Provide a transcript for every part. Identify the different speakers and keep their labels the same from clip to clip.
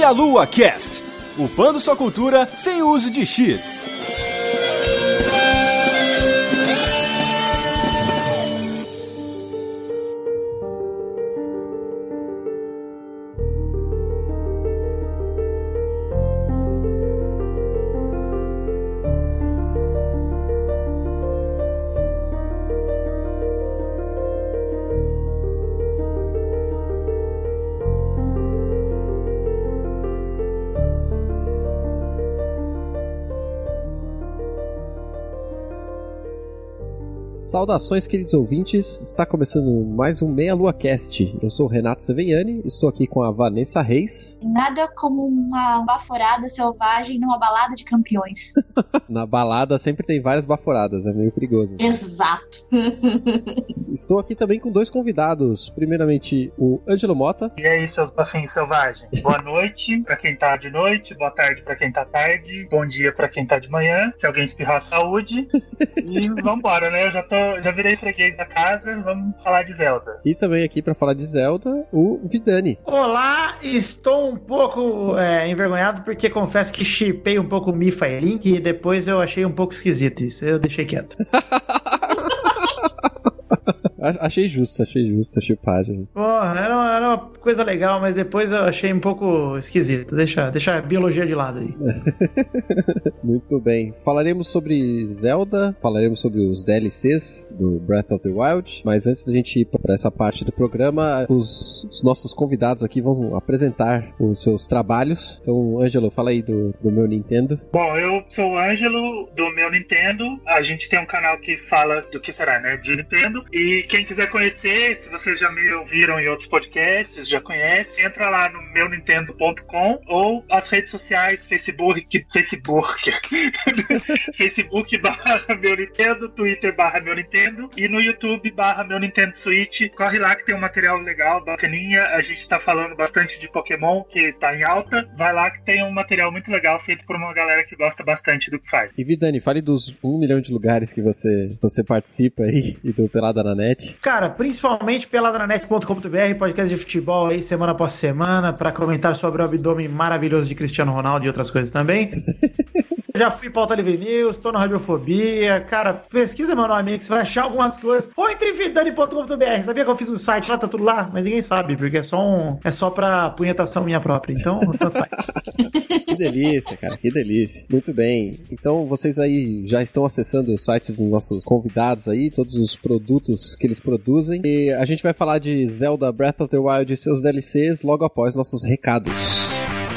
Speaker 1: Meia Lua Cast, upando sua cultura sem uso de cheats.
Speaker 2: Saudações, queridos ouvintes, está começando mais um Meia Lua Cast. Eu sou o Renato Seveniani, estou aqui com a Vanessa Reis.
Speaker 3: Nada como uma baforada selvagem numa balada de campeões.
Speaker 2: Na balada sempre tem várias baforadas, é meio perigoso.
Speaker 3: Exato.
Speaker 2: Estou aqui também com dois convidados. Primeiramente, o Ângelo Mota.
Speaker 4: E aí, seus bafinhos selvagens? Boa noite pra quem tá de noite, boa tarde pra quem tá tarde, bom dia pra quem tá de manhã, se alguém espirrar, saúde. E vambora, né? Eu já virei freguês da casa, vamos falar de Zelda.
Speaker 2: E também aqui pra falar de Zelda, o Vidani.
Speaker 5: Olá, estou um pouco envergonhado porque confesso que shippei um pouco o Mifa e Link e depois eu achei um pouco esquisito isso, eu deixei quieto.
Speaker 2: Achei justo a chipagem.
Speaker 5: Porra, era uma coisa legal, mas depois eu achei um pouco esquisito. Deixa a biologia de lado aí.
Speaker 2: Muito bem. Falaremos sobre Zelda, falaremos sobre os DLCs do Breath of the Wild, mas antes da gente ir para essa parte do programa, os nossos convidados aqui vão apresentar os seus trabalhos. Então, Ângelo, fala aí do meu Nintendo.
Speaker 4: Bom, eu sou o Ângelo, do meu Nintendo. A gente tem um canal que fala do que será, né, de Nintendo. E quem quiser conhecer, se vocês já me ouviram em outros podcasts, já conhecem, entra lá no meunintendo.com ou as redes sociais, Facebook /meu Nintendo, Twitter /meu Nintendo e no YouTube /meu Nintendo Switch. Corre lá que tem um material legal, bacaninha. A gente tá falando bastante de Pokémon, que tá em alta. Vai lá que tem um material muito legal feito por uma galera que gosta bastante do que faz.
Speaker 2: E Vidani, fale dos 1 milhão de lugares que você participa aí e do Pelada na Net.
Speaker 5: Cara, principalmente peladranet.com.br, podcast de futebol aí semana após semana, pra comentar sobre o abdômen maravilhoso de Cristiano Ronaldo e outras coisas também. Já fui Pauta Livre News, tô na Radiofobia. Cara, pesquisa meu nome aí que você vai achar algumas coisas. Ou entre vidani.com.br. Sabia que eu fiz um site lá, tá tudo lá? Mas ninguém sabe, porque é só pra punhetação minha própria. Então, tanto faz.
Speaker 2: Que delícia, cara, que delícia. Muito bem. Então, vocês aí já estão acessando o site dos nossos convidados aí, todos os produtos que eles produzem. E a gente vai falar de Zelda Breath of the Wild e seus DLCs logo após nossos recados.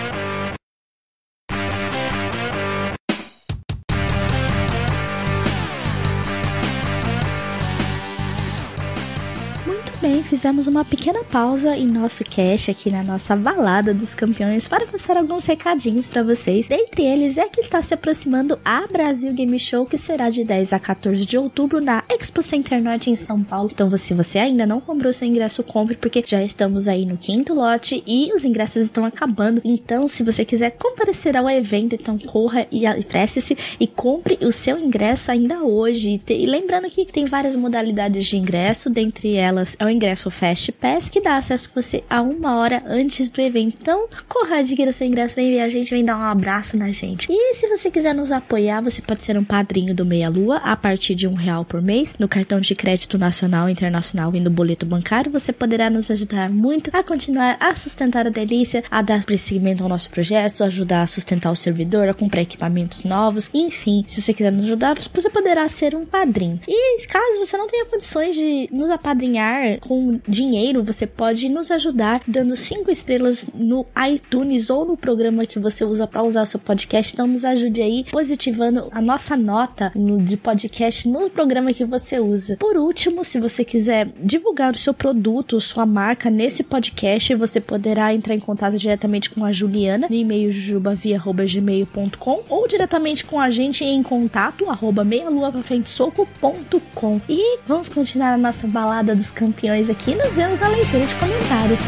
Speaker 6: Bem, fizemos uma pequena pausa em nosso cast aqui na nossa balada dos campeões para passar alguns recadinhos para vocês. Dentre eles é que está se aproximando a Brasil Game Show, que será de 10 a 14 de outubro na Expo Center Norte em São Paulo. Então, se você ainda não comprou seu ingresso, compre, porque já estamos aí no 5º lote e os ingressos estão acabando. Então, se você quiser comparecer ao evento, então corra e preste-se e compre o seu ingresso ainda hoje. E lembrando que tem várias modalidades de ingresso, dentre elas é o ingresso Fast Pass, que dá acesso a você a 1 hora antes do evento. Então, corra, adquira seu ingresso, vem ver a gente, vem dar um abraço na gente. E se você quiser nos apoiar, você pode ser um padrinho do Meia Lua a partir de R$1 por mês, no cartão de crédito nacional, internacional e no boleto bancário. Você poderá nos ajudar muito a continuar a sustentar a delícia, a dar prosseguimento ao nosso projeto, ajudar a sustentar o servidor, a comprar equipamentos novos. Enfim, se você quiser nos ajudar, você poderá ser um padrinho. E caso você não tenha condições de nos apadrinhar com dinheiro, você pode nos ajudar dando 5 estrelas no iTunes ou no programa que você usa para usar seu podcast. Então nos ajude aí positivando a nossa nota de podcast no programa que você usa. Por último, se você quiser divulgar o seu produto, sua marca nesse podcast, você poderá entrar em contato diretamente com a Juliana no e-mail jujubavia@gmail.com ou diretamente com a gente em contato @meialuapafrentesoco.com. E vamos continuar a nossa balada dos campeões aqui. Nos vemos na leitura de comentários.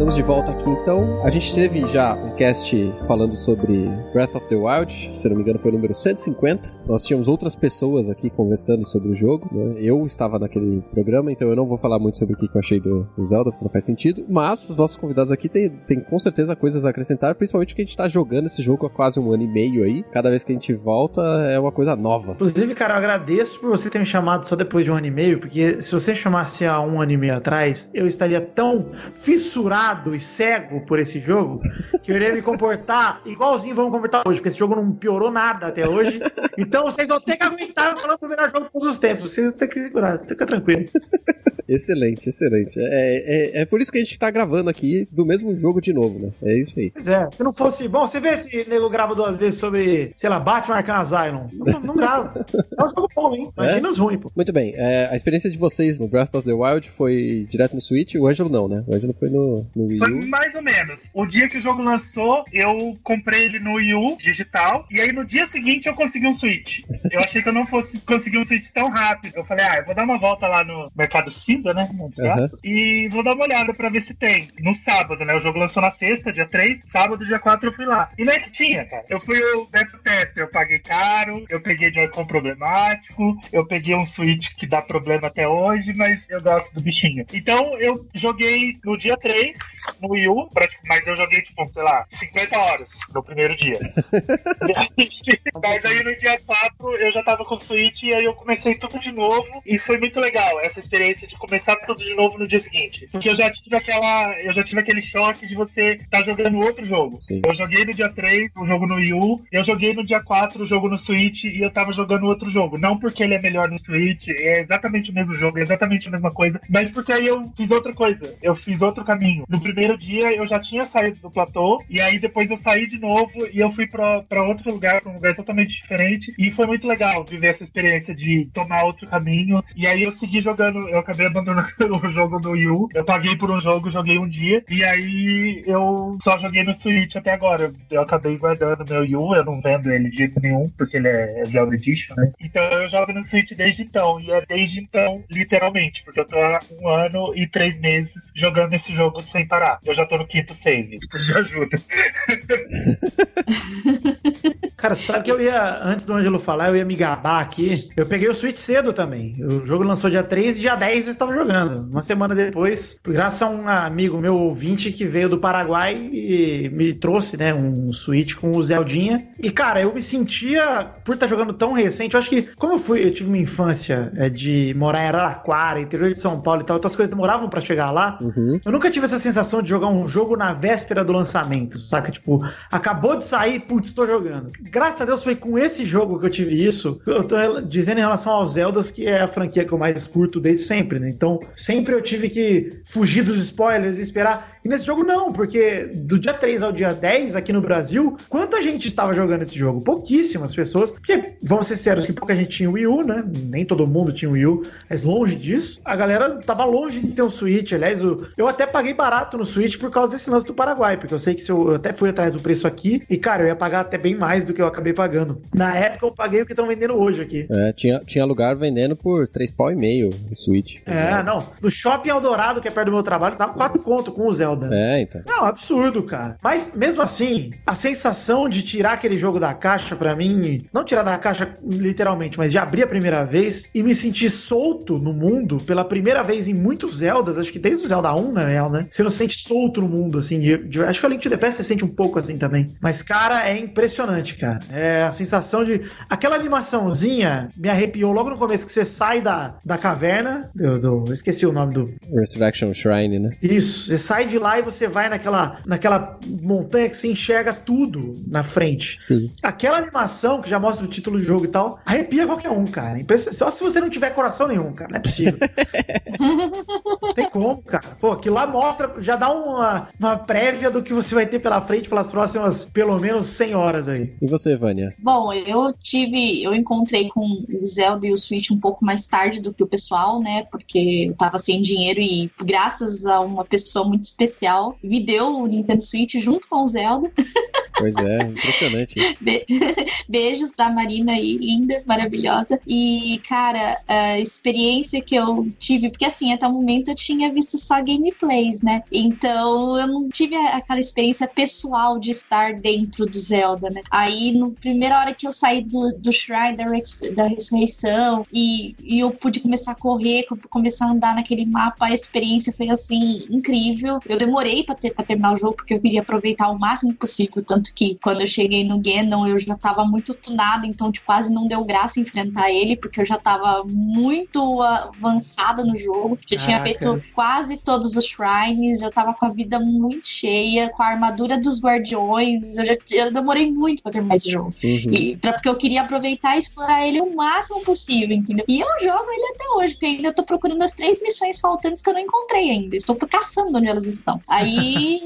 Speaker 2: Estamos de volta aqui então. A gente teve já um cast falando sobre Breath of the Wild, se não me engano foi o número 150. Nós tínhamos outras pessoas aqui conversando sobre o jogo, né? Eu estava naquele programa, então eu não vou falar muito sobre o que eu achei do Zelda, porque não faz sentido. Mas os nossos convidados aqui tem com certeza coisas a acrescentar, principalmente que a gente tá jogando esse jogo há quase 1 ano e meio aí. Cada vez que a gente volta é uma coisa nova.
Speaker 5: Inclusive, cara, eu agradeço por você ter me chamado só depois de 1 ano e meio, porque se você chamasse há 1 ano e meio atrás, eu estaria tão fissurado e cego por esse jogo que eu iria me comportar igualzinho vamos comportar hoje, porque esse jogo não piorou nada até hoje. Então vocês vão ter que aguentar falando do melhor jogo de todos os tempos. Vocês vão ter que segurar, fica tranquilo.
Speaker 2: Excelente, excelente. É por isso que a gente tá gravando aqui do mesmo jogo de novo, né? É isso aí.
Speaker 5: Pois é, se não fosse bom, você vê se nego grava 2 vezes sobre, sei lá, Batman Arkham Asylum. Não grava. É um jogo bom, hein? Imagina os ruins, pô.
Speaker 2: Muito bem, a experiência de vocês no Breath of the Wild foi direto no Switch, o Ângelo não, né? O Ângelo foi no Wii U.
Speaker 4: Foi mais ou menos. O dia que o jogo lançou, eu comprei ele no Wii U digital, e aí no dia seguinte eu consegui um Switch. Eu achei que eu não fosse conseguir um Switch tão rápido. Eu falei, eu vou dar uma volta lá no Mercado Cinza, né? E vou dar uma olhada pra ver se tem. No sábado, né? O jogo lançou na sexta, dia 3. Sábado, dia 4, eu fui lá. E não é que tinha, cara. Eu fui o beta tester, eu paguei caro, eu peguei Joy-Con problemático, eu peguei um Switch que dá problema até hoje, mas eu gosto do bichinho. Então, eu joguei no dia 3, no Wii U, mas eu joguei, tipo, sei lá, 50 horas no primeiro dia. Mas aí no dia 4, eu já tava com o Switch e aí eu comecei tudo de novo e foi muito legal essa experiência de começar tudo de novo no dia seguinte. Porque eu já tive aquele choque de você estar jogando outro jogo.
Speaker 2: Sim.
Speaker 4: Eu joguei no dia 3 o jogo no Wii U, eu joguei no dia 4 o jogo no Switch e eu tava jogando outro jogo. Não porque ele é melhor no Switch, é exatamente o mesmo jogo, é exatamente a mesma coisa, mas porque aí eu fiz outra coisa, eu fiz outro caminho. No primeiro dia eu já tinha saído do platô, e aí depois eu saí de novo e eu fui pra outro lugar, pra um lugar totalmente diferente, e foi muito legal viver essa experiência de tomar outro caminho, e aí eu segui jogando, eu acabei abandonando o jogo do Wii U, eu paguei por um jogo, joguei um dia, e aí eu só joguei no Switch até agora. Eu acabei guardando meu Wii U, eu não vendo ele de jeito nenhum, porque ele é Zelda Edition, né? Então eu jogo no Switch desde então, e é desde então, literalmente, porque eu tô há 1 ano e 3 meses jogando esse jogo sem parar. Eu já tô no 5º save, isso já ajuda.
Speaker 5: Cara, sabe que antes do Ângelo falar, eu ia me gabar aqui. Eu peguei o Switch cedo também. O jogo lançou dia 3 e dia 10 eu estava jogando. Uma semana depois, graças a um amigo meu ouvinte que veio do Paraguai e me trouxe, né, um Switch com o Zeldinha. E, cara, eu me sentia, por estar jogando tão recente, eu acho que, como eu tive uma infância de morar em Araraquara, interior de São Paulo e tal, outras coisas demoravam pra chegar lá, eu nunca tive essa sensação de jogar um jogo na véspera do lançamento, saca? Tipo, acabou de sair, putz, tô jogando. Graças a Deus foi com esse jogo que eu tive isso. Eu tô dizendo em relação aos Zeldas, que é a franquia que eu mais curto desde sempre, né? Então, sempre eu tive que fugir dos spoilers e esperar. E nesse jogo não, porque do dia 3 ao dia 10, aqui no Brasil, quanta gente estava jogando esse jogo? Pouquíssimas pessoas. Porque, vamos ser sérios, que pouca gente tinha o Wii U, né? Nem todo mundo tinha o Wii U. Mas longe disso, a galera tava longe de ter um Switch. Aliás, eu até paguei barato no Switch por causa desse lance do Paraguai, porque eu sei que eu até fui atrás do preço aqui, e, cara, eu ia pagar até bem mais do que eu acabei pagando. Na época, eu paguei o que estão vendendo hoje aqui.
Speaker 2: Tinha lugar vendendo por $3,5 o Switch.
Speaker 5: Não. No Shopping Eldorado, que é perto do meu trabalho, tava 4 conto com o Zelda.
Speaker 2: Então.
Speaker 5: Não, absurdo, cara. Mas, mesmo assim, a sensação de tirar aquele jogo da caixa, pra mim, não tirar da caixa literalmente, mas de abrir a primeira vez e me sentir solto no mundo pela primeira vez em muitos Zeldas, acho que desde o Zelda 1, na real, né? Você não se sente solto no mundo, assim, acho que o Link to the Past você sente um pouco assim também. Mas, cara, é impressionante, cara. É a sensação de... Aquela animaçãozinha me arrepiou logo no começo, que você sai da caverna, eu esqueci o nome do...
Speaker 2: Resurrection Shrine, né?
Speaker 5: Isso. Você sai de lá e você vai naquela montanha que você enxerga tudo na frente.
Speaker 2: Sim.
Speaker 5: Aquela animação que já mostra o título do jogo e tal, arrepia qualquer um, cara. Só se você não tiver coração nenhum, cara. Não é possível. Não tem como, cara. Pô, aquilo lá mostra, já dá uma prévia do que você vai ter pela frente pelas próximas, pelo menos, 100 horas aí.
Speaker 2: E você, Vânia?
Speaker 3: Bom, eu encontrei com o Zelda e o Switch um pouco mais tarde do que o pessoal, né? Porque eu tava sem dinheiro e graças a uma pessoa muito especial me deu o Nintendo Switch junto com o Zelda.
Speaker 2: Pois é, impressionante isso.
Speaker 3: Beijos pra Marina aí, linda, maravilhosa. E, cara, a experiência que eu tive, porque assim, até o momento eu tinha visto só gameplays, né? Então eu não tive aquela experiência pessoal de estar dentro do Zelda, né? Aí, na primeira hora que eu saí do Shrine da Ressurreição e eu pude começar a correr, começar a andar naquele mapa, a experiência foi assim, incrível. Eu demorei pra terminar o jogo, porque eu queria aproveitar o máximo possível, tanto que quando eu cheguei no Ganon eu já tava muito tunada, então quase não deu graça enfrentar ele, porque eu já tava muito avançada no jogo, já tinha feito quase todos os shrines, já tava com a vida muito cheia, com a armadura dos guardiões, eu demorei muito pra terminar esse jogo, porque eu queria aproveitar e explorar ele o máximo possível, entendeu? E eu jogo ele até hoje, porque ainda tô procurando as 3 missões faltantes que eu não encontrei ainda, estou caçando onde elas estão. Aí,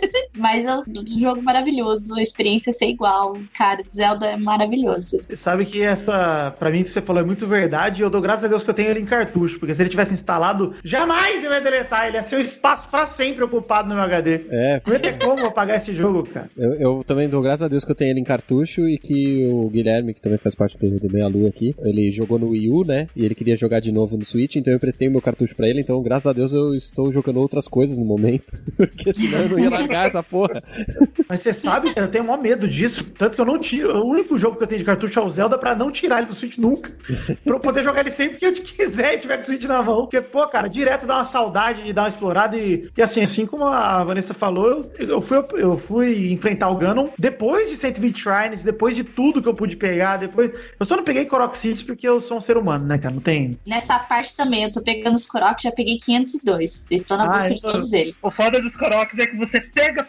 Speaker 3: mas é um jogo maravilhoso, a experiência ser igual, cara, Zelda é maravilhoso.
Speaker 5: Você sabe que pra mim, que você falou é muito verdade, e eu dou graças a Deus que eu tenho ele em cartucho, porque se ele tivesse instalado, jamais eu ia deletar, ele ia ser um espaço pra sempre ocupado no meu HD. Não ia ter como apagar esse jogo, cara.
Speaker 2: Eu também dou graças a Deus que eu tenho ele em cartucho e que o Guilherme, que também faz parte do Meia Lua aqui, ele jogou no Wii U, né, e ele queria jogar de novo no Switch, então eu emprestei o meu cartucho pra ele, então graças a Deus eu estou jogando outras coisas no momento, porque senão eu não ia largar essa porra.
Speaker 5: Mas você sabe, eu tenho o maior medo disso, tanto que eu não tiro, o único jogo que eu tenho de cartucho é o Zelda, pra não tirar ele do Switch nunca, pra eu poder jogar ele sempre que eu quiser e tiver com o Switch na mão, porque, pô, cara, direto dá uma saudade de dar uma explorada e assim como a Vanessa falou, eu fui enfrentar o Ganon depois de 120 Shrines, depois de tudo que eu pude pegar, eu só não peguei Korok Cities porque eu sou um ser humano, né, cara, não tem...
Speaker 3: Nessa parte também, eu tô pegando os Korok, já peguei 502, estou na busca de todos eles.
Speaker 4: O foda dos Koroks é que você pega,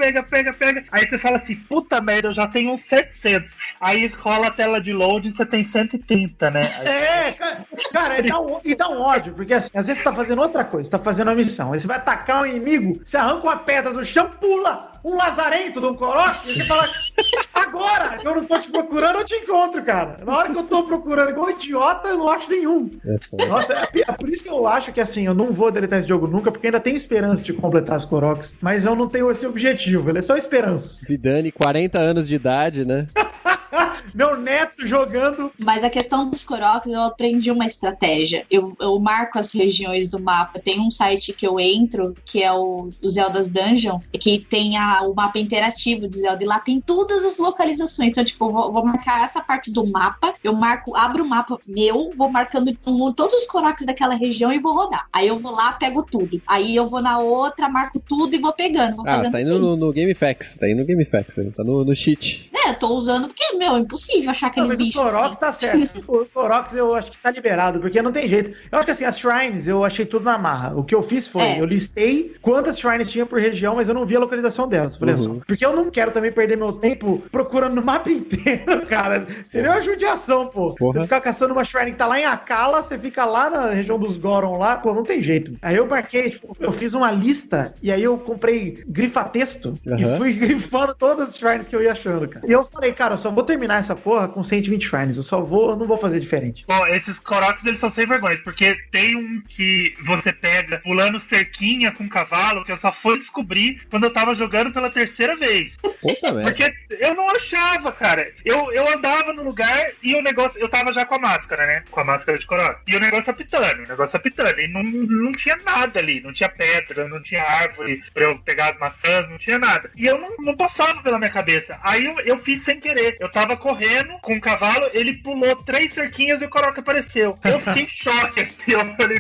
Speaker 4: aí você fala assim, puta merda, eu já tenho uns 700, aí rola a tela de load e você tem 130, né?
Speaker 5: Cara, e dá um ódio, porque assim, às vezes você tá fazendo outra coisa, você tá fazendo uma missão, aí você vai atacar um inimigo, você arranca uma pedra do chão, pula um lazarento de um Korok, e você fala, agora que eu não tô te procurando, eu te encontro, cara. Na hora que eu tô procurando igual idiota, eu não acho nenhum. Nossa, é por isso que eu acho que assim, eu não vou deletar esse jogo nunca, porque ainda tenho esperança de completar os Koroks, mas eu não tenho esse objetivo, ele é só esperança.
Speaker 2: Zidane, 40 anos de idade, né?
Speaker 5: Meu neto jogando.
Speaker 3: Mas a questão dos Koroks, eu aprendi uma estratégia. Eu marco as regiões do mapa. Tem um site que eu entro, que é o Zelda's Dungeon, que tem o mapa interativo de Zelda. E lá tem todas as localizações. Então, tipo, eu vou marcar essa parte do mapa. Abro o mapa meu, vou marcando todos os Koroks daquela região e vou rodar. Aí eu vou lá, pego tudo. Aí eu vou na outra, marco tudo e vou pegando. Vou fazendo
Speaker 2: tá indo no GameFAQs. Tá indo no GameFAQs, tá no cheat.
Speaker 3: Eu tô usando porque, é impossível achar aqueles bichos.
Speaker 5: O Koroks assim. Tá certo. O Koroks eu acho que tá liberado, porque não tem jeito. Eu acho que assim, as Shrines eu achei tudo na marra. O que eu fiz foi, eu listei quantas Shrines tinha por região, mas eu não vi a localização delas. Falei só. Porque eu não quero também perder meu tempo procurando no mapa inteiro, cara. Seria uma judiação, pô. Você ficar caçando uma Shrine que tá lá em Akala, você fica lá na região dos Goron lá, pô, não tem jeito. Aí eu marquei, tipo, eu fiz uma lista e aí eu comprei grifa-texto e fui grifando todas as Shrines que eu ia achando, cara. E eu falei, cara, eu só vou terminar essa porra com 120 Shrines. Eu não vou fazer diferente.
Speaker 4: Bom, esses Koroks, eles são sem vergonhas, porque tem um que você pega pulando cerquinha com cavalo, que eu só fui descobrir quando eu tava jogando pela terceira vez.
Speaker 2: Puta merda.
Speaker 4: Porque eu não achava, cara. Eu andava no lugar e o negócio... Eu tava já com a máscara, né? Com a máscara de Korok. E o negócio apitando. E não tinha nada ali. Não tinha pedra, não tinha árvore pra eu pegar as maçãs, não tinha nada. E eu não passava pela minha cabeça. Aí eu fiz sem querer. Eu tava correndo com o cavalo, ele pulou 3 cerquinhas e o Korok apareceu. Eu fiquei em choque, assim. Eu falei,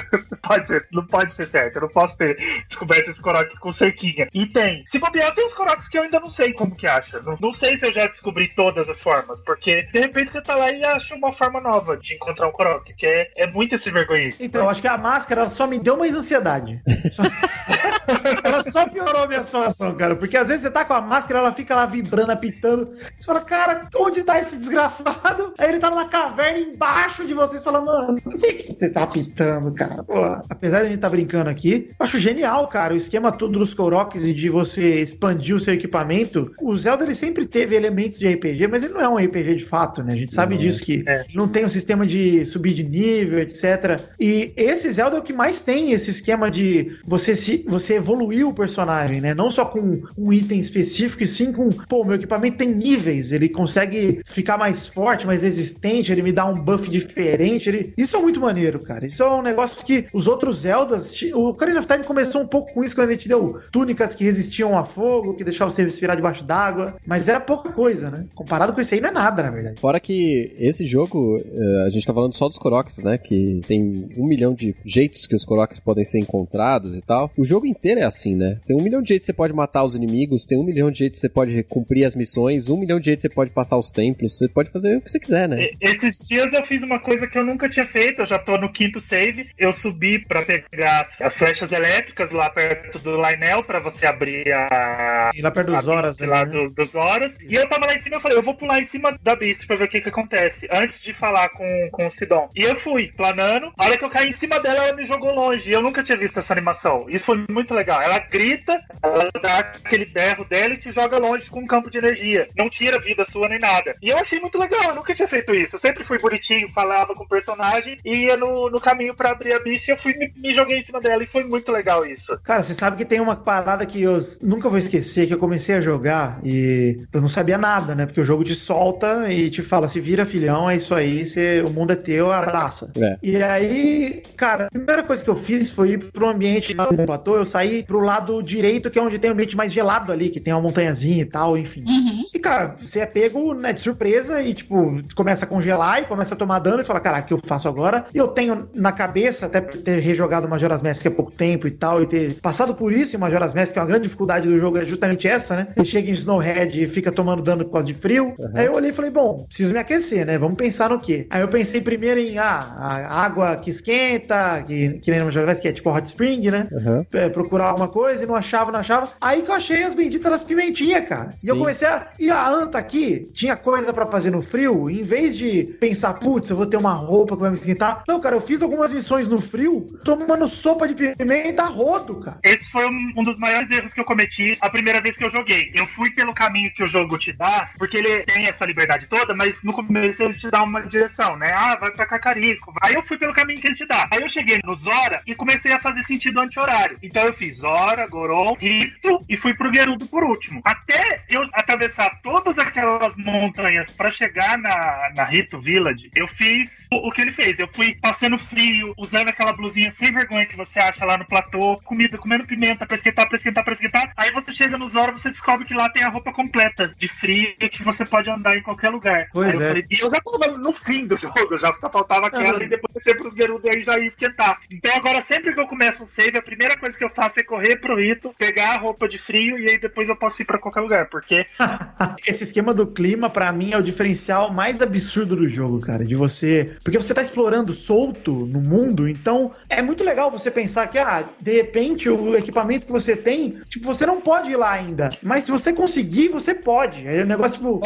Speaker 4: não pode ser certo. Eu não posso ter descoberto esse Korok com cerquinha. E tem. Se bobear, tem uns Koroks que eu ainda não sei como que acha. Não sei se eu já descobri todas as formas, porque de repente você tá lá e acha uma forma nova de encontrar um Korok, que é muito esse vergonhice.
Speaker 5: Então, eu acho que a máscara só me deu mais ansiedade. Ela só piorou a minha situação, cara. Porque às vezes você tá com a máscara, ela fica lá vibrando, apitando. Você fala, cara, onde tá esse desgraçado? Aí ele tá numa caverna embaixo de você. Você fala, mano, o que você tá apitando, cara? Pô, apesar de a gente tá brincando aqui, eu acho genial, cara, o esquema todo dos Koroks e de você expandir o seu equipamento. O Zelda, ele sempre teve elementos de RPG, mas ele não é um RPG de fato, né? A gente sabe disso, que não tem um sistema de subir de nível, etc. E esse Zelda é o que mais tem esse esquema de você evoluir o personagem, né? Não só com um item específico, e sim com, pô, meu equipamento tem níveis, ele consegue ficar mais forte, mais resistente, ele me dá um buff diferente. Isso é muito maneiro, cara. Isso é um negócio que os outros Zeldas... O Ocarina of Time começou um pouco com isso, quando a gente deu túnicas que resistiam a fogo, que deixavam você respirar debaixo d'água, mas era pouca coisa, né? Comparado com isso aí, não é nada, na verdade.
Speaker 2: Fora que esse jogo, a gente tá falando só dos Koroks, né? Que tem 1 milhão de jeitos que os Koroks podem ser encontrados e tal. O jogo inteiro é assim, né? Tem 1 milhão de jeitos que você pode matar os inimigos, tem 1 milhão de jeitos que você pode cumprir as missões, 1 milhão de jeitos que você pode passar os templos, você pode fazer o que você quiser, né?
Speaker 4: Esses dias eu fiz uma coisa que eu nunca tinha feito, eu já tô no 5º save, eu subi pra pegar as flechas elétricas lá perto do Lynel pra você abrir
Speaker 5: E lá perto dos Horas,
Speaker 4: lá dos Horas. E eu tava lá em cima, eu falei, eu vou pular em cima da Beast pra ver o que acontece, antes de falar com o Sidon. E eu fui, planando, a hora que eu caí em cima dela, ela me jogou longe, e eu nunca tinha visto essa animação. Isso foi muito legal. Ela grita, ela dá aquele berro dela e te joga longe com um campo de energia. Não tira vida sua nem nada. E eu achei muito legal, eu nunca tinha feito isso. Eu sempre fui bonitinho, falava com o personagem, e ia no caminho pra abrir a Beast, e eu fui me joguei em cima dela, e foi muito legal isso.
Speaker 5: Cara, você sabe que tem uma parada que eu nunca vou esquecer, que eu comecei a jogar e eu não sabia nada, né? Porque o jogo te solta e te fala, se vira filhão, é isso aí, o mundo é teu, abraça. E aí, cara, a primeira coisa que eu fiz foi ir pro ambiente lá do platô, eu saí pro lado direito, que é onde tem um ambiente mais gelado ali, que tem uma montanhazinha e tal, enfim. E, cara, você é pego, né, de surpresa e, tipo, começa a congelar e começa a tomar dano e você fala, caraca, o que eu faço agora? E eu tenho na cabeça, até por ter rejogado Majora's Mask há pouco tempo e tal, e ter passado por isso em Majora's Mask, que é uma grande dificuldade do jogo, é justamente essa, né? Ele chega em Snowhead e fica tomando dano por causa de frio. Aí eu olhei e falei, bom, preciso me aquecer, né? Vamos pensar no quê? Aí eu pensei primeiro em, a água que esquenta, que nem no Majora's Mask, que é tipo Hot Spring, né? Procurar alguma coisa e não achava. Aí que eu achei as benditas das pimentinhas, cara. E eu comecei e a anta aqui tinha coisa pra fazer no frio, em vez de pensar, putz, eu vou ter uma roupa que vai me esquentar. Não, cara, eu fiz algumas missões no frio, tomando sopa de pimenta a rodo, cara.
Speaker 4: Esse foi um dos maiores erros que eu cometi a primeira vez que eu joguei. Eu fui pelo caminho que o jogo te dá, porque ele tem essa liberdade toda, mas no começo ele te dá uma direção, né? Vai pra Kakariko. Aí eu fui pelo caminho que ele te dá. Aí eu cheguei no Zora e comecei a fazer sentido anti-horário. Então eu fiz Zora, Goron, Rito e fui pro Gerudo por último. Até eu atravessar todas aquelas montanhas pra chegar na Rito Village, eu fiz o que ele fez. Eu fui passando frio, usando aquela blusinha sem vergonha que você acha lá no platô, comendo pimenta pra esquentar. Aí você chega no Zora, você descobre que lá tem a roupa completa de frio, que você pode andar em qualquer lugar.
Speaker 5: Pois
Speaker 4: aí
Speaker 5: é.
Speaker 4: E eu já tava no fim do jogo, já só faltava aquela e depois descer pros Gerudo e aí já ia esquentar. Então agora sempre que eu começo um save, a primeira coisa que eu faço é correr pro Rito, pegar a roupa de frio e aí depois eu posso ir pra qualquer lugar, porque...
Speaker 5: Esse esquema do clima, pra mim, é o diferencial mais absurdo do jogo, cara, de você... Porque você tá explorando solto no mundo, então é muito legal você pensar que, de repente, o equipamento que você tem, tipo, você não pode ir lá ainda, mas se você conseguir, você pode. É um negócio, tipo...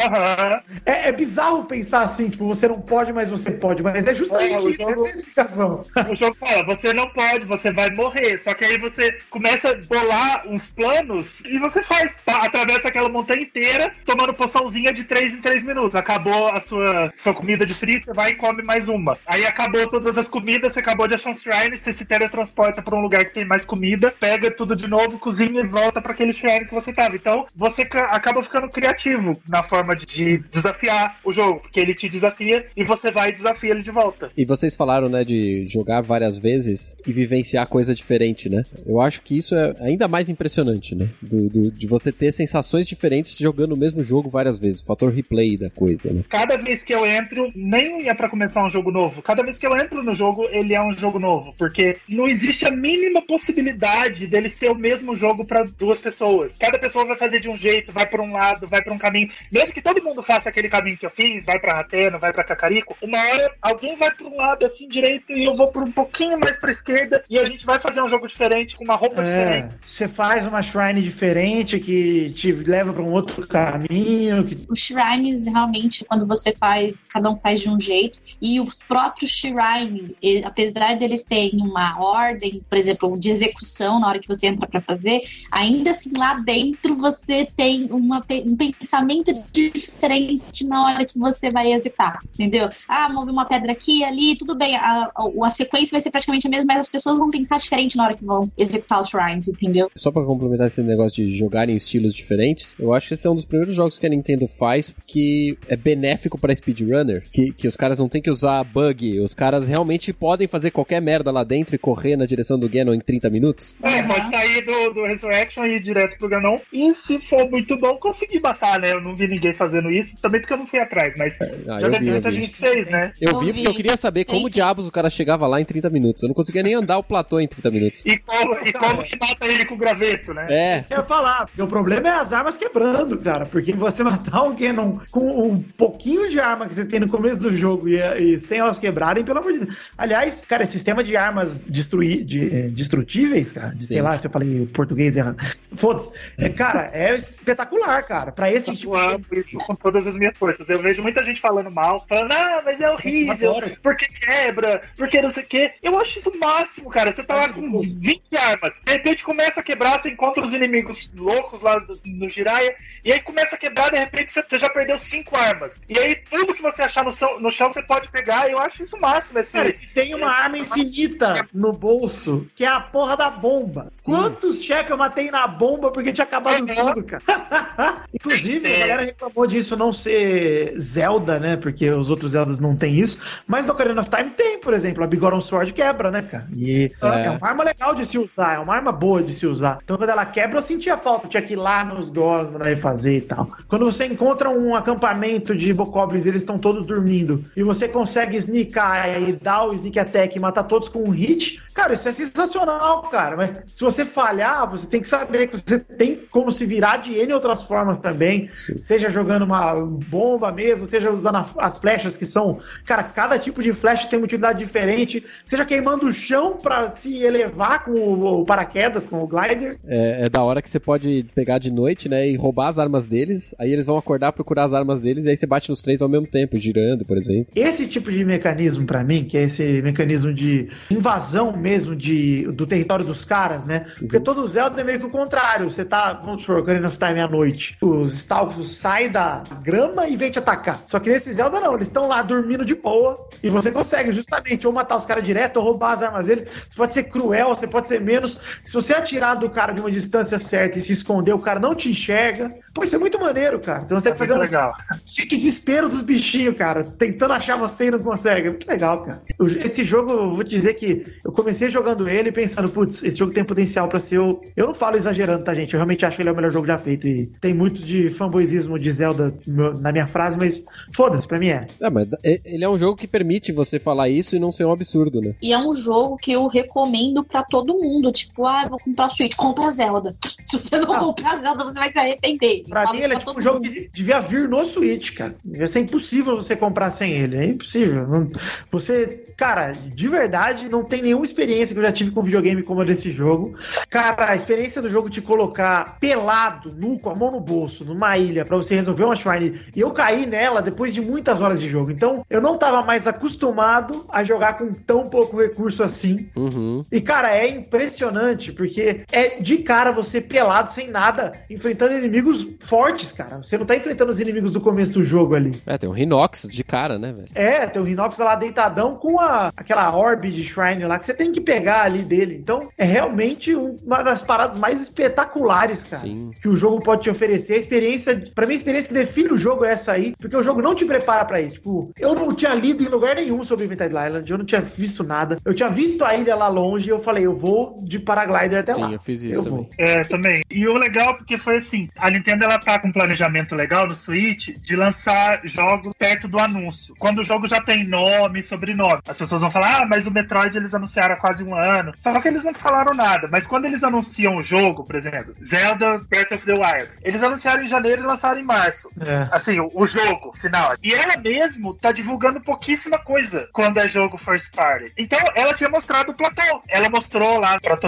Speaker 5: É bizarro pensar assim, tipo, você não pode, mas você pode, mas é justamente isso, essa é a explicação.
Speaker 4: O jogo fala, você não pode, você vai morrer, só que aí você começa a bolar uns planos e você faz, atravessa aquela montanha inteira, tomando poçãozinha de 3 em 3 minutos. Acabou a sua comida de frio, você vai e come mais uma. Aí acabou todas as comidas, você acabou de achar um shrine, você se teletransporta pra um lugar que tem mais comida, pega tudo de novo, cozinha e volta pra aquele shrine que você tava. Então, você acaba ficando criativo na forma de desafiar o jogo, porque ele te desafia e você vai e desafia ele de volta.
Speaker 2: E vocês falaram, né, de jogar várias vezes e vivenciar coisa diferente, né? Eu acho que isso é ainda mais impressionante, né? De você ter sensações diferentes jogando o mesmo jogo várias vezes. O fator replay da coisa, né?
Speaker 4: Cada vez que eu entro, nem é pra começar um jogo novo. Cada vez que eu entro no jogo, ele é um jogo novo. Porque não existe a mínima possibilidade dele ser o mesmo jogo pra duas pessoas. Cada pessoa vai fazer de um jeito, vai por um lado, vai por um caminho. Mesmo que todo mundo faça aquele caminho que eu fiz, vai pra Rateno, vai pra Kakariko, uma hora alguém vai por um lado assim direito e eu vou por um pouquinho mais pra esquerda e a gente vai fazer um jogo diferente, com uma roupa diferente.
Speaker 5: Você faz uma shrine diferente que te leva pra um outro caminho.
Speaker 3: Os shrines, realmente, quando você faz, cada um faz de um jeito. E os próprios shrines, apesar deles terem uma ordem, por exemplo, de execução na hora que você entra pra fazer, ainda assim lá dentro você tem um pensamento diferente na hora que você vai executar, entendeu? Move uma pedra aqui, ali, tudo bem, a sequência vai ser praticamente a mesma, mas as pessoas vão pensar diferente na hora que vão executar os shrines, entendeu?
Speaker 2: Só pra complementar esse negócio de jogar em estilos diferentes, eu acho que esse é um dos primeiros jogos que a Nintendo faz que é benéfico pra speedrunner, que os caras não tem que usar bug, os caras realmente podem fazer qualquer merda lá dentro e correr na direção do Ganon em 30 minutos.
Speaker 4: Pode sair do Resurrection e ir direto pro Ganon, e se for muito bom, conseguir matar, né? Eu não vi ninguém fazendo isso, também porque eu não fui atrás, mas já depois a gente fez, né?
Speaker 2: Eu vi porque eu queria saber como diabos o cara chegava lá em 30 minutos. Eu não conseguia nem andar o platô em 30 minutos.
Speaker 4: E como que mata ele com o graveto, né?
Speaker 5: Isso que eu ia falar, porque o problema é as armas quebrando, cara, porque você matar um Ganon com um pouquinho de arma que você tem no começo do jogo e sem elas quebrarem, pelo amor de Deus. Aliás, cara, esse sistema de armas destrutíveis, cara, sei lá se eu falei o português errado. Foda-se. Cara, é espetacular, cara. Pra esse tipo
Speaker 4: de... isso com todas as minhas forças. Eu vejo muita gente falando mal, falando, mas é horrível, porque quebra, porque não sei o quê. Eu acho isso o máximo, cara. Você tá lá com 20 armas, de repente começa a quebrar, você encontra os inimigos loucos lá no Jiraiya, e aí começa a quebrar, de repente você já perdeu 5 armas. E aí tudo que você achar no chão você pode pegar. Eu acho isso o máximo.
Speaker 5: Cara, se tem uma arma infinita no bolso, que é a porra da bomba. Sim. Quantos chefes eu matei na bomba porque tinha acabado tudo, cara? Inclusive, a galera reclamou disso não ser Zelda, né? Porque os outros Zeldas não tem isso. Mas no Ocarina of Time tem, por exemplo, a Biggoron Sword quebra, né, cara? E é uma arma legal de se usar, é uma arma boa de se usar. Então quando ela quebra, eu sentia falta, tinha que ir lá nos Goron, mandar refazer e tal. Quando você encontra um acampamento de Bokoblins, eles estão todos dormindo, e você consegue sneakar e dar o sneak attack e matar todos com um hit, cara, isso é sensacional, cara. Mas se você falhar, você tem que saber que você tem como se virar de N outras formas também. Sim. Seja jogando uma bomba mesmo, seja usando as flechas que são... Cara, cada tipo de flecha tem uma utilidade diferente. Seja queimando o chão pra se elevar com o paraquedas, com o glider.
Speaker 2: É da hora que você pode pegar de noite, né, e roubar as armas deles, aí eles vão acordar, procurar as armas deles, e aí você bate nos 3 ao mesmo tempo, girando, por exemplo.
Speaker 5: Esse tipo de mecanismo, pra mim, que é esse mecanismo de invasão mesmo do território dos caras, né? Porque todo Zelda é meio que o contrário. Você tá, vamos supor, Ocarina of Time à noite. Os Stalfos saem da grama e vêm te atacar. Só que nesse Zelda não, eles estão lá dormindo de boa e você consegue justamente ou matar os caras direto ou roubar as armas dele. Você pode ser cruel, você pode ser menos. Se você atirar do cara de uma distância certa e se esconder, o cara não te enxerga. Pô, isso é muito maneiro, cara. Você consegue fazer
Speaker 4: legal.
Speaker 5: Que desespero dos bichinhos, cara. Tentando achar você e não consegue. É muito legal, cara. Esse jogo, eu vou te dizer que eu comecei jogando ele pensando, putz, esse jogo tem potencial pra ser Eu não falo exagerando, tá, gente? Eu realmente acho que ele é o melhor jogo já feito e tem muito de fanboyzismo de Zelda na minha frase, mas foda-se, pra mim é.
Speaker 2: Mas ele é um jogo que permite você falar isso e não ser um absurdo, né?
Speaker 3: E é um jogo que eu recomendo pra todo mundo. Tipo, vou comprar Switch, compra Zelda. Se você não comprar Zelda, você vai se arrepender.
Speaker 5: Pra mim, ele é tipo um jogo que devia vir no Switch, cara. Devia ser impossível você comprar sem ele. É impossível. Você, cara, de verdade, não tem nenhuma experiência que eu já tive com videogame como a desse jogo. Cara, a experiência do jogo te colocar pelado, nu, com a mão no bolso, numa ilha, pra você resolver uma shrine. E eu caí nela depois de muitas horas de jogo. Então, eu não tava mais acostumado a jogar com tão pouco recurso assim.
Speaker 2: Uhum.
Speaker 5: E, cara, é impressionante, porque é de cara você pelado, sem nada, enfrentando inimigos fortes, cara. Você não tá enfrentando os inimigos do começo do jogo ali.
Speaker 2: Tem um Rhinox de cara, né, velho?
Speaker 5: Tem o Rhinox lá deitadão com aquela orbe de shrine lá que você tem que pegar ali dele. Então, é realmente uma das paradas mais espetaculares, cara.
Speaker 2: Sim.
Speaker 5: Que o jogo pode te oferecer. A experiência, pra mim, a experiência que define o jogo é essa aí, porque o jogo não te prepara pra isso. Tipo, eu não tinha lido em lugar nenhum sobre Invented Island, eu não tinha visto nada. Eu tinha visto a ilha lá longe e eu falei, eu vou de paraglider até lá.
Speaker 2: Sim, eu fiz isso também.
Speaker 4: Também. E o legal, porque foi assim, a Nintendo, ela tá com um planejamento legal no Switch de lançar jogos perto do anúncio. Quando o jogo já tem nome e sobrenome. As pessoas vão falar, mas o Metroid eles anunciaram há quase um ano. Só que eles não falaram nada. Mas quando eles anunciam o jogo, por exemplo, Zelda Breath of the Wild, eles anunciaram em janeiro e lançaram em março. Assim, o jogo final. E ela mesmo tá divulgando pouquíssima coisa quando é jogo first party. Então, ela tinha mostrado o platô. Ela mostrou lá pra todo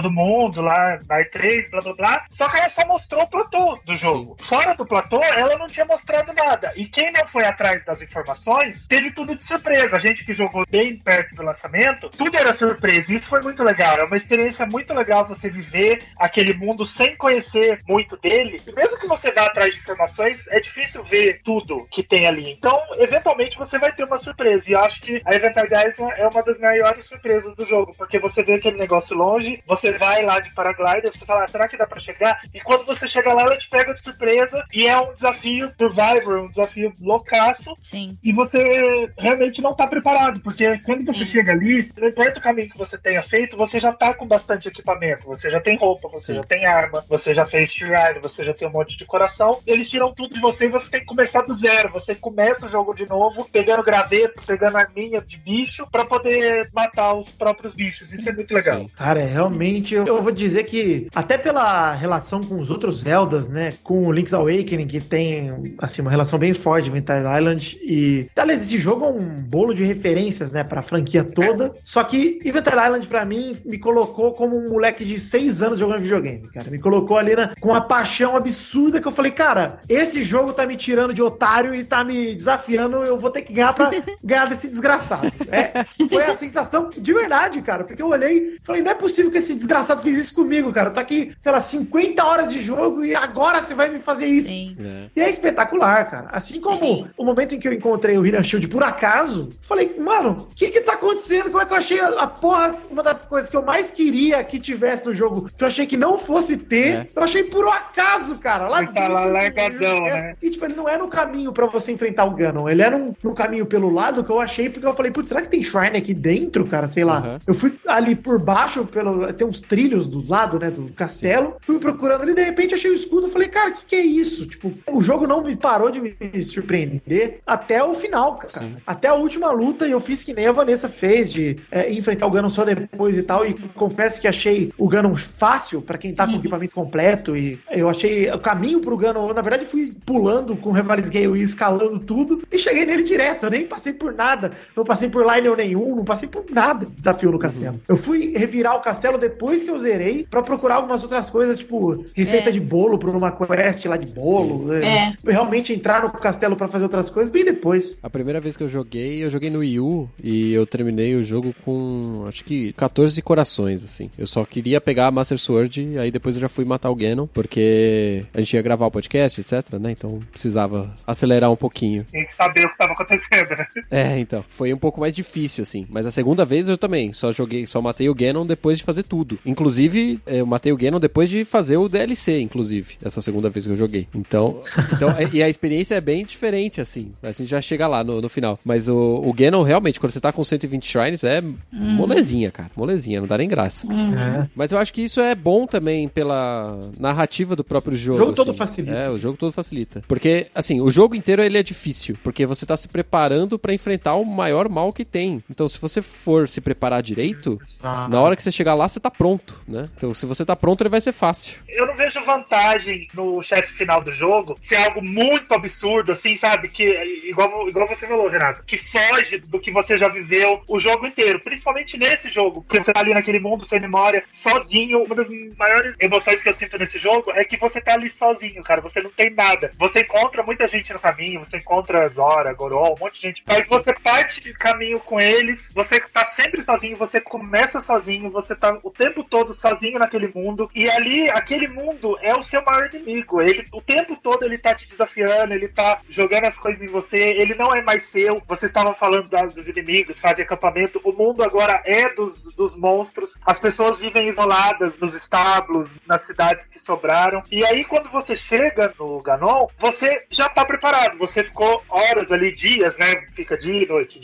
Speaker 4: todo mundo lá na E3, blá blá blá. Só que ela só mostrou o platô do jogo. Sim. Fora do platô, ela não tinha mostrado nada. E quem não foi atrás das informações, teve tudo de surpresa. A gente que jogou bem perto do lançamento, tudo era surpresa. Isso foi muito legal. É uma experiência muito legal você viver aquele mundo sem conhecer muito dele. E mesmo que você vá atrás de informações, é difícil ver tudo que tem ali. Então, eventualmente, você vai ter uma surpresa. E eu acho que a Event Horizon é uma das maiores surpresas do jogo, porque você vê aquele negócio longe, você vai lá de paraglider, você fala, será que dá pra chegar? E quando você chega lá, ela te pega de surpresa, e é um desafio Survivor, um desafio loucaço.
Speaker 6: Sim.
Speaker 4: E você realmente não tá preparado, porque quando você chega ali, não importa o caminho que você tenha feito, você já tá com bastante equipamento, você já tem roupa, você já tem arma, você já fez shrine, você já tem um monte de coração, eles tiram tudo de você e você tem que começar do zero, você começa o jogo de novo, pegando graveto, pegando arminha de bicho, pra poder matar os próprios bichos. Isso é muito legal.
Speaker 5: Sim. Cara, realmente, eu vou dizer que, até pela relação com os outros Zeldas, né, com o Link's Awakening, que tem, assim, uma relação bem forte com Eventide Island, e, aliás, esse jogo é um bolo de referências, né, pra franquia toda, só que Eventide Island, pra mim, me colocou como um moleque de 6 anos jogando videogame, cara. Me colocou ali com uma paixão absurda que eu falei, cara, esse jogo tá me tirando de otário e tá me desafiando, eu vou ter que ganhar pra ganhar desse desgraçado. Foi a sensação de verdade, cara, porque eu olhei e falei, não é possível que esse desgraçado fez isso comigo, cara. Eu tô aqui, sei lá, 50 horas de jogo e agora você vai me fazer isso. Sim. E é espetacular, cara. Assim como o momento em que eu encontrei o Hidden Shield por acaso, falei, mano, o que tá acontecendo? Como é que eu achei a porra, uma das coisas que eu mais queria que tivesse no jogo, que eu achei que não fosse ter, eu achei por acaso, cara. Lá
Speaker 4: tá lá largadão, né?
Speaker 5: E tipo, ele não é no caminho pra você enfrentar o Ganon, ele é no caminho pelo lado que eu achei, porque eu falei, putz, será que tem shrine aqui dentro, cara? Sei lá. Eu fui ali por baixo, tem uns trilhos do lado, né, do castelo, fui procurando ali, de repente achei o escudo, falei, cara, que é isso? Tipo, o jogo não me parou de me surpreender até o final, cara. Sim. Até a última luta, e eu fiz que nem a Vanessa fez, de enfrentar o Ganon só depois e tal, e confesso que achei o Ganon fácil pra quem tá com o equipamento completo, e eu achei o caminho pro Ganon, na verdade fui pulando com o Revali's Gale e escalando tudo, e cheguei nele direto, eu nem passei por nada, não passei por Lionel nenhum, não passei por nada de desafio no castelo. Eu fui revirar o castelo depois que eu zerei, pra procurar algumas outras coisas, tipo, receita de bolo pra uma quest lá de bolo, realmente entrar no castelo pra fazer outras coisas, bem depois.
Speaker 2: A primeira vez que eu joguei no Wii U, e eu terminei o jogo com, acho que 14 corações, assim. Eu só queria pegar a Master Sword, e aí depois eu já fui matar o Ganon, porque a gente ia gravar o podcast, etc, né, então precisava acelerar um pouquinho.
Speaker 4: Tem que saber o que tava acontecendo, né?
Speaker 2: Então, foi um pouco mais difícil, assim, mas a segunda vez eu também só matei o Ganon depois de fazer tudo. Inclusive, eu matei o Ganon depois de fazer o DLC, inclusive, essa segunda vez que eu joguei. Então e a experiência é bem diferente, assim, a gente já chega lá no final, mas o Ganon realmente, quando você tá com 120 shrines, é molezinha, cara, molezinha, não dá nem graça. Mas eu acho que isso é bom também pela narrativa do próprio jogo.
Speaker 5: O jogo todo facilita.
Speaker 2: O jogo todo facilita. Porque, assim, o jogo inteiro ele é difícil, porque você tá se preparando pra enfrentar o maior mal que tem. Então, se você for se preparar direito, na hora que você chegar lá, você tá pronto, né? Então, se você tá pronto, ele vai ser fácil.
Speaker 4: Eu não vejo vantagem no chefe final do jogo ser algo muito absurdo, assim, sabe? Que, igual você falou, Renato, que foge do que você já viveu o jogo inteiro. Principalmente nesse jogo, porque você tá ali naquele mundo sem memória, sozinho. Uma das maiores emoções que eu sinto nesse jogo é que você tá ali sozinho, cara. Você não tem nada. Você encontra muita gente no caminho, você encontra Zora, Gorol, um monte de gente. Mas você parte de caminho com eles, você tá sempre sozinho, você começa sozinho, você tá o tempo todo sozinho naquele mundo. E ali, aquele mundo é o seu maior inimigo. Ele, o tempo todo ele tá te desafiando, ele tá jogando as coisas em você, ele não é mais seu. Vocês estavam falando dos inimigos, fazem acampamento. O mundo agora é dos monstros. As pessoas vivem isoladas nos estábulos, nas cidades que sobraram. E aí, quando você chega no Ganon, você já tá preparado. Você ficou horas ali, dias, né? Fica dia,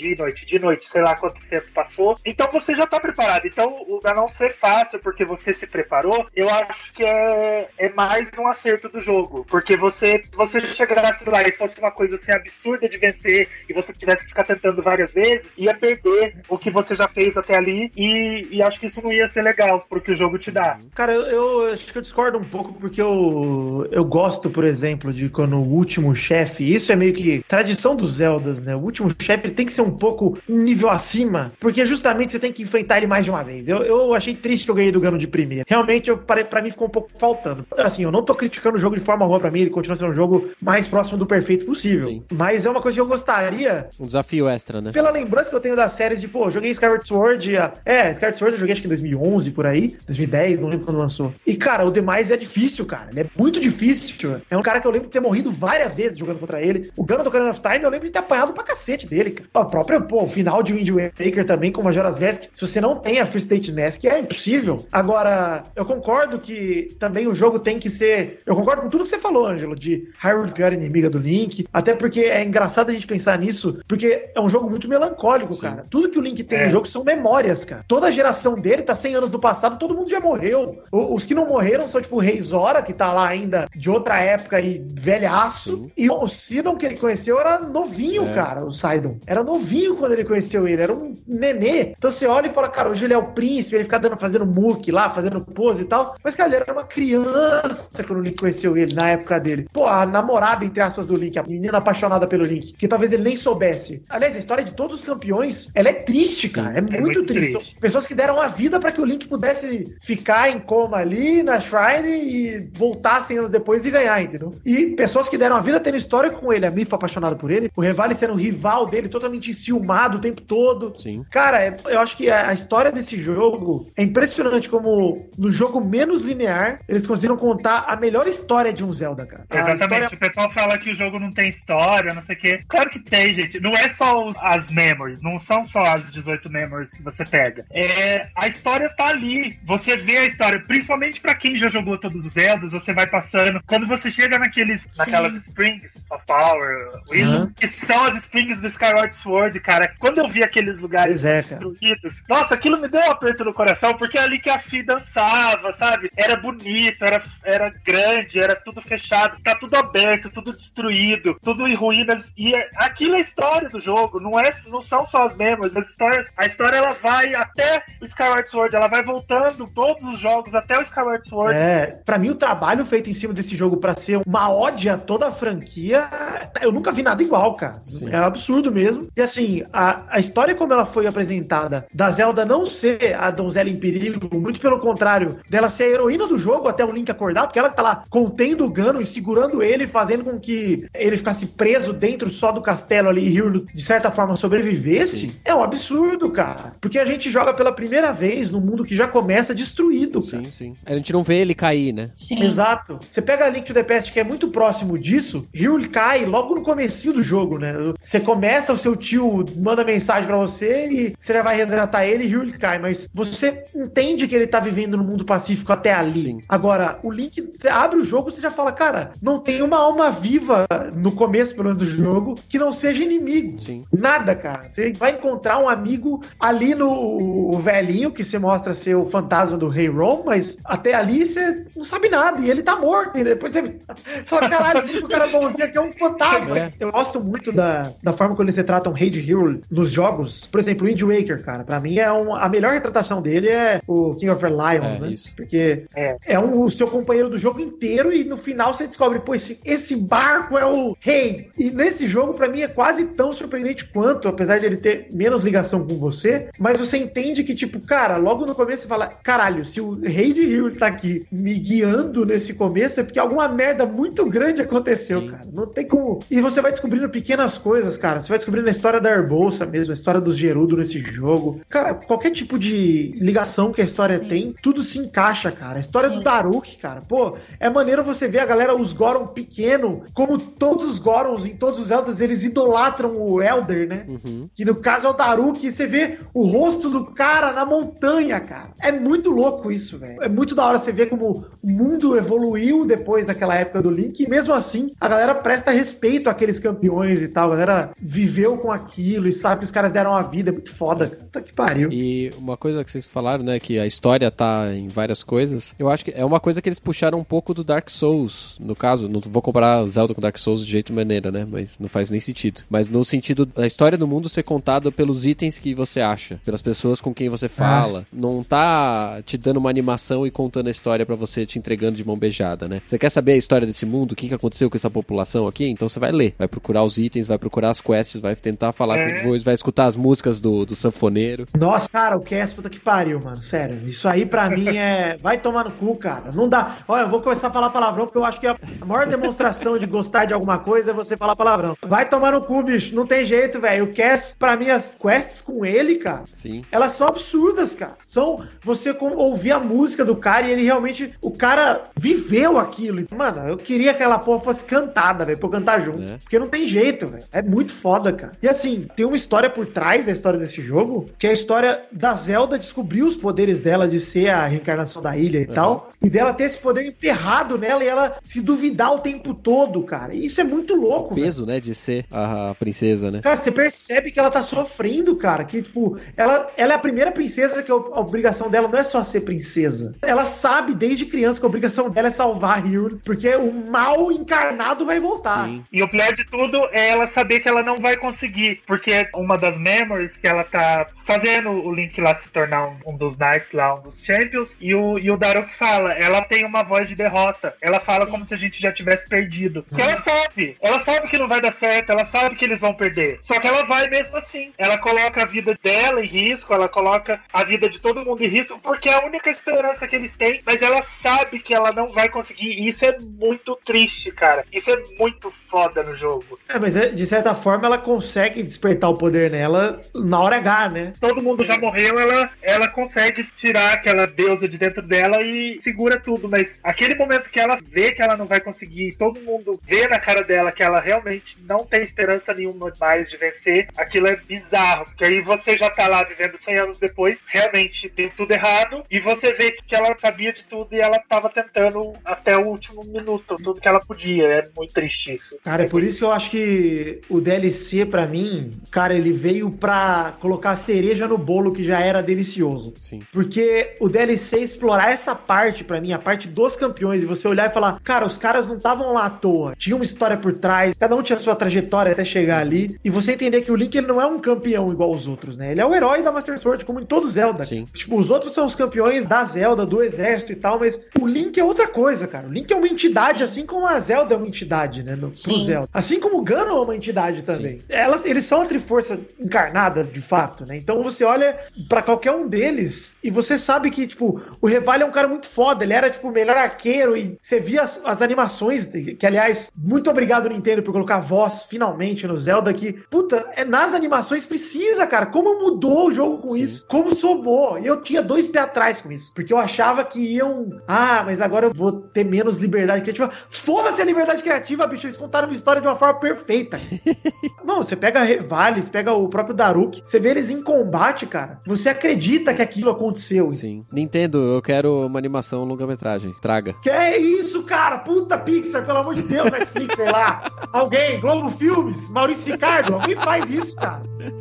Speaker 4: noite, sei lá quanto tempo passou. Então você já tá preparado. Então o Ganon ser fácil porque você se preparou, eu acho que é mais um acerto do jogo. Porque você chegasse lá e fosse uma coisa assim absurda de vencer e você tivesse que ficar tentando várias vezes, ia perder o que você já fez até ali e acho que isso não ia ser legal porque o jogo te dá.
Speaker 5: Cara, eu acho que eu discordo um pouco porque eu gosto, por exemplo, de quando o último chefe, isso é meio que tradição dos Zeldas, né? O último chefe ele tem que ser um pouco um nível acima, porque justamente você tem que enfrentar ele mais de uma vez. Eu achei triste que eu ganhei do Ganon de primeira. Realmente, pra mim ficou um pouco faltando. Assim, eu não tô criticando o jogo de forma alguma, pra mim ele continua sendo um jogo mais próximo do perfeito possível. Sim. Mas é uma coisa que eu gostaria...
Speaker 2: Um desafio extra, né?
Speaker 5: Pela lembrança que eu tenho das séries de, pô, eu joguei Skyward Sword... Skyward Sword eu joguei acho que em 2011, por aí. 2010, não lembro quando lançou. E, cara, o Demise é difícil, cara. Ele é muito difícil. É um cara que eu lembro de ter morrido várias vezes jogando contra ele. O Ganon do Ocarina of Time, eu lembro de ter apanhado pra cacete dele, cara. O próprio, o final de Wind Waker também, com Majora's Mask, se você não tem a Free State Mask, é impossível. Agora, eu concordo que também o jogo tem que ser... Eu concordo com tudo que você falou, Ângelo, de Hyrule pior inimiga do Link, até porque é engraçado a gente pensar nisso, porque é um jogo muito melancólico, cara. Tudo que o Link tem no jogo são memórias, cara. Toda a geração dele tá 100 anos do passado, todo mundo já morreu. Os que não morreram são, tipo, o Rei Zora, que tá lá ainda de outra época e velhaço. Sim. E o Sidon que ele conheceu era novinho, cara, o Sidon. Era novinho quando ele conheceu ele, era um nenê. Então você olha e fala, cara, hoje ele é o príncipe, ele fica fazendo muque lá, fazendo pose e tal. Mas, cara, ele era uma criança quando o Link conheceu ele, na época dele. Pô, a namorada, entre aspas, do Link, a menina apaixonada pelo Link, que talvez ele nem soubesse. Aliás, a história de todos os campeões, ela é triste, cara. É muito triste. Pessoas que deram a vida pra que o Link pudesse ficar em coma ali na Shrine e voltar 100 anos depois e ganhar, entendeu? E pessoas que deram a vida tendo história com ele. A Mipha apaixonada por ele, o Revali sendo o rival dele, totalmente enciumado o tempo todo. Sim. Cara, eu acho que a história desse jogo é impressionante como no jogo menos linear eles conseguiram contar a melhor história de um Zelda, cara.
Speaker 4: Exatamente. O pessoal fala que o jogo não tem história, não sei o quê. Claro que tem, gente. Não é só as memories, não são só as 18 memories que você pega. A história tá ali. Você vê a história, principalmente pra quem já jogou todos os Zeldas, você vai passando. Quando você chega naquelas Springs of Power, que são as Springs do Skyward Sword, cara. Quando eu vi aqueles lugares destruídos, nossa, aquilo me deu um aperto no coração, porque é ali que a Fi dançava, sabe? Era bonito, era grande, era tudo fechado, tá tudo aberto, tudo destruído, tudo em ruínas, e aquilo é a história do jogo, não são só as mesmas, a história ela vai até o Skyward Sword, ela vai voltando todos os jogos até o Skyward Sword.
Speaker 5: Pra mim o trabalho feito em cima desse jogo pra ser uma ode a toda a franquia, eu nunca vi nada igual, cara. Sim. É absurdo mesmo. E assim, a história como ela foi apresentada, da Zelda não ser a donzela em perigo, muito pelo contrário, dela ser a heroína do jogo até o Link acordar, porque ela tá lá contendo o Ganon e segurando ele, fazendo com que ele ficasse preso dentro só do castelo ali e Hyrule, de certa forma, sobrevivesse. Sim. É um absurdo, cara. Porque a gente joga pela primeira vez num mundo que já começa destruído, cara.
Speaker 2: Sim. A gente não vê ele cair, né?
Speaker 3: Sim.
Speaker 5: Exato. Você pega a Link to the Past, que é muito próximo disso, Hyrule cai logo no comecinho do jogo, né? Você começa, o seu tio manda mensagem pra você e você já vai resgatar ele e Hyrule cai, mas você entende que ele tá vivendo no mundo pacífico até ali. Sim. Agora, o Link, você abre o jogo, você já fala, cara, não tem uma alma viva no começo, pelo menos, do jogo, que não seja inimigo. Sim. Nada, cara. Você vai encontrar um amigo ali no velhinho, que você mostra ser o fantasma do Rei Ron, mas até ali você não sabe nada, e ele tá morto, e depois você fala, caralho, o cara bonzinho aqui é um fantasma. Eu gosto muito da forma como eles retratam o Rei de Hyrule nos jogos. Por exemplo, o Wind Waker, cara, pra mim a melhor retratação dele é o King of the Lions, né? Isso. Porque é o seu companheiro do jogo inteiro e no final você descobre, pô, esse barco é o rei. E nesse jogo, pra mim, é quase tão surpreendente quanto, apesar de ele ter menos ligação com você, mas você entende que, tipo, cara, logo no começo você fala, caralho, se o Rei de Hyrule tá aqui me guiando nesse começo, é porque alguma merda muito grande aconteceu. Sim. Cara. Não tem como... E você vai descobrindo pequenas coisas, cara. Você vai descobrindo a história da Urbosa mesmo, a história dos Gerudo nesse jogo. Cara, qualquer tipo de ligação que a história tem, tudo se encaixa, cara. A história do Daruk, cara. Pô, é maneiro você ver a galera, os Goron pequeno, como todos os Gorons em todos os Zeldas, eles idolatram o Elder, né? Uhum. Que no caso é o Daruk, e você vê o rosto do cara na montanha, cara. É muito louco isso, velho. É muito da hora você ver como o mundo evoluiu depois daquela época do Link, e mesmo assim, a galera presta respeito àqueles campeões e tal. A galera viveu com aquilo e sabe que os caras deram a vida. É muito foda, cara. Puta que pariu.
Speaker 2: E uma coisa que vocês falaram, né, que a história tá em várias coisas, eu acho que é uma coisa que eles puxaram um pouco do Dark Souls, no caso, não vou comparar Zelda com Dark Souls de jeito maneira, né, mas não faz nem sentido. Mas no sentido da história do mundo ser contada pelos itens que você acha, pelas pessoas com quem você fala. Não tá te dando uma animação e contando a história pra você, te entregando de mão beijada, né? Você quer saber a história desse mundo, o que aconteceu com essa população aqui? Então você vai ler, vai procurar os itens, vai procurar as quests, vai tentar falar com o vai escutar as músicas do sanfoneiro.
Speaker 5: Nossa, cara, o Cass, puta que pariu, mano, sério. sério. Isso aí pra mim vai tomar no cu, cara. Não dá. Olha, eu vou começar a falar palavrão porque eu acho que a maior demonstração de gostar de alguma coisa é você falar palavrão. Vai tomar no cu, bicho. Não tem jeito, velho. O Cass, pra mim, as quests com ele, cara,
Speaker 2: Sim.
Speaker 5: elas são absurdas, cara. São você ouvir a música do cara e ele realmente, o cara viveu aquilo. Mano, eu queria que aquela porra fosse cantada, velho, pra eu cantar junto. Porque não tem jeito, velho. É muito foda, cara. E assim, tem uma história por trás da história desse jogo, que é a história da Zelda descobrir os poderes dela de ser a reencarnação da ilha e tal, e dela ter esse poder enterrado nela e ela se duvidar o tempo todo, cara. E isso é muito louco,
Speaker 2: o peso, né, de ser a princesa, né?
Speaker 5: Cara, você percebe que ela tá sofrendo, cara, que, tipo, ela é a primeira princesa que a obrigação dela não é só ser princesa. Ela sabe desde criança que a obrigação dela é salvar a Hyrule, porque o mal encarnado vai voltar.
Speaker 2: Sim.
Speaker 4: E o pior de tudo é ela saber que ela não vai conseguir, porque uma das memories que ela tá fazendo o Link lá se tornar um dos Knights lá, um dos Champions, e o Daruk fala, ela tem uma voz de derrota. Ela fala como se a gente já tivesse perdido. Porque ela sabe que não vai dar certo, ela sabe que eles vão perder. Só que ela vai mesmo assim. Ela coloca a vida dela em risco, ela coloca a vida de todo mundo em risco, porque é a única esperança que eles têm, mas ela sabe que ela não vai conseguir, e isso é muito triste, cara. Isso é muito foda no jogo.
Speaker 5: Mas de certa forma ela consegue despertar o poder nela na hora H, né?
Speaker 4: Todo mundo já morreu, ela consegue tirar aquela deusa de dentro dela e segura tudo, mas aquele momento que ela vê que ela não vai conseguir, todo mundo vê na cara dela que ela realmente não tem esperança nenhuma mais de vencer, aquilo é bizarro, porque aí você já tá lá vivendo 100 anos depois, realmente tem tudo errado, e você vê que ela sabia de tudo e ela tava tentando até o último minuto, tudo que ela podia. É muito triste isso.
Speaker 5: Cara, é por isso que eu acho que o DLC, pra mim, cara, ele veio pra colocar a cereja no bolo que já era delicioso.
Speaker 2: Sim.
Speaker 5: Porque o DLC explorar essa parte, pra mim, a parte dos campeões, e você olhar e falar, cara, os caras não estavam lá à toa, tinha uma história por trás, cada um tinha a sua trajetória até chegar ali, e você entender que o Link, ele não é um campeão igual os outros, né? Ele é o herói da Master Sword, como em todo Zelda.
Speaker 2: Sim.
Speaker 5: Tipo, os outros são os campeões da Zelda, do exército e tal, mas o Link é outra coisa, cara. O Link é uma entidade, assim como a Zelda é uma entidade, né? Pro Zelda. Assim como o Ganon é uma entidade também. Eles são a Triforça encarnada, de fato, né? Então você olha pra qualquer um deles e você sabe que, tipo, o Revali é um cara muito foda. Ele era, tipo, o melhor arqueiro e você via as animações, que, aliás, muito obrigado, Nintendo, por colocar voz, finalmente, no Zelda, que, puta, nas animações precisa, cara. Como mudou o jogo com isso? Como somou? E eu tinha 2 pés atrás com isso, porque eu achava que iam... mas agora eu vou ter menos liberdade criativa. Foda-se a liberdade criativa, bicho. Eles contaram uma história de uma forma perfeita. Não, você pega Revali, você pega o próprio Daruk, você vê eles em combate, cara. Você acredita que aquilo aconteceu.
Speaker 2: Sim. Nintendo, eu quero uma animação longa-metragem. Traga.
Speaker 5: Que é isso, cara? Puta Pixar, pelo amor de Deus, Netflix, sei lá. Alguém, Globo Filmes, Maurício Ricardo, alguém faz isso, cara.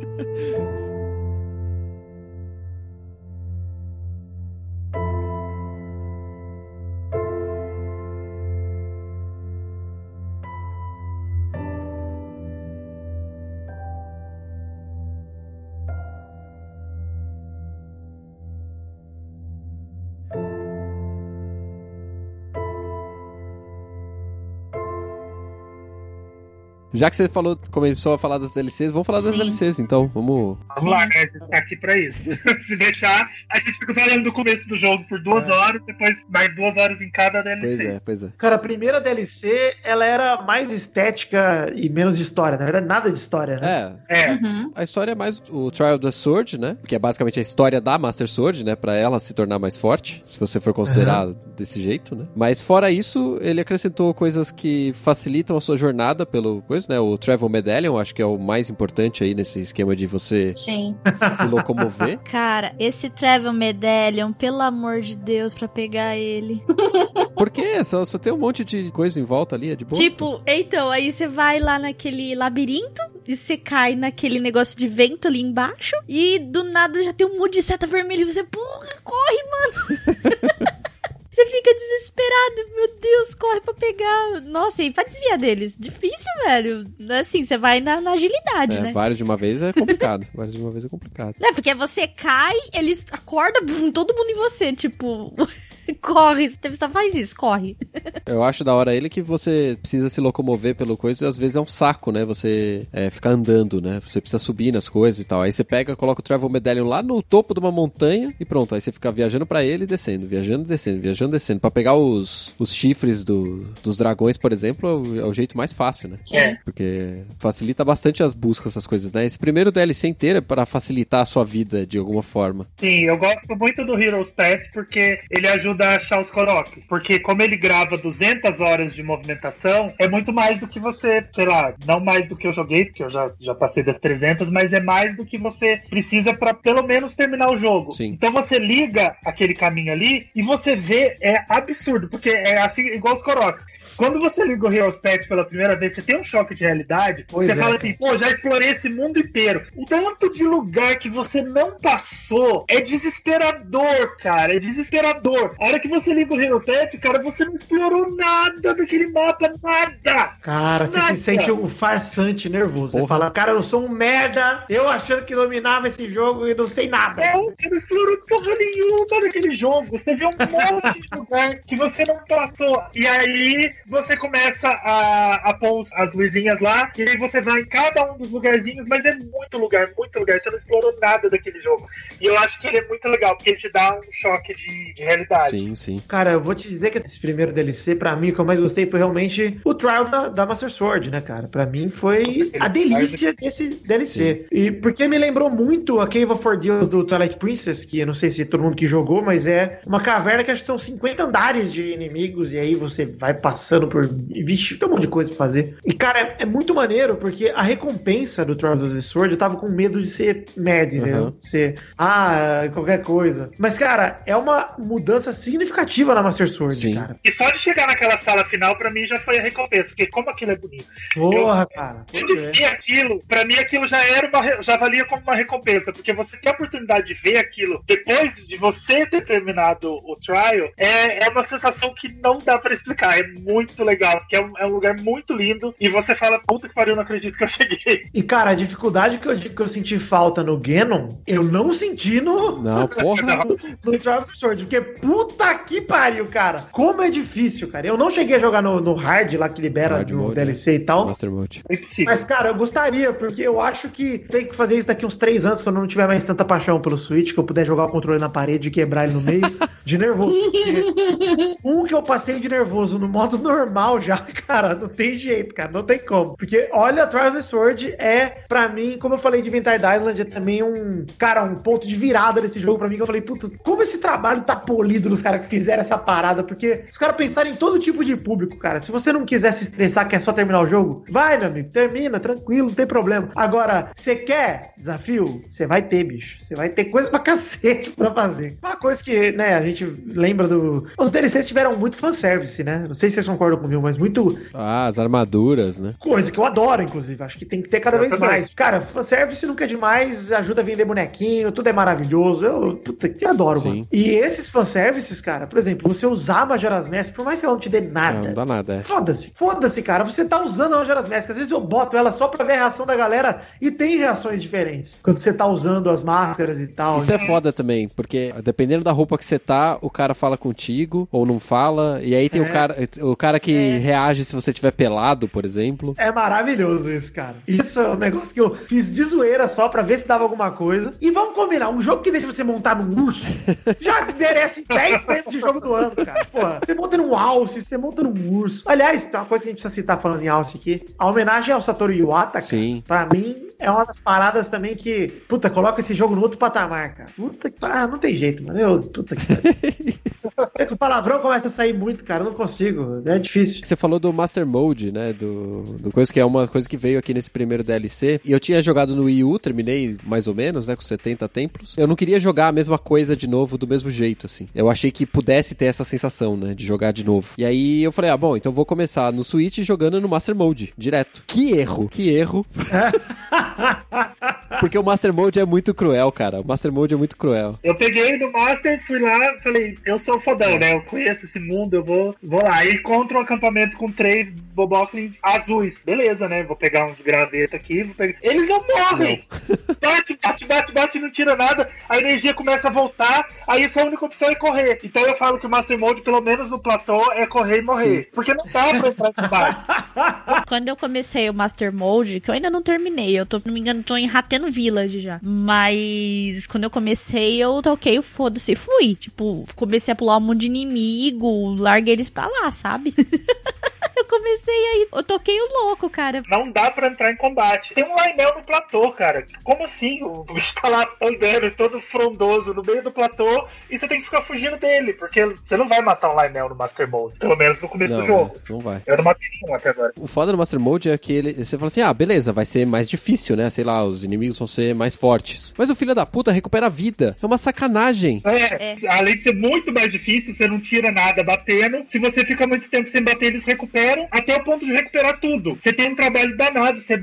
Speaker 2: Já que você começou a falar das DLCs, vamos falar das DLCs, então. Vamos
Speaker 4: lá, né? A gente tá aqui pra isso. Se deixar, a gente fica falando do começo do jogo por 2 horas, depois mais 2 horas em cada DLC.
Speaker 2: Pois é.
Speaker 5: Cara, a primeira DLC, ela era mais estética e menos de história. Na verdade, nada de história, né?
Speaker 2: A história é mais o Trial of the Sword, né? Que é basicamente a história da Master Sword, né? Pra ela se tornar mais forte, se você for considerar desse jeito, né? Mas fora isso, ele acrescentou coisas que facilitam a sua jornada pelo coisa, né? O Travel Medallion, acho que é o mais importante aí nesse esquema de você se locomover.
Speaker 6: Cara, esse Travel Medallion, pelo amor de Deus, pra pegar ele.
Speaker 2: Por quê? Só tem um monte de coisa em volta ali, é de boa?
Speaker 6: Tipo, então, aí você vai lá naquele labirinto e você cai naquele negócio de vento ali embaixo e do nada já tem um monte de seta vermelha e você, porra, corre, mano! Você fica desesperado, meu Deus, corre pra pegar. Nossa, e pra desviar deles? Difícil, velho. Assim, você vai na agilidade, né?
Speaker 2: Vários de uma vez é complicado.
Speaker 6: É, porque você cai, eles acordam, todo mundo em você, tipo... Corre, você só faz isso, corre.
Speaker 2: Eu acho da hora ele que você precisa se locomover pelo coisa e às vezes é um saco, né? Você ficar andando, né? Você precisa subir nas coisas e tal. Aí você pega, coloca o Travel Medallion lá no topo de uma montanha e pronto. Aí você fica viajando pra ele e descendo, viajando, descendo. Pra pegar os chifres dos dragões, por exemplo, é o jeito mais fácil, né?
Speaker 4: É.
Speaker 2: Porque facilita bastante as buscas, essas coisas, né? Esse primeiro DLC inteiro é pra facilitar a sua vida de alguma forma.
Speaker 4: Sim, eu gosto muito do Heroes Path porque ele ajuda a achar os Koroks. Porque como ele grava 200 horas de movimentação, é muito mais do que você, sei lá, não mais do que eu joguei, porque eu já passei das 300, mas é mais do que você precisa pra pelo menos terminar o jogo.
Speaker 2: Sim.
Speaker 4: Então você liga aquele caminho ali e você vê, é absurdo, porque é assim, igual os Koroks. Quando você liga o Heroes Path pela primeira vez, você tem um choque de realidade.
Speaker 5: Pois
Speaker 4: você fala assim, pô, já explorei esse mundo inteiro. O tanto de lugar que você não passou é desesperador, cara. É desesperador. A hora que você liga o Heroes Path, cara, você não explorou nada daquele mapa, nada.
Speaker 5: Cara, você se sente um farsante nervoso. Você fala, cara, eu sou um merda, eu achando que dominava esse jogo e não sei nada.
Speaker 4: Você não explorou porra nenhuma daquele jogo. Você vê um monte de lugar que você não passou. E aí você começa a pôr as luzinhas lá, e aí você vai em cada um dos lugarzinhos, mas é muito lugar, você não explorou nada daquele jogo. E eu acho que ele é muito legal, porque ele te dá um choque de realidade.
Speaker 2: Sim, sim.
Speaker 5: Cara, eu vou te dizer que esse primeiro DLC, pra mim, o que eu mais gostei foi realmente o trial da Master Sword, né, cara? Pra mim foi a delícia desse DLC. E porque me lembrou muito a Cave of Ordeals do Twilight Princess, que eu não sei se todo mundo que jogou, mas é uma caverna que acho que são 50 andares de inimigos, e aí você vai passando por... Vixe, tem um monte de coisa pra fazer. E, cara, é muito maneiro, porque a recompensa do Trials of the Sword, eu tava com medo de ser merda, né? Ser, qualquer coisa. Mas, cara, é uma mudança significativa na Master Sword, cara.
Speaker 4: E só de chegar naquela sala final, pra mim, já foi a recompensa, porque como aquilo é bonito.
Speaker 5: Porra, cara.
Speaker 4: De ver aquilo, pra mim aquilo já valia como uma recompensa, porque você ter a oportunidade de ver aquilo depois de você ter terminado o trial, é uma sensação que não dá pra explicar. É muito legal, porque é um lugar muito lindo e você fala, puta que pariu, não acredito que eu cheguei.
Speaker 5: E, cara, a dificuldade que eu digo que eu senti falta no Ganon, eu não senti no Trial of the Sword, porque puta que pariu, cara. Como é difícil, cara. Eu não cheguei a jogar no hard lá que libera
Speaker 2: hard
Speaker 5: no
Speaker 2: mode,
Speaker 5: DLC e tal.
Speaker 2: Master Mode.
Speaker 4: É impossível.
Speaker 5: Mas, cara, eu gostaria, porque eu acho que tem que fazer isso daqui uns 3 anos, quando eu não tiver mais tanta paixão pelo Switch, que eu puder jogar o controle na parede e quebrar ele no meio, de nervoso. Porque que eu passei de nervoso no modo normal já, cara, não tem jeito, cara, não tem como. Porque, olha, Trials of the Sword é, pra mim, como eu falei de Vintage Island, é também um ponto de virada desse jogo pra mim, que eu falei, puta, como esse trabalho tá polido nos caras que fizeram essa parada, porque os caras pensaram em todo tipo de público, cara. Se você não quiser se estressar, quer só terminar o jogo, vai, meu amigo, termina, tranquilo, não tem problema. Agora, você quer desafio? Você vai ter, bicho. Você vai ter coisa pra cacete pra fazer. Uma coisa que, né, a gente lembra os DLCs tiveram muito fanservice, né? Não sei se vocês concordam comigo, mas muito...
Speaker 2: as armaduras, né?
Speaker 5: Coisa que eu adoro, inclusive. Acho que tem que ter cada vez mais. Cara, fanservice nunca é demais, ajuda a vender bonequinho, tudo é maravilhoso. Eu adoro, mano. E esses fanservices, cara, por exemplo, você usar a Majora's Mask, por mais que ela não te dê nada.
Speaker 2: Não dá nada,
Speaker 5: Foda-se, cara. Você tá usando a Majora's Mask. Às vezes eu boto ela só pra ver a reação da galera e tem reações diferentes. Quando você tá usando as máscaras e tal.
Speaker 2: Isso é foda também, porque dependendo da roupa que você tá, o cara fala contigo ou não fala, e aí tem o cara que reage se você tiver pelado, por exemplo.
Speaker 5: É maravilhoso isso, cara. Isso é um negócio que eu fiz de zoeira só pra ver se dava alguma coisa. E vamos combinar, um jogo que deixa você montar num urso já merece 10 prêmios de jogo do ano, cara. Porra, você monta num alce, você monta num urso. Aliás, tem uma coisa que a gente precisa citar falando em alce aqui. A homenagem ao Satoru Iwata, cara, pra mim, é uma das paradas também que, puta, coloca esse jogo no outro patamar, cara. Puta que não tem jeito, mano. Puta que é que o palavrão começa a sair muito, cara. Eu não consigo. É difícil.
Speaker 2: Você falou do Master Mode, né? Do coisa que é uma coisa que veio aqui nesse primeiro DLC. E eu tinha jogado no Wii U, terminei mais ou menos, né? Com 70 templos. Eu não queria jogar a mesma coisa de novo, do mesmo jeito, assim. Eu achei que pudesse ter essa sensação, né? De jogar de novo. E aí eu falei, bom, então vou começar no Switch jogando no Master Mode, direto. Que erro! Porque o Master Mode é muito cruel, cara. O Master Mode é muito cruel.
Speaker 4: Eu peguei no Master, fui lá, falei, eu sou fodão, né? Eu conheço esse mundo, eu vou lá. Aí encontro um acampamento com 3 Boboklins azuis. Beleza, né? Vou pegar uns gravetos aqui, Eles não morrem! Bate, não tira nada, a energia começa a voltar, aí sua única opção é correr. Então eu falo que o Master Mode, pelo menos no platô, é correr e morrer. Sim. Porque não dá pra entrar em combate.
Speaker 6: Quando eu comecei o Master Mode, que eu ainda não terminei, eu tô, se não me engano, tô em Hateno Village já. Mas quando eu comecei, eu toquei o foda-se e fui. Tipo, comecei a pular um monte de inimigo, larguei eles pra lá, sabe? Eu comecei aí, eu toquei o louco, cara.
Speaker 4: Não dá pra entrar em combate. Tem um Lynel no platô, cara. Como assim? O bicho tá lá andando todo frondoso no meio do platô e você tem que ficar fugindo dele, porque você não vai matar um Lynel no Master Mode. Pelo menos no começo do jogo.
Speaker 2: Não vai.
Speaker 4: Eu não matei nenhum até agora.
Speaker 2: O foda do Master Mode é que você fala assim, beleza, vai ser mais difícil, né? Sei lá, os inimigos vão ser mais fortes. Mas o filho da puta recupera a vida. É uma sacanagem.
Speaker 4: Além de ser muito mais difícil, você não tira nada batendo. Se você fica muito tempo sem bater, eles recuperam até o ponto de recuperar tudo. Você tem um trabalho danado, você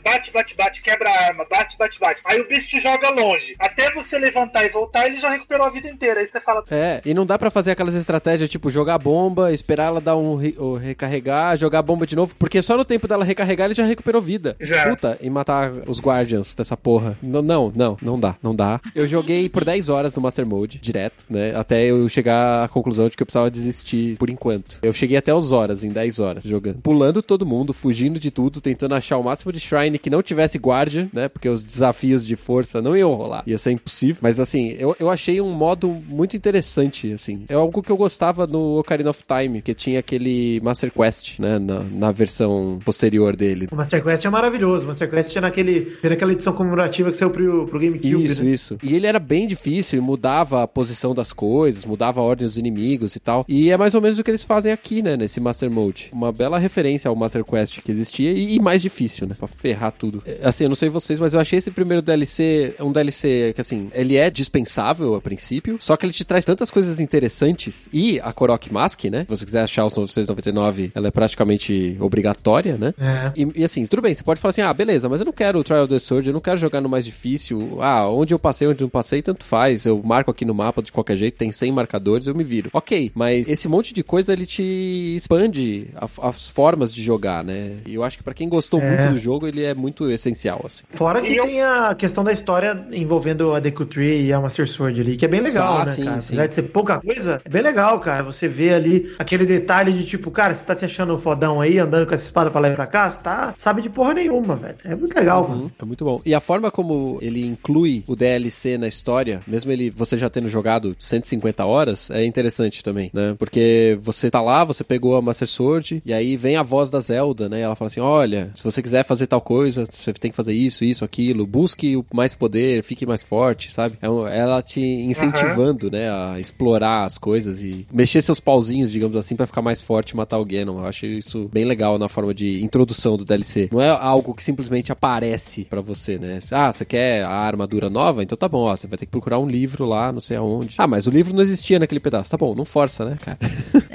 Speaker 4: bate, quebra a arma, bate. Aí o bicho te joga longe. Até você levantar e voltar, ele já recuperou a vida inteira. Aí você fala...
Speaker 2: E não dá pra fazer aquelas estratégias, tipo, jogar bomba, esperar ela dar recarregar, jogar bomba de novo, porque só no tempo dela recarregar, ele já recuperou vida.
Speaker 4: Já.
Speaker 2: Puta, e matar os Guardians dessa porra. Não dá. Eu joguei por 10 horas no Master Mode, direto, né? Até eu chegar à conclusão de que eu precisava desistir por enquanto. Eu cheguei até as horas, em 10 horas jogando. Pulando todo mundo, fugindo de tudo, tentando achar o máximo de Shrine que não tivesse Guardian, né? Porque os desafios de força não iam rolar. Ia ser impossível. Mas assim, eu achei um modo muito interessante, assim. É algo que eu gostava no Ocarina of Time, que tinha aquele Master Quest, né? Na versão posterior dele.
Speaker 5: O Master Quest é maravilhoso. O Master Quest tinha naquela edição comemorativa que saiu pro GameCube.
Speaker 2: Isso. E ele era bem difícil e mudava a posição das coisas, mudava a ordem dos inimigos e tal. E é mais ou menos o que eles fazem aqui, né? Nesse Master Mode. Uma bela referência ao Master Quest que existia e mais difícil, né? Pra ferrar tudo. Assim, eu não sei vocês, mas eu achei esse primeiro DLC um DLC que, assim, ele é dispensável a princípio, só que ele te traz tantas coisas interessantes e a Korok Mask, né? Se você quiser achar os 999, ela é praticamente obrigatória, né? E assim, tudo bem, você pode falar assim, beleza, mas eu não quero o Trial of the Sword, eu não quero jogar no mais difícil, onde eu passei, onde não passei, tanto faz, eu marco aqui no mapa de qualquer jeito, tem 100 marcadores, eu me viro. Ok, mas esse monte de coisa, ele te expande as formas de jogar, né? E eu acho que pra quem gostou muito do jogo, ele é muito essencial, assim.
Speaker 5: Fora que tem a questão da história envolvendo a Deku Tree e a Master Sword ali, que é bem legal, né, cara? Apesar de ser pouca coisa, é bem legal, cara. Você vê ali aquele detalhe de tipo, cara, você tá se achando fodão aí, andando com essa espada pra lá e pra cá, você tá, sabe de porra nenhuma, velho. É muito legal, mano.
Speaker 2: É muito bom. E a forma como ele inclui o DLC na história, mesmo você já tendo jogado 150 horas, é interessante também, né? Porque você tá lá, você pegou a Master Sword, e aí vem a voz da Zelda, né? Ela fala assim, olha, se você quiser fazer tal coisa, você tem que fazer isso, aquilo, busque mais poder, fique mais forte, sabe? Ela te incentivando, né, a explorar as coisas e mexer seus pauzinhos, digamos assim, pra ficar mais forte e matar o Ganon. Eu acho isso bem legal na forma de introdução do DLC. Não é algo que simplesmente aparece pra você, né? Você quer a armadura nova? Então tá bom, você vai ter que procurar um livro lá, não sei aonde. Mas o livro não existia naquele pedaço. Tá bom, não força, né, cara?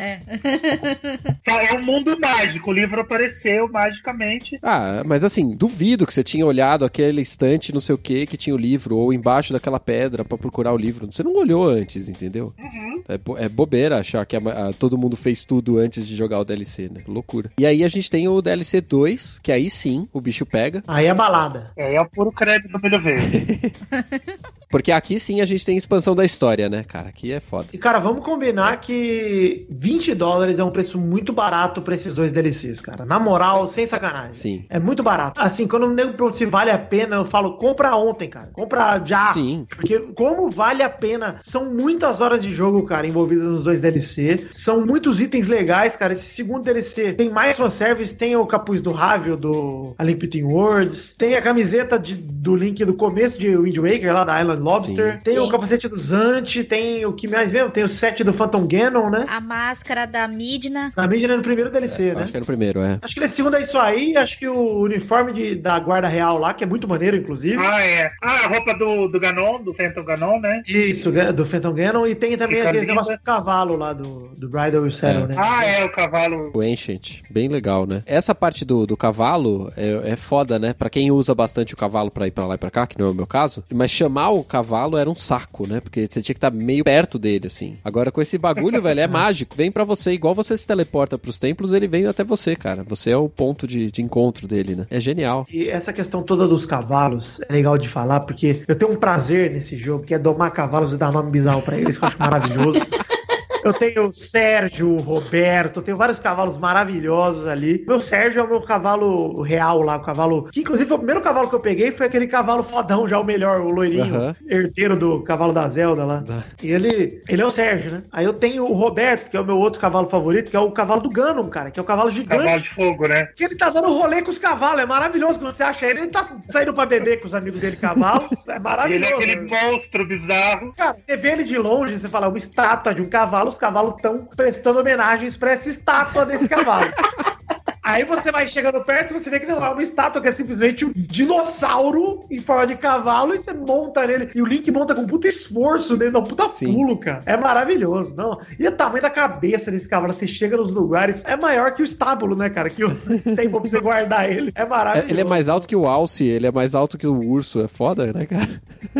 Speaker 4: É um mundo mágico, o livro apareceu magicamente.
Speaker 2: Mas assim, duvido que você tinha olhado aquele estante, não sei o que tinha o livro, ou embaixo daquela pedra pra procurar o livro. Você não olhou antes, entendeu? É bobeira achar que todo mundo fez tudo antes de jogar o DLC, né? Loucura. E aí a gente tem o DLC 2, que aí sim, o bicho pega.
Speaker 5: Aí é balada.
Speaker 4: É o puro crédito do Milho Verde.
Speaker 2: Porque aqui sim a gente tem expansão da história, né, cara? Aqui é foda.
Speaker 5: E, cara, vamos combinar que $20 é um preço muito barato pra esses dois DLCs, cara. Na moral, sem sacanagem.
Speaker 2: Sim.
Speaker 5: É muito barato. Assim, quando eu nego se vale a pena, eu falo, compra ontem, cara. Compra já.
Speaker 2: Sim.
Speaker 5: Porque como vale a pena, são muitas horas de jogo, cara, envolvidas nos dois DLC. São muitos itens legais, cara. Esse segundo DLC tem mais fanservice, tem o capuz do Ravio, do A Link Between Worlds, tem a camiseta do Link do começo de Wind Waker, lá da Island Lobster,
Speaker 2: Sim.
Speaker 5: tem o capacete do Zant, tem o que mais mesmo? Tem o set do Phantom Ganon, né?
Speaker 6: A máscara da Midna.
Speaker 5: A Midna é no primeiro DLC, né?
Speaker 2: Acho que é no primeiro,
Speaker 5: Acho que no segundo é isso aí, acho que o uniforme da Guarda Real lá, que é muito maneiro, inclusive.
Speaker 4: A roupa do Ganon, do Phantom Ganon, né?
Speaker 5: Isso, do Phantom Ganon, e tem também
Speaker 4: Fica
Speaker 5: aquele negócio do cavalo lá do Bridal Will Settle, né?
Speaker 4: O cavalo.
Speaker 2: O Ancient. Bem legal, né? Essa parte do cavalo é foda, né? Pra quem usa bastante o cavalo pra ir pra lá e pra cá, que não é o meu caso, mas chamar o cavalo era um saco, né? Porque você tinha que estar meio perto dele, assim. Agora, com esse bagulho, velho, é mágico. Vem pra você, igual você se teleporta pros templos, ele vem até você, cara. Você é o ponto de encontro dele, né? É genial.
Speaker 5: E essa questão toda dos cavalos é legal de falar, porque eu tenho um prazer nesse jogo, que é domar cavalos e dar nome bizarro pra eles, que eu acho maravilhoso. Eu tenho o Sérgio, o Roberto, eu tenho vários cavalos maravilhosos ali. Meu Sérgio é o meu cavalo real lá, o cavalo... Que inclusive o primeiro cavalo que eu peguei foi aquele cavalo fodão, já o melhor, o loirinho, herdeiro do cavalo da Zelda lá. E ele é o Sérgio, né? Aí eu tenho o Roberto, que é o meu outro cavalo favorito, que é o cavalo do Ganon, cara, que é o cavalo gigante.
Speaker 4: Cavalo de fogo, né?
Speaker 5: Que ele tá dando rolê com os cavalos, é maravilhoso. Quando você acha ele tá saindo pra beber com os amigos dele cavalo, é maravilhoso.
Speaker 4: E ele é aquele monstro bizarro.
Speaker 5: Cara, você vê ele de longe, você fala, uma estátua de um cavalo, os cavalos estão prestando homenagens pra essa estátua desse cavalo. Aí você vai chegando perto e você vê que não é uma estátua, que é simplesmente um dinossauro em forma de cavalo e você monta nele. E o Link monta com puta esforço dele, dá um puta pulo, cara. É maravilhoso, não? E o tamanho da cabeça desse cavalo, você chega nos lugares, é maior que o estábulo, né, cara? Que tem pra você guardar ele. É maravilhoso.
Speaker 2: Ele é mais alto que o Alce, ele é mais alto que o urso. É foda, né, cara?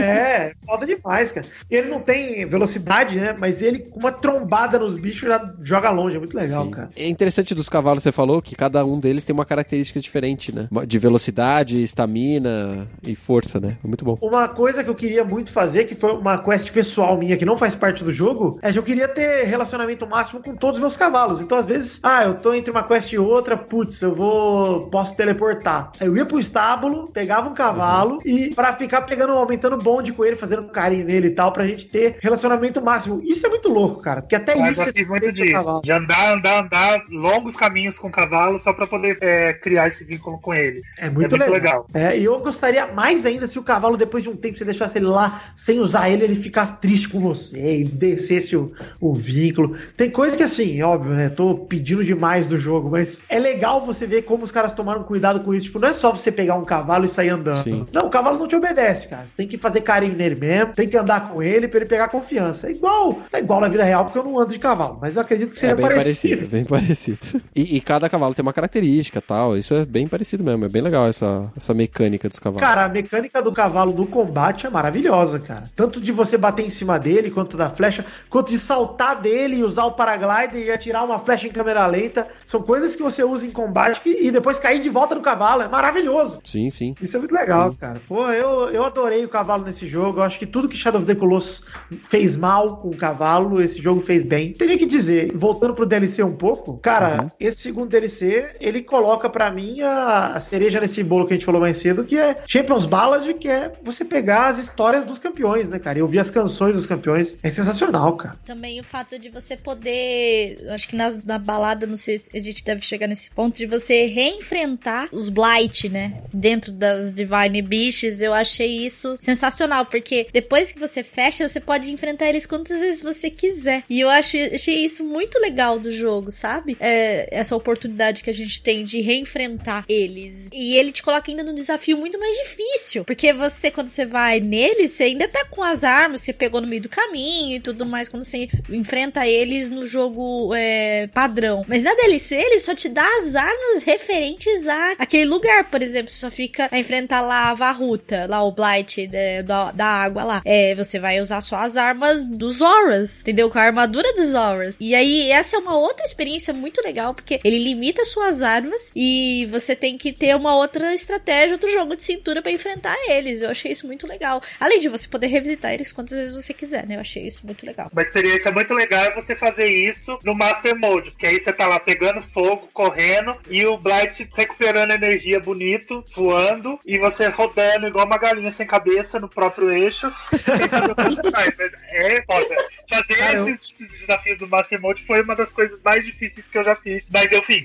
Speaker 5: É, foda demais, cara. E ele não tem velocidade, né? Mas ele, com uma trombada nos bichos, já joga longe. É muito legal, cara.
Speaker 2: É interessante dos cavalos, você falou que cada um deles tem uma característica diferente, né? De velocidade, estamina e força, né? Muito bom.
Speaker 5: Uma coisa que eu queria muito fazer, que foi uma quest pessoal minha, que não faz parte do jogo, é que eu queria ter relacionamento máximo com todos os meus cavalos. Então, às vezes, eu tô entre uma quest e outra, putz, posso teleportar. Aí eu ia pro estábulo, pegava um cavalo e pra ficar aumentando bonde com ele, fazendo carinho nele e tal, pra gente ter relacionamento máximo. Isso é muito louco, cara, porque até isso...
Speaker 4: Eu fiz muito disso, de andar longos caminhos com o cavalo só pra poder criar esse vínculo com ele.
Speaker 5: É muito legal. E eu gostaria mais ainda se o cavalo, depois de um tempo, você deixasse ele lá sem usar ele ficasse triste com você e descesse o vínculo. Tem coisa que assim, óbvio, né? Tô pedindo demais do jogo, mas é legal você ver como os caras tomaram cuidado com isso. Tipo, não é só você pegar um cavalo e sair andando. Sim. Não, o cavalo não te obedece, cara. Você tem que fazer carinho nele mesmo, tem que andar com ele pra ele pegar confiança. É igual na vida real, porque eu não ando de cavalo, mas eu acredito que seja parecido.
Speaker 2: Bem parecido. E cada cavalo tem uma característica, tal. Isso é bem parecido mesmo. É bem legal essa mecânica dos cavalos.
Speaker 5: Cara, a mecânica do cavalo do combate é maravilhosa, cara. Tanto de você bater em cima dele, quanto da flecha, quanto de saltar dele e usar o paraglider e atirar uma flecha em câmera lenta. São coisas que você usa em combate e depois cair de volta no cavalo. É maravilhoso.
Speaker 2: Sim, sim.
Speaker 5: Isso é muito legal, cara. Pô, eu adorei o cavalo nesse jogo. Eu acho que tudo que Shadow of the Colossus fez mal com o cavalo, esse jogo fez bem. Teria que dizer, voltando pro DLC um pouco, cara, esse segundo DLC, ele coloca pra mim a cereja nesse bolo que a gente falou mais cedo, que é Champions Ballad, que é você pegar as histórias dos campeões, né, cara? E ouvir as canções dos campeões. É sensacional, cara.
Speaker 6: Também o fato de você poder, acho que na balada, não sei se a gente deve chegar nesse ponto, de você reenfrentar os Blight, né? Dentro das Divine Beasts, eu achei isso sensacional, porque depois que você fecha, você pode enfrentar eles quantas vezes você quiser. E eu achei isso muito legal do jogo, sabe? Essa oportunidade que a gente tem de reenfrentar eles. E ele te coloca ainda num desafio muito mais difícil, porque você, quando você vai neles, você ainda tá com as armas que você pegou no meio do caminho e tudo mais, quando você enfrenta eles no jogo padrão. Mas na DLC, ele só te dá as armas referentes àquele lugar. Por exemplo, você só fica a enfrentar lá a Varruta, lá o Blight da água lá. Você vai usar só as armas dos Zoras, entendeu? Com a armadura dos Zoras. E aí, essa é uma outra experiência muito legal, porque ele limita suas armas e você tem que ter uma outra estratégia, outro jogo de cintura pra enfrentar eles. Eu achei isso muito legal. Além de você poder revisitar eles quantas vezes você quiser, né? Eu achei isso muito legal.
Speaker 4: Uma experiência muito legal é você fazer isso no Master Mode, porque aí você tá lá pegando fogo, correndo, e o Blight recuperando energia bonito, voando, e você rodando igual uma galinha sem cabeça no próprio eixo, sem saber o que você faz. É foda. Fazer esses desafios do Master Mode foi uma das coisas mais difíceis que eu já fiz, mas eu fiz.
Speaker 5: Eu vou te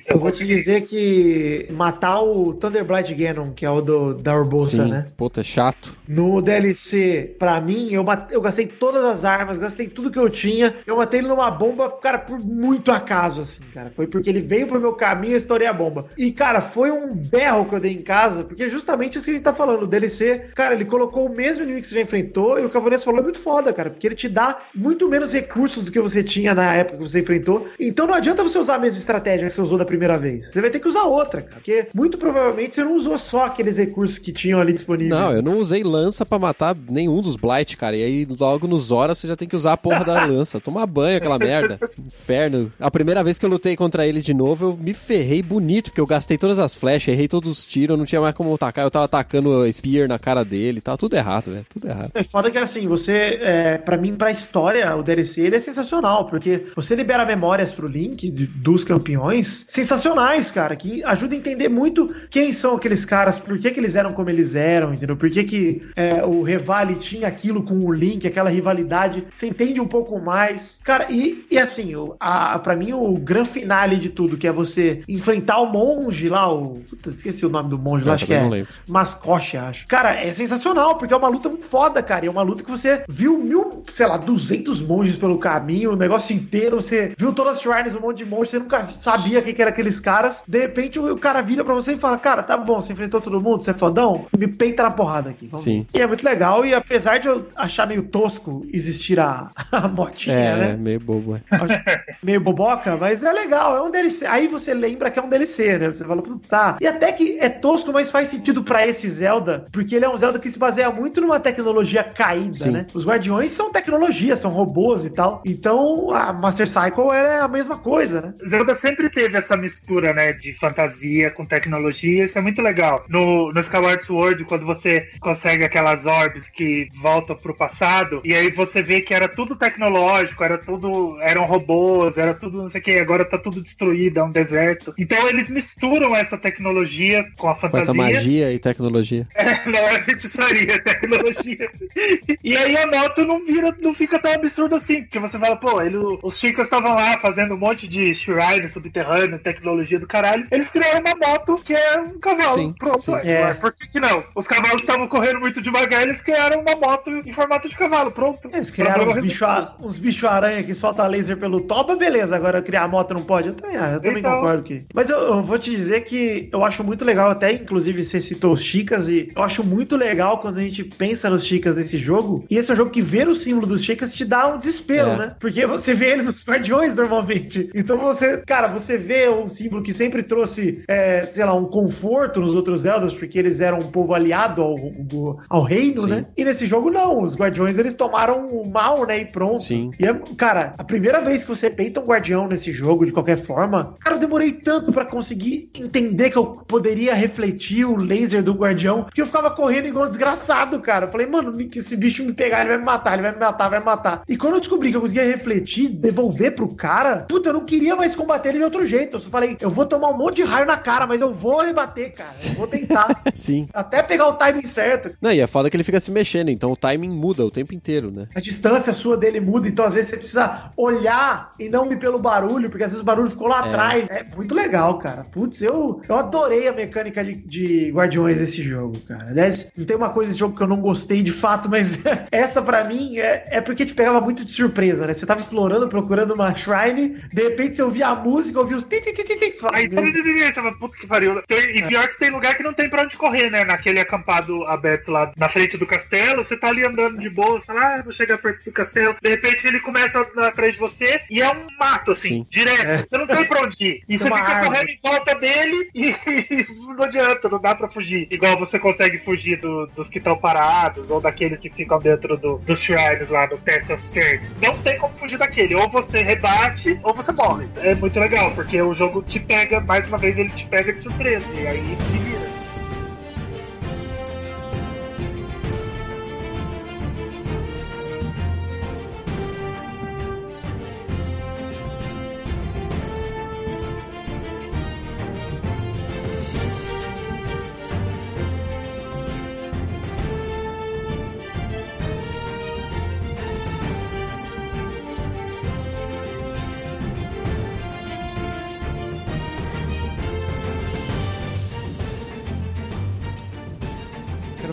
Speaker 5: te dizer que matar o Thunderblight Ganon, que é o da Urbosa, né?
Speaker 2: Puta, chato.
Speaker 5: No DLC, pra mim, eu gastei todas as armas, gastei tudo que eu tinha. Eu matei ele numa bomba, cara, por muito acaso, assim, cara. Foi porque ele veio pro meu caminho e eu estourei a bomba. E, cara, foi um berro que eu dei em casa, porque justamente isso que a gente tá falando. O DLC, cara, ele colocou o mesmo inimigo que você já enfrentou, e o Cavonês falou é muito foda, cara, porque ele te dá muito menos recursos do que você tinha na época que você enfrentou. Então não adianta você usar a mesma estratégia que você usou da primeira vez. Você vai ter que usar outra, cara. Porque muito provavelmente você não usou só aqueles recursos que tinham ali disponíveis.
Speaker 2: Não, eu não usei lança pra matar nenhum dos Blight, cara. E aí logo nos horas você já tem que usar a porra da lança. Toma banho aquela merda. Inferno. A primeira vez que eu lutei contra ele de novo, eu me ferrei bonito, porque eu gastei todas as flechas, errei todos os tiros, não tinha mais como atacar. Eu tava atacando Spear na cara dele e tal. Tudo errado, velho. Tudo errado.
Speaker 5: É foda que assim, você, pra mim, pra história, o DLC, ele é sensacional, porque você libera memórias pro Link dos campeões sensacionais, cara, que ajuda a entender muito quem são aqueles caras, por que eles eram como eles eram, entendeu? Por que o Revali tinha aquilo com o Link, aquela rivalidade, você entende um pouco mais. Cara, e assim, pra mim, o grande finale de tudo, que é você enfrentar o monge lá, esqueci o nome do monge lá, acho que é Mascoche, acho. Cara, é sensacional, porque é uma luta muito foda, cara, e é uma luta que você viu 200 monges pelo caminho, o negócio inteiro, você viu todas as shrines, um monte de monges, você nunca sabia quem que era aqueles caras, de repente o cara vira pra você e fala, cara, tá bom, você enfrentou todo mundo, você é fodão, me peita na porrada aqui.
Speaker 2: Sim.
Speaker 5: E é muito legal, e apesar de eu achar meio tosco existir a motinha, né?
Speaker 2: É, meio bobo.
Speaker 5: Meio boboca, mas é legal, é um DLC. Aí você lembra que é um DLC, né? Você fala, tá. E até que é tosco, mas faz sentido pra esse Zelda, porque ele é um Zelda que se baseia muito numa tecnologia caída,
Speaker 2: Sim.
Speaker 5: né? Os Guardiões são tecnologia, são robôs e tal. Então, a Master Cycle é a mesma coisa, né?
Speaker 4: Zelda sempre teve essa mistura, né, de fantasia com tecnologia, isso é muito legal. No Skyward Sword, quando você consegue aquelas orbs que voltam pro passado, e aí você vê que era tudo tecnológico, eram robôs, era tudo não sei o que, agora tá tudo destruído, é um deserto. Então eles misturam essa tecnologia com a fantasia.
Speaker 2: Com essa magia e tecnologia.
Speaker 4: Não é feitiçaria, é tecnologia. E aí a moto não fica tão absurda assim, porque você fala, pô, os chicos estavam lá fazendo um monte de shrine subterrâneo, tecnologia do caralho. Eles criaram uma moto que é um cavalo.
Speaker 2: Sim,
Speaker 4: pronto.
Speaker 2: sim.
Speaker 4: Por que não? Os cavalos estavam correndo muito devagar, eles criaram uma moto em formato de cavalo, pronto.
Speaker 5: Eles criaram uns bicho-aranha que solta laser pelo toba, beleza. Agora criar a moto não pode? Eu também concordo que... Mas eu vou te dizer que eu acho muito legal, até inclusive você citou os chicas, e eu acho muito legal quando a gente pensa nos chicas desse jogo, e esse é um jogo que ver o símbolo dos chicas te dá um desespero, né? Porque você vê ele nos Guardiões normalmente. Então você vê um símbolo que sempre trouxe, sei lá, um conforto nos outros Zeldas, porque eles eram um povo aliado ao reino, né? E nesse jogo não, os Guardiões eles tomaram o mal, né? E pronto.
Speaker 2: Sim.
Speaker 5: E cara, a primeira vez que você peita um Guardião nesse jogo, de qualquer forma, cara, eu demorei tanto pra conseguir entender que eu poderia refletir o laser do Guardião, que eu ficava correndo igual um desgraçado, cara. Eu falei, mano, que esse bicho me pegar, ele vai me matar, vai me matar. E quando eu descobri que eu conseguia refletir, devolver pro cara, puta, eu não queria mais combater ele de outro jeito. Eu só falei, eu vou tomar um monte de raio na cara, mas eu vou rebater, cara. Eu vou tentar.
Speaker 2: Sim.
Speaker 5: Até pegar o timing certo.
Speaker 2: Não, e é foda que ele fica se mexendo, então o timing muda o tempo inteiro, né?
Speaker 5: A distância sua dele muda, então às vezes você precisa olhar e não ir pelo barulho, porque às vezes o barulho ficou lá atrás. É muito legal, cara. Putz, eu adorei a mecânica de Guardiões desse jogo, cara. Aliás, não tem uma coisa desse jogo que eu não gostei de fato, mas essa pra mim é porque te pegava muito de surpresa, né? Você tava explorando, procurando uma shrine, de repente você ouvia a música, ouvia os
Speaker 4: aí você fala, puta que pariu. E pior que tem lugar que não tem pra onde correr, né? Naquele acampado aberto lá na frente do castelo, você tá ali andando de boa, você fala, vou chegar perto do castelo. De repente ele começa atrás de você e é um mato, assim,
Speaker 2: Sim.
Speaker 4: direto. Você não tem pra onde ir. E você fica correndo em volta dele e não adianta, não dá pra fugir. Igual você consegue fugir dos que estão parados ou daqueles que ficam dentro dos shrines lá no Test of Strength. Não tem como fugir daquele. Ou você rebate ou você morre. É muito legal, porque o jogo te pega, mais uma vez, ele te pega de surpresa. E aí se vira.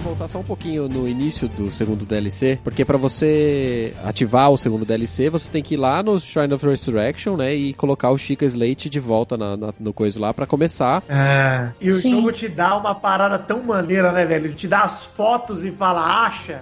Speaker 2: voltar só um pouquinho no início do segundo DLC, porque pra você ativar o segundo DLC, você tem que ir lá no Shrine of Resurrection, né, e colocar o Sheikah Slate de volta no coisa lá pra começar.
Speaker 5: E o
Speaker 3: Sim.
Speaker 5: jogo te dá uma parada tão maneira, né, velho? Ele te dá as fotos e fala, acha.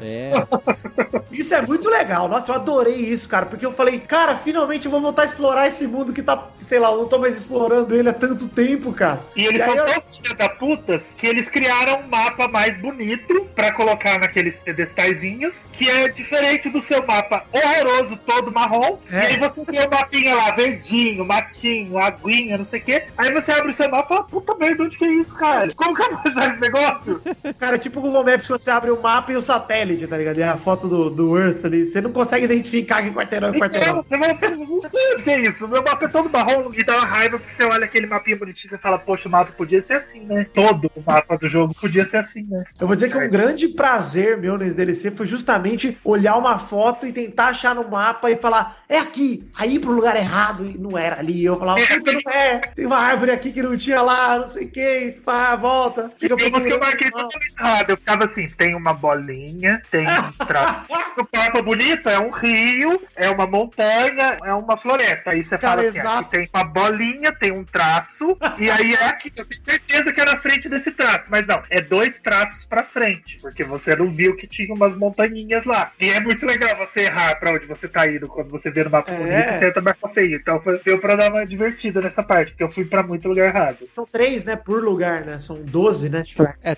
Speaker 5: Isso é muito legal. Nossa, eu adorei isso, cara, porque eu falei, cara, finalmente eu vou voltar a explorar esse mundo que tá, sei lá, eu não tô mais explorando ele há tanto tempo, cara.
Speaker 4: E eles são tão filha da putas que eles criaram um mapa mais bonito pra colocar naqueles pedestaizinhos, que é diferente do seu mapa horroroso, todo marrom. E aí você tem o mapinha lá, verdinho, matinho, aguinha, não sei o quê. Aí você abre o seu mapa e fala, puta merda, onde que é isso, cara? Como que eu vou achar esse negócio?
Speaker 5: Cara, tipo o Google Maps, que você abre o mapa e o satélite, tá ligado? E a foto do Earth ali, você não consegue identificar que quarteirão é quarteirão.
Speaker 4: Você vai, não sei onde que é isso. Meu mapa é todo marrom e dá uma raiva porque você olha aquele mapinha bonitinho e você fala, poxa, o mapa podia ser assim, né? Todo o mapa do jogo podia ser assim, né?
Speaker 5: Eu vou dizer que um grande prazer meu nesse DLC foi justamente olhar uma foto e tentar achar no mapa e falar, é aqui, aí ir pro lugar errado e não era ali. Eu falava, puta, não é, tem uma árvore aqui que não tinha lá, não sei o que, volta. Fica
Speaker 4: tem umas que eu marquei totalmente errado. Eu ficava assim, tem uma bolinha, tem um traço. O mapa bonito é um rio, é uma montanha, é uma floresta. Aí você fala assim, aqui tem uma bolinha, tem um traço, e aí é aqui. Eu tenho certeza que é na frente desse traço, mas não, é 2 traços pra frente, porque você não viu que tinha umas montanhinhas lá. E é muito legal você errar pra onde você tá indo quando você vê no mapa bonito e tenta marcar feio. Então deu pra dar uma divertida nessa parte, porque eu fui pra muito lugar errado.
Speaker 5: São 3, né, por lugar, né? São 12, né?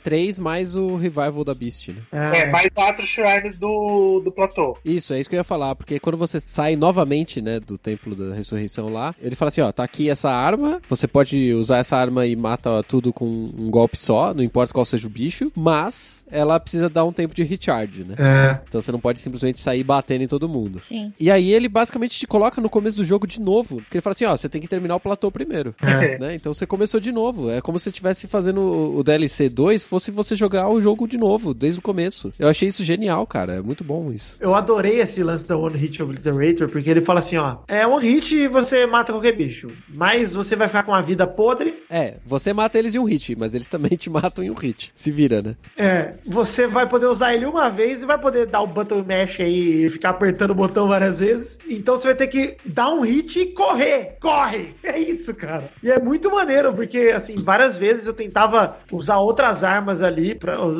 Speaker 2: 3 mais o Revival da Beast, né?
Speaker 4: Mais 4 shrines do platô.
Speaker 2: Isso, é isso que eu ia falar, porque quando você sai novamente, né, do Templo da Ressurreição lá, ele fala assim, ó, tá aqui essa arma, você pode usar essa arma e mata tudo com um golpe só, não importa qual seja o bicho, mas ela precisa dar um tempo de recharge, né? Então você não pode simplesmente sair batendo em todo mundo.
Speaker 6: Sim.
Speaker 2: E aí ele basicamente te coloca no começo do jogo de novo, porque ele fala assim, ó, você tem que terminar o platô primeiro, né? Então você começou de novo, é como se você estivesse fazendo o DLC 2, fosse você jogar o jogo de novo, desde o começo. Eu achei isso genial, cara, é muito bom isso.
Speaker 5: Eu adorei esse lance da One Hit Obliterator, porque ele fala assim, ó, One Hit e você mata qualquer bicho, mas você vai ficar com a vida podre.
Speaker 2: Você mata eles em um hit, mas eles também te matam em um hit. Se vira, né?
Speaker 5: Você vai poder usar ele uma vez e vai poder dar o button mash aí e ficar apertando o botão várias vezes. Então você vai ter que dar um hit e correr. Corre! É isso, cara. E é muito maneiro, porque, assim, várias vezes eu tentava usar outras armas ali,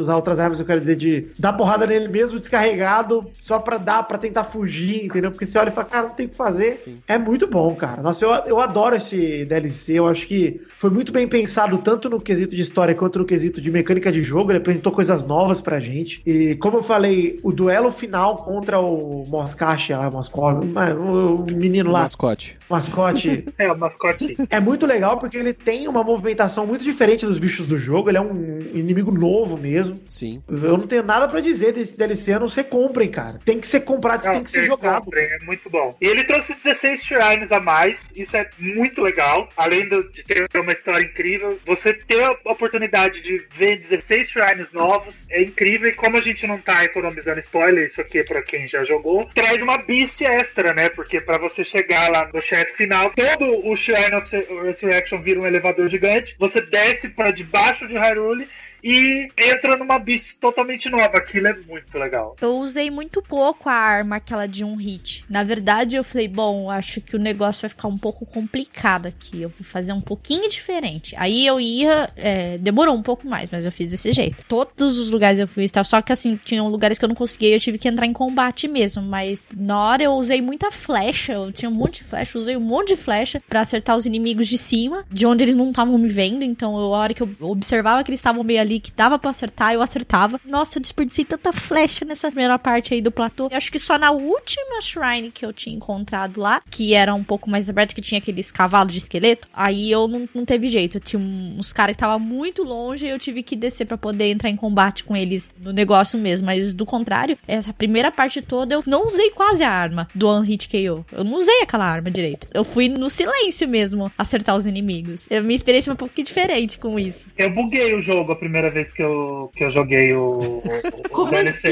Speaker 5: eu quero dizer, de dar porrada nele mesmo descarregado, só pra tentar fugir, entendeu? Porque você olha e fala, cara, não tem o que fazer.
Speaker 2: Sim.
Speaker 5: É muito bom, cara. Nossa, eu adoro esse DLC, eu acho que foi muito bem pensado, tanto no quesito de história quanto no quesito de mecânica de jogo, ele apresentou coisas novas pra gente. E como eu falei, o duelo final contra o Moscache, o menino lá.
Speaker 2: Mascote.
Speaker 4: O mascote.
Speaker 5: É muito legal porque ele tem uma movimentação muito diferente dos bichos do jogo, ele é um inimigo novo mesmo.
Speaker 2: Sim.
Speaker 5: Eu não tenho nada pra dizer desse DLC, a não ser comprem, cara. Tem que ser comprado, tem que ser jogado.
Speaker 4: Comprem, é muito bom. E ele trouxe 16 shrines a mais, isso é muito legal. Além de ter uma história incrível, você ter a oportunidade de ver 16 shrines novos é incrível. E como a gente não tá economizando spoiler, isso aqui é pra quem já jogou, traz uma beast extra, né? Porque pra você chegar lá no chefe final, todo o Shrine of Resurrection vira um elevador gigante, você desce pra debaixo de Hyrule e entra numa beast totalmente nova. Aquilo é muito legal.
Speaker 6: Eu usei muito pouco a arma, aquela de um hit. Na verdade, eu falei, bom, acho que o negócio vai ficar um pouco complicado aqui. Eu vou fazer um pouquinho diferente. Aí eu ia... demorou um pouco mais, mas eu fiz desse jeito. Todos os lugares eu fui estar. Só que assim, tinham lugares que eu não conseguia e eu tive que entrar em combate mesmo. Mas na hora eu usei muita flecha. Eu tinha um monte de flecha. Usei um monte de flecha pra acertar os inimigos de cima, de onde eles não estavam me vendo. Então, a hora que eu observava que eles estavam meio ali, que dava pra acertar, eu acertava. Nossa, eu desperdicei tanta flecha nessa primeira parte aí do platô. Eu acho que só na última shrine que eu tinha encontrado lá, que era um pouco mais aberto, que tinha aqueles cavalos de esqueleto, aí eu não teve jeito. Eu tinha uns caras que estavam muito longe e eu tive que descer pra poder entrar em combate com eles no negócio mesmo. Mas do contrário, essa primeira parte toda eu não usei quase a arma do One Hit KO. Eu não usei aquela arma direito. Eu fui no silêncio mesmo acertar os inimigos. A minha experiência é um pouquinho diferente com isso.
Speaker 4: Eu buguei o jogo a primeira vez que eu joguei o
Speaker 3: Como
Speaker 4: DLC.
Speaker 3: assim?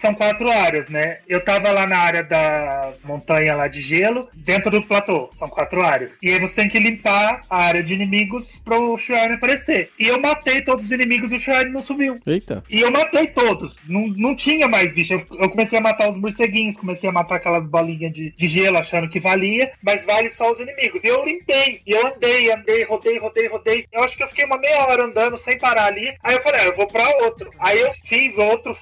Speaker 4: são 4 áreas, né? Eu tava lá na área da montanha lá de gelo, dentro do platô. São 4 áreas. E aí você tem que limpar a área de inimigos pro Shrine aparecer. E eu matei todos os inimigos e o Shrine não sumiu.
Speaker 2: Eita.
Speaker 4: E eu matei todos. Não tinha mais bicho. Eu comecei a matar os morceguinhos, comecei a matar aquelas bolinhas de gelo, achando que valia, mas vale só os inimigos. E eu limpei. E eu andei, rodei. Eu acho que eu fiquei uma meia hora andando sem parar ali. Aí eu falei, eu vou pra outro. Aí eu fiz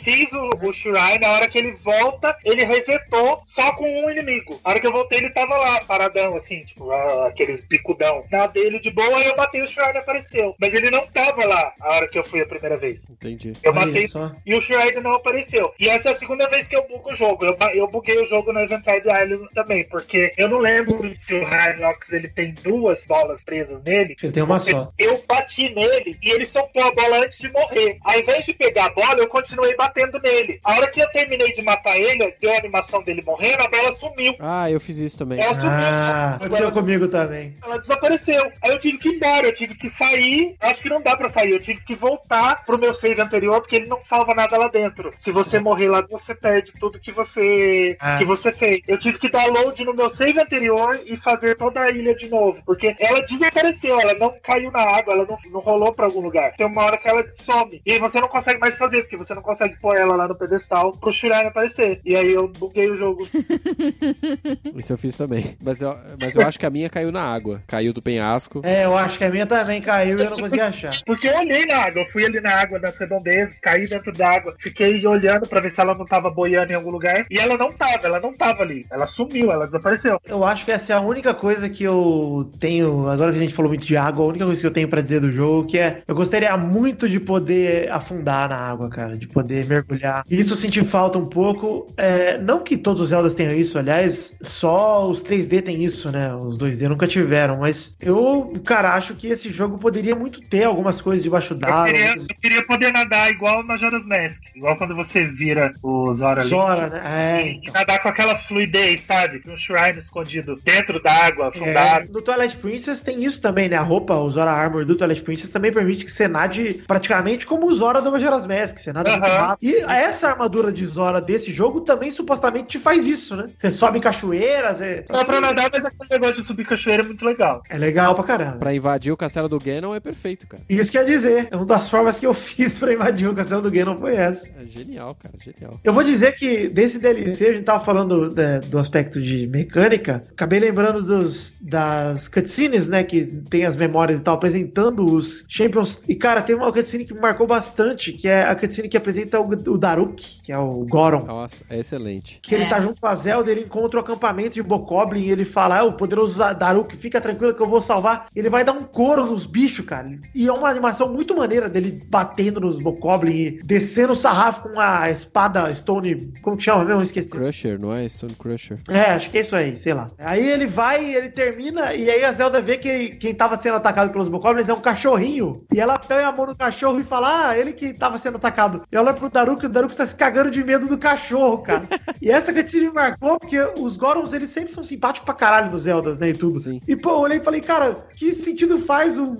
Speaker 4: o Shrine. Na hora que ele volta, ele resetou só com um inimigo. Na hora que eu voltei, ele tava lá, paradão, assim, tipo, aqueles bicudão. Na dele de boa, aí eu matei o Shrine, apareceu. Mas ele não tava lá a hora que eu fui a primeira vez.
Speaker 2: Entendi.
Speaker 4: Eu matei e o Shrine não apareceu. E essa é a segunda vez que eu bugo o jogo. Eu buguei o jogo no Eventide Island também, porque eu não lembro se o Hinox ele tem 2 bolas presas nele.
Speaker 5: Ele tem uma só.
Speaker 4: Eu bati nele e ele soltou a bola antes de morrer. Ao invés de pegar a bola, eu continuei batendo nele. A hora que eu terminei de matar ele, deu a animação dele morrendo, a bola sumiu.
Speaker 2: Ah, eu fiz isso também.
Speaker 4: Ela sumiu.
Speaker 5: Aconteceu comigo também.
Speaker 4: Ela desapareceu. Aí eu tive que ir embora, eu tive que sair. Acho que não dá pra sair, eu tive que voltar pro meu save anterior, porque ele não salva nada lá dentro. Se você morrer lá, você perde tudo que você fez. Eu tive que dar load no meu save anterior e fazer toda a ilha de novo, porque ela desapareceu, ela não caiu na água, ela não rolou pra algum lugar. Tem uma hora que ela some, e aí você não consegue mais fazer, porque você não consegue pôr ela lá no pedestal pro Shrine aparecer. E aí eu buguei o jogo.
Speaker 2: Isso eu fiz também. Mas eu acho que a minha caiu na água. Caiu do penhasco.
Speaker 5: Eu acho que a minha também caiu e eu não consegui achar.
Speaker 4: Porque eu olhei na água, eu fui ali na água, nas redondezas, caí dentro da água, fiquei olhando pra ver se ela não tava boiando em algum lugar, e ela não tava ali. Ela sumiu, ela desapareceu.
Speaker 5: Eu acho que essa é a única coisa que eu tenho, agora que a gente falou muito de água, a única coisa que eu tenho pra dizer do jogo, que é, eu gostaria muito de poder afundar na água, cara, de poder mergulhar. Isso eu senti falta um pouco, não que todos os Zeldas tenham isso, aliás, só os 3D tem isso, né, os 2D nunca tiveram, mas eu, cara, acho que esse jogo poderia muito ter algumas coisas debaixo d'água.
Speaker 4: Eu queria poder nadar igual no Majora's Mask, igual quando você vira o Zora ali. E nadar com aquela fluidez, sabe? Um Shrine escondido dentro da água, afundado.
Speaker 5: No Twilight Princess tem isso também, né? A roupa, o Zora Armor do Twilight Princess também permite que você nade praticamente como o Zora do Majora's Mask. Você nada muito rápido. E essa armadura de Zora desse jogo também supostamente te faz isso, né? Você sobe em cachoeiras.
Speaker 4: Dá pra nadar, mas aquele negócio de subir cachoeira é muito legal.
Speaker 5: É legal pra caramba.
Speaker 2: Pra invadir o castelo do Ganon é perfeito, cara.
Speaker 5: Isso quer dizer, uma das formas que eu fiz pra invadir o castelo do Ganon foi essa.
Speaker 2: É genial, cara, genial.
Speaker 5: Eu vou dizer que desse DLC, a gente tava falando do aspecto de mecânica, acabei lembrando das cutscenes, né, que tem as memórias e tal, apresentando os Champions. E, cara, tem uma cutscene que me marcou bastante, que é a cutscene que apresenta o Daruk, que é o Goron.
Speaker 2: Nossa, é excelente.
Speaker 5: Que ele tá junto com a Zelda, ele encontra o acampamento de Bokoblin e ele fala, o poderoso Daruk, fica tranquilo que eu vou salvar. Ele vai dar um couro nos bichos, cara. E é uma animação muito maneira dele batendo nos Bokoblin e descendo o sarrafo com a espada Stone... Como que chama mesmo? Eu esqueci.
Speaker 2: Crusher, não é? Stone Crusher.
Speaker 5: Acho que é isso aí, sei lá. Aí ele vai, ele termina, e aí a Zelda vê que quem tava sendo atacado pelos Bokoblins é um cachorrinho. E ela pega a mão no cachorro e fala, ele que tava sendo atacado. E ela olha pro Daruk, o Daruk tá se cagando de medo do cachorro, cara. E essa cutscene me marcou, porque os Gorons, eles sempre são simpáticos pra caralho nos Zeldas, né, e tudo.
Speaker 2: Sim.
Speaker 5: E, pô, eu olhei e falei, cara, que sentido faz um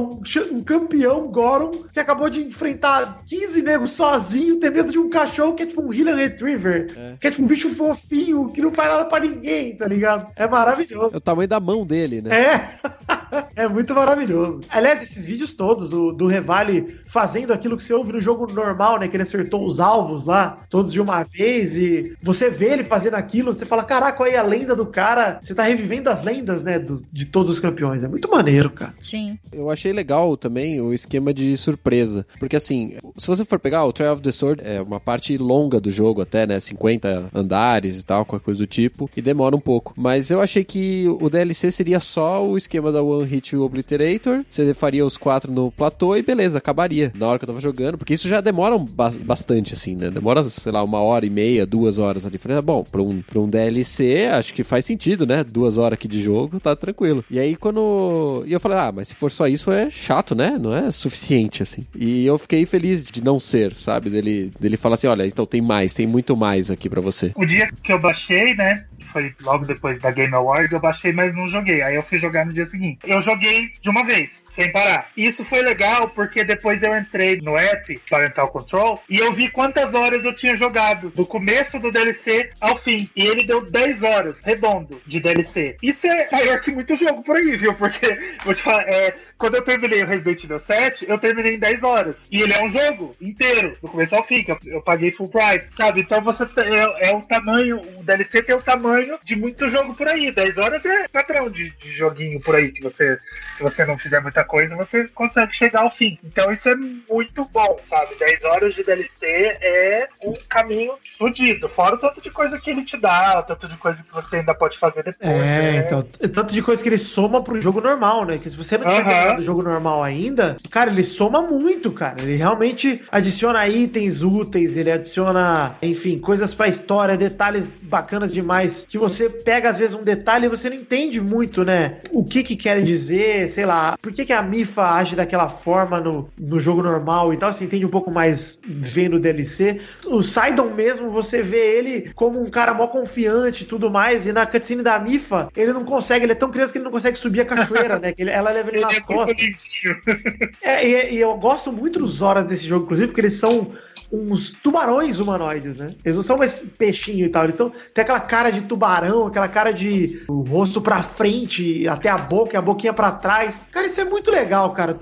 Speaker 5: campeão Goron que acabou de enfrentar 15 negros sozinho, ter medo de um cachorro que é tipo um Hillian Retriever, que é tipo um bicho fofinho, que não faz nada pra ninguém, tá ligado? É maravilhoso.
Speaker 2: É o tamanho da mão dele, né?
Speaker 5: É muito maravilhoso. Aliás, esses vídeos todos do Revali fazendo aquilo que você ouve no jogo normal, né? Que ele acertou os alvos lá, todos de uma vez, e você vê ele fazendo aquilo, você fala, caraca, aí a lenda do cara, você tá revivendo as lendas, né? De todos os campeões. É muito maneiro, cara.
Speaker 6: Sim.
Speaker 2: Eu achei legal também o esquema de surpresa. Porque assim, se você for pegar o Trial of the Sword, é uma parte longa do jogo até, né? 50 andares e tal, qualquer coisa do tipo, e demora um pouco. Mas eu achei que o DLC seria só o esquema da One Hit Obliterator, você faria os 4 no platô e beleza, acabaria. Na hora que eu tava jogando, porque isso já demora bastante, assim, né? Demora, sei lá, 1h30, 2 horas ali. Falei, bom, pra um DLC, acho que faz sentido, né? 2 horas aqui de jogo, tá tranquilo. E aí quando... E eu falei, mas se for só isso é chato, né? Não é suficiente, assim. E eu fiquei feliz de não ser, sabe? Dele falar assim, olha, então tem muito mais aqui pra você.
Speaker 4: O dia que eu baixei, né? foi logo depois da Game Awards, eu baixei, mas não joguei. Aí eu fui jogar no dia seguinte. Eu joguei de uma vez, sem parar. Isso foi legal porque depois eu entrei no app Parental Control e eu vi quantas horas eu tinha jogado do começo do DLC ao fim. E ele deu 10 horas, redondo, de DLC. Isso é maior que muito jogo por aí, viu? Porque, vou te falar, quando eu terminei o Resident Evil 7, eu terminei em 10 horas. E ele é um jogo inteiro, do começo ao fim, que eu paguei full price, sabe? Então você o tamanho, o DLC tem o tamanho de muito jogo por aí. 10 horas é padrão de joguinho por aí, que você, se você não fizer muita coisa, você consegue chegar ao fim. Então isso é muito bom, sabe? 10 horas de DLC é um caminho fodido. Fora o tanto de coisa que ele te dá, o tanto de coisa que você ainda pode fazer depois.
Speaker 5: Então, tanto de coisa que ele soma pro jogo normal, né? Que se você não tiver terminado o jogo normal ainda, cara, ele soma muito, cara. Ele realmente adiciona itens úteis, ele adiciona, enfim, coisas pra história, detalhes bacanas demais, que você pega às vezes um detalhe e você não entende muito, né? O que querem dizer, sei lá, por que a Mipha age daquela forma no jogo normal e tal, você entende um pouco mais vendo o DLC. O Sidon mesmo, você vê ele como um cara mó confiante e tudo mais, e na cutscene da Mipha, ele não consegue, ele é tão criança que ele não consegue subir a cachoeira, né? Que ela leva ele nas costas. E eu gosto muito dos horas desse jogo, inclusive, porque eles são uns tubarões humanoides, né? Eles não são mais peixinho e tal, eles tem aquela cara de tubarão, aquela cara de o rosto pra frente, até a boca, e a boquinha pra trás. Cara, isso é muito legal, cara.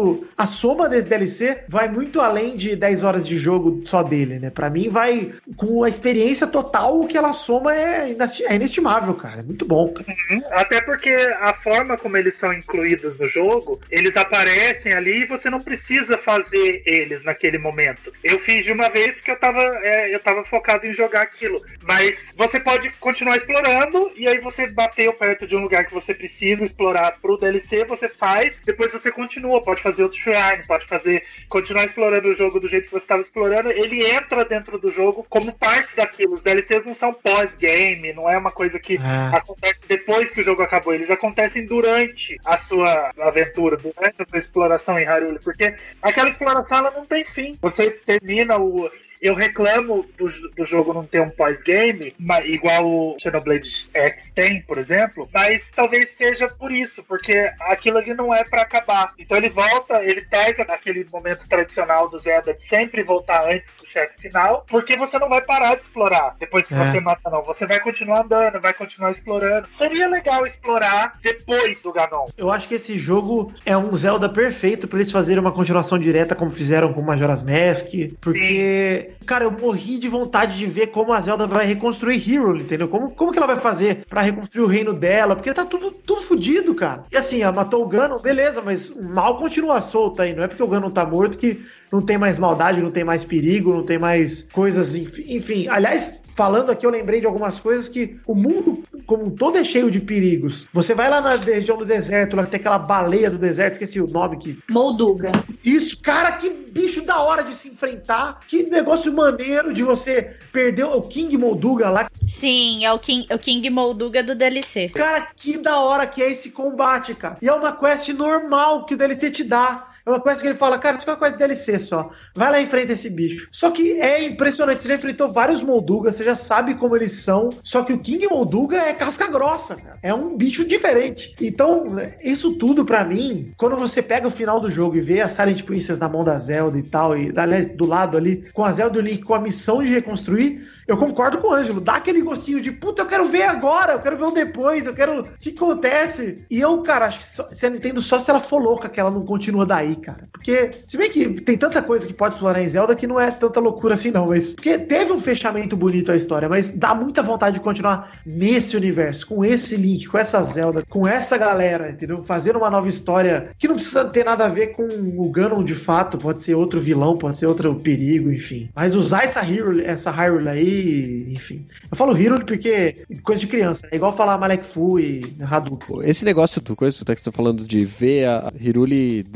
Speaker 5: A soma desse DLC vai muito além de 10 horas de jogo só dele, né? Pra mim vai com a experiência total, o que ela soma é inestimável, cara. É muito bom.
Speaker 4: Até porque a forma como eles são incluídos no jogo, eles aparecem ali e você não precisa fazer eles naquele momento. Eu fiz de uma vez porque eu tava focado em jogar aquilo. Mas você pode continuar explorando e aí você bateu perto de um lugar que você precisa explorar pro DLC, você faz, depois você continua, pode fazer outro shrine, pode continuar explorando o jogo do jeito que você estava explorando. Ele entra dentro do jogo como parte daquilo. Os DLCs não são pós-game, não é uma coisa que acontece depois que o jogo acabou, eles acontecem durante a sua aventura, durante a sua exploração em Hyrule, porque aquela exploração ela não tem fim. Você termina Eu reclamo do jogo não ter um pós-game, igual o Xenoblade X tem, por exemplo, mas talvez seja por isso, porque aquilo ali não é pra acabar. Então ele volta, ele traz aquele momento tradicional do Zelda de sempre voltar antes do chefe final, porque você não vai parar de explorar depois que você mata, não. Você vai continuar andando, vai continuar explorando. Seria legal explorar depois do Ganon.
Speaker 5: Eu acho que esse jogo é um Zelda perfeito pra eles fazerem uma continuação direta como fizeram com Majora's Mask, porque... Cara, eu morri de vontade de ver como a Zelda vai reconstruir Hyrule, entendeu? Como que ela vai fazer pra reconstruir o reino dela? Porque tá tudo fodido, cara. E assim, ela matou o Ganon, beleza, mas o mal continua solto aí. Não é porque o Ganon tá morto que não tem mais maldade, não tem mais perigo, não tem mais coisas... Enfim, aliás... Falando aqui, eu lembrei de algumas coisas que o mundo como um todo é cheio de perigos. Você vai lá na região do deserto, lá tem aquela baleia do deserto, esqueci o nome que...
Speaker 3: Molduga.
Speaker 5: Isso, cara, que bicho da hora de se enfrentar, que negócio maneiro de você perder o King Molduga lá.
Speaker 6: Sim, é o King Molduga do DLC.
Speaker 5: Cara, que da hora que é esse combate, cara. E é uma quest normal que o DLC te dá. É uma quest que ele fala, cara, isso é uma quest de DLC só. Vai lá e enfrenta esse bicho. Só que é impressionante. Você já enfrentou vários Moldugas, você já sabe como eles são. Só que o King Molduga é casca grossa, cara. É um bicho diferente. Então, isso tudo pra mim, quando você pega o final do jogo e vê a Silent Princess na mão da Zelda e tal, e aliás, do lado ali, com a Zelda e o Link com a missão de reconstruir, eu concordo com o Ângelo. Dá aquele gostinho de, puta, eu quero ver agora, eu quero ver o depois, eu quero... O que acontece? E eu, cara, acho que se a Nintendo, só se ela for louca, que ela não continua daí, cara. Porque, se bem que tem tanta coisa que pode explorar em Zelda que não é tanta loucura assim, não. Mas, porque teve um fechamento bonito a história, mas dá muita vontade de continuar nesse universo, com esse Link, com essa Zelda, com essa galera, entendeu? Fazendo uma nova história que não precisa ter nada a ver com o Ganon de fato, pode ser outro vilão, pode ser outro perigo, enfim. Mas usar essa Hyrule aí, enfim. Eu falo Hyrule porque coisa de criança, é igual falar Malekith e Hadouken.
Speaker 2: Esse negócio que você tá falando de ver a Hyrule depois,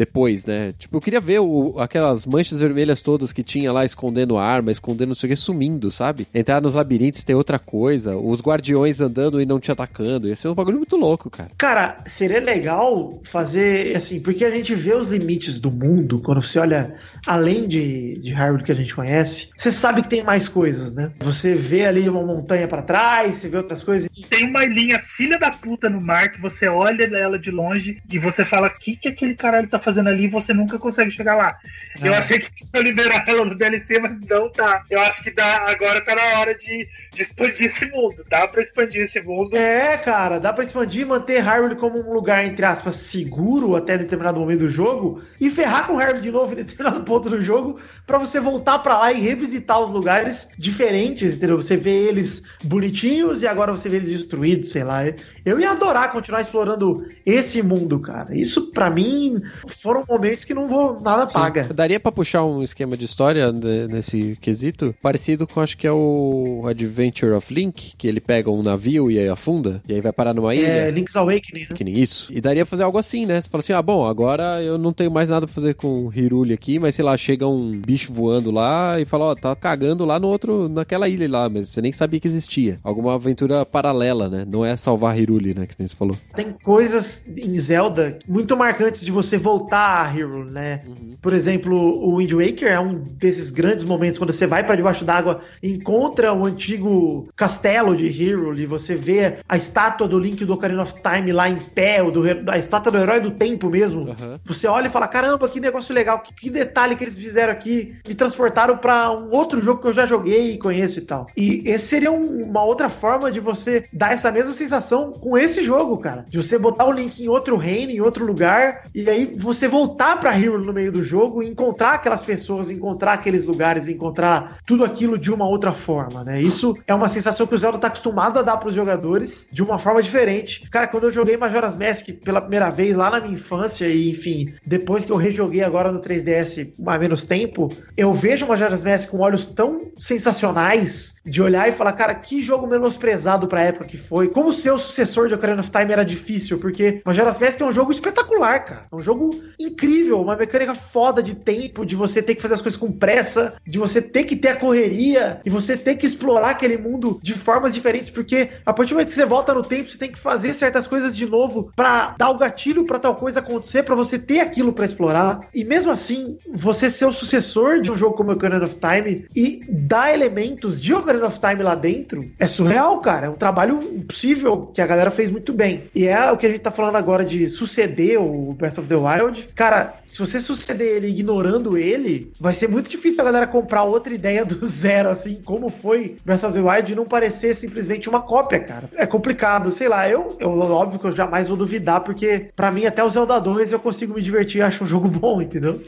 Speaker 2: né? Tipo, eu queria ver aquelas manchas vermelhas todas que tinha lá, escondendo arma, escondendo não sei o que, sumindo, sabe? Entrar nos labirintos, ter outra coisa, os guardiões andando e não te atacando, ia ser um bagulho muito louco, cara.
Speaker 5: Cara, seria legal fazer, assim, porque a gente vê os limites do mundo, quando você olha além de Hyrule que a gente conhece, você sabe que tem mais coisas, né? Você vê ali uma montanha pra trás, você vê outras coisas.
Speaker 4: Tem uma ilhinha filha da puta no mar que você olha ela de longe e você fala, o que aquele caralho tá fazendo ali e você nunca consegue chegar lá. Eu achei que ia liberar ela no DLC, mas não tá. Eu acho que agora tá na hora de expandir esse mundo. Dá pra expandir esse mundo.
Speaker 5: É, cara, dá pra expandir e manter Hyrule como um lugar, entre aspas, seguro até determinado momento do jogo e ferrar com Hyrule de novo em determinado ponto do jogo pra você voltar pra lá e revisitar os lugares diferentes, entendeu? Você vê eles bonitinhos e agora você vê eles destruídos, sei lá. Eu ia adorar continuar explorando esse mundo, cara. Isso, pra mim, foram momentos que não vou nada paga.
Speaker 2: Daria pra puxar um esquema de história nesse quesito, parecido com, acho que é o Adventure of Link, que ele pega um navio e aí afunda, e aí vai parar numa ilha.
Speaker 5: É, Link's Awakening, né?
Speaker 2: Isso. E daria pra fazer algo assim, né? Você fala assim, bom, agora eu não tenho mais nada pra fazer com Hyrule aqui, mas sei lá, chega um bicho voando lá e fala, tá cagando lá naquela ilha lá, mas você nem sabia que existia. Alguma aventura paralela, né? Não é salvar Hyrule, né? Que nem você falou.
Speaker 5: Tem coisas em Zelda muito marcantes de você voltar a Hyrule, né? Uhum. Por exemplo, o Wind Waker é um desses grandes momentos quando você vai pra debaixo d'água e encontra o antigo castelo de Hyrule e você vê a estátua do Link do Ocarina of Time lá em pé, a estátua do Herói do Tempo mesmo. Uhum. Você olha e fala, caramba, que negócio legal, que detalhe que eles fizeram aqui. Me transportaram pra um outro jogo que eu já joguei e conheço e tal. E esse seria uma outra forma de você dar essa mesma sensação com esse jogo, cara. De você botar o Link em outro reino, em outro lugar, e aí você voltar pra Hyrule no meio do jogo e encontrar aquelas pessoas, encontrar aqueles lugares, encontrar tudo aquilo de uma outra forma, né? Isso é uma sensação que o Zelda tá acostumado a dar pros jogadores de uma forma diferente. Cara, quando eu joguei Majora's Mask pela primeira vez lá na minha infância e, enfim, depois que eu rejoguei agora no 3DS há menos tempo, eu vejo Majora's Mask com olhos tão sensacionais de olhar e falar, cara, que jogo menosprezado pra época que foi. Como ser o sucessor de Ocarina of Time era difícil, porque Majora's Mask é um jogo espetacular, cara. É um jogo incrível, uma mecânica foda de tempo, de você ter que fazer as coisas com pressa, de você ter que ter a correria, e você ter que explorar aquele mundo de formas diferentes, porque a partir do momento que você volta no tempo, você tem que fazer certas coisas de novo pra dar o gatilho pra tal coisa acontecer, pra você ter aquilo pra explorar. E mesmo assim, você ser o sucessor de um jogo como Ocarina of Time e dar elementos de Ocarina of Time lá dentro, é surreal, cara. É um trabalho impossível que a galera fez muito bem. E é o que a gente tá falando agora de suceder o Breath of the Wild. Cara, se você suceder ele ignorando ele, vai ser muito difícil a galera comprar outra ideia do zero, assim, como foi Breath of the Wild, e não parecer simplesmente uma cópia, cara. É complicado, sei lá, eu óbvio que eu jamais vou duvidar, porque pra mim até o Zelda 2 eu consigo me divertir e acho um jogo bom, entendeu?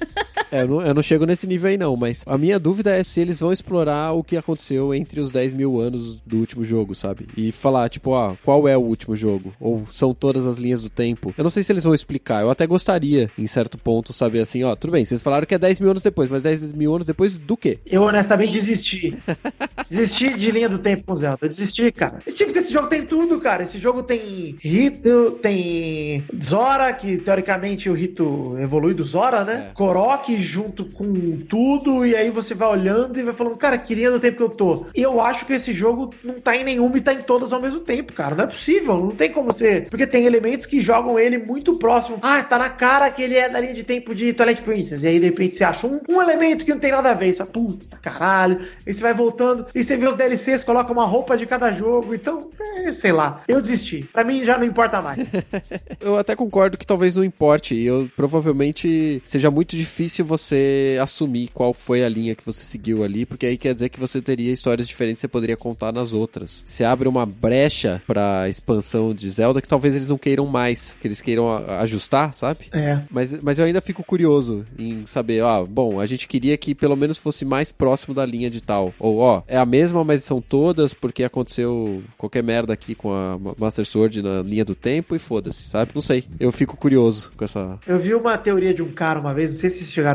Speaker 2: Eu não chego nesse nível aí não, mas a minha dúvida é se eles vão explorar o que aconteceu entre os 10 mil anos do último jogo, sabe? E falar, tipo, qual é o último jogo? Ou são todas as linhas do tempo? Eu não sei se eles vão explicar, eu até gostaria, em certo ponto, saber assim, tudo bem, vocês falaram que é 10 mil anos depois, mas 10 mil anos depois do quê?
Speaker 5: Eu honestamente desisti. Desisti de linha do tempo com Zelda. Eu desisti, cara. Porque esse jogo tem tudo, cara. Esse jogo tem Rito, tem Zora, que teoricamente o Rito evolui do Zora, né? Korok junto com tudo, e aí você vai olhando e vai falando, cara, que linha do tempo que eu tô. E eu acho que esse jogo não tá em nenhuma e tá em todas ao mesmo tempo, cara. Não é possível, não tem como ser. Porque tem elementos que jogam ele muito próximo. Tá na cara que ele é da linha de tempo de Twilight Princess. E aí, de repente, você acha um elemento que não tem nada a ver. Você fala, puta, caralho. Aí você vai voltando e você vê os DLCs, coloca uma roupa de cada jogo. Então, sei lá. Eu desisti. Pra mim já não importa mais.
Speaker 2: Eu até concordo que talvez não importe. E provavelmente seja muito difícil você assumir qual foi a linha que você seguiu ali, porque aí quer dizer que você teria histórias diferentes que você poderia contar nas outras. Você abre uma brecha pra expansão de Zelda que talvez eles não queiram mais, que eles queiram ajustar, sabe? Mas eu ainda fico curioso em saber, bom, a gente queria que pelo menos fosse mais próximo da linha de tal. Ou, é a mesma, mas são todas porque aconteceu qualquer merda aqui com a Master Sword na linha do tempo e foda-se, sabe? Não sei. Eu fico curioso com essa...
Speaker 5: Eu vi uma teoria de um cara uma vez, não sei se vocês chegaram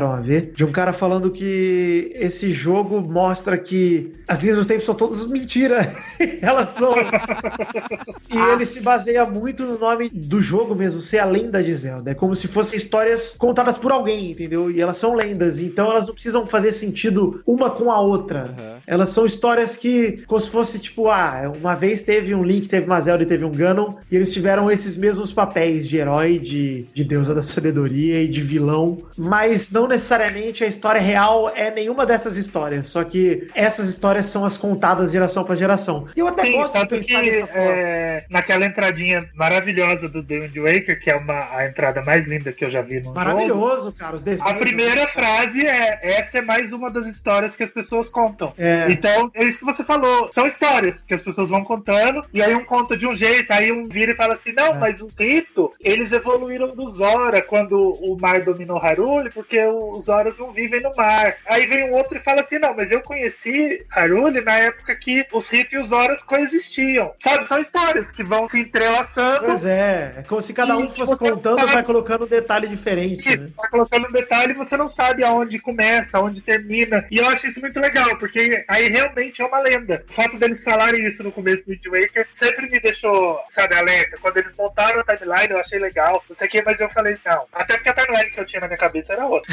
Speaker 5: começaram a ver, de um cara falando que esse jogo mostra que as linhas do tempo são todas mentira. Elas são... E ele se baseia muito no nome do jogo mesmo, ser a lenda de Zelda. É como se fossem histórias contadas por alguém, entendeu? E elas são lendas, então elas não precisam fazer sentido uma com a outra. Uhum. Elas são histórias que, como se fosse tipo, uma vez teve um Link, teve uma Zelda e teve um Ganon, e eles tiveram esses mesmos papéis de herói, de deusa da sabedoria e de vilão, mas não necessariamente a história real é nenhuma dessas histórias, só que essas histórias são as contadas geração pra geração. E eu até gosto de pensar dessa forma.
Speaker 4: Naquela entradinha maravilhosa do The Wind Waker, que é a entrada mais linda que eu já vi no
Speaker 5: maravilhoso,
Speaker 4: jogo.
Speaker 5: Cara, os desenhos.
Speaker 4: A primeira frase essa é mais uma das histórias que as pessoas contam. Então, é isso que você falou. São histórias que as pessoas vão contando, e aí um conta de um jeito, aí um vira e fala assim, não, mas o rito, eles evoluíram do Zora quando o mar dominou Hyrule, porque os Zoras não vivem no mar. Aí vem um outro e fala assim, não, mas eu conheci Hyrule na época que os Rito e os Zoras coexistiam. Sabe? São histórias que vão se entrelaçando.
Speaker 5: Pois é como se cada um fosse contando e vai colocando um detalhe diferente.
Speaker 4: Sim, né? Vai colocando um detalhe e você não sabe aonde começa, aonde termina. E eu acho isso muito legal, porque aí realmente é uma lenda. O fato deles falarem isso no começo do Wind Waker sempre me deixou, sabe, alerta. Quando eles montaram a timeline, eu achei legal, não sei o que, mas eu falei, não. Até porque a timeline que eu tinha na minha cabeça era outra.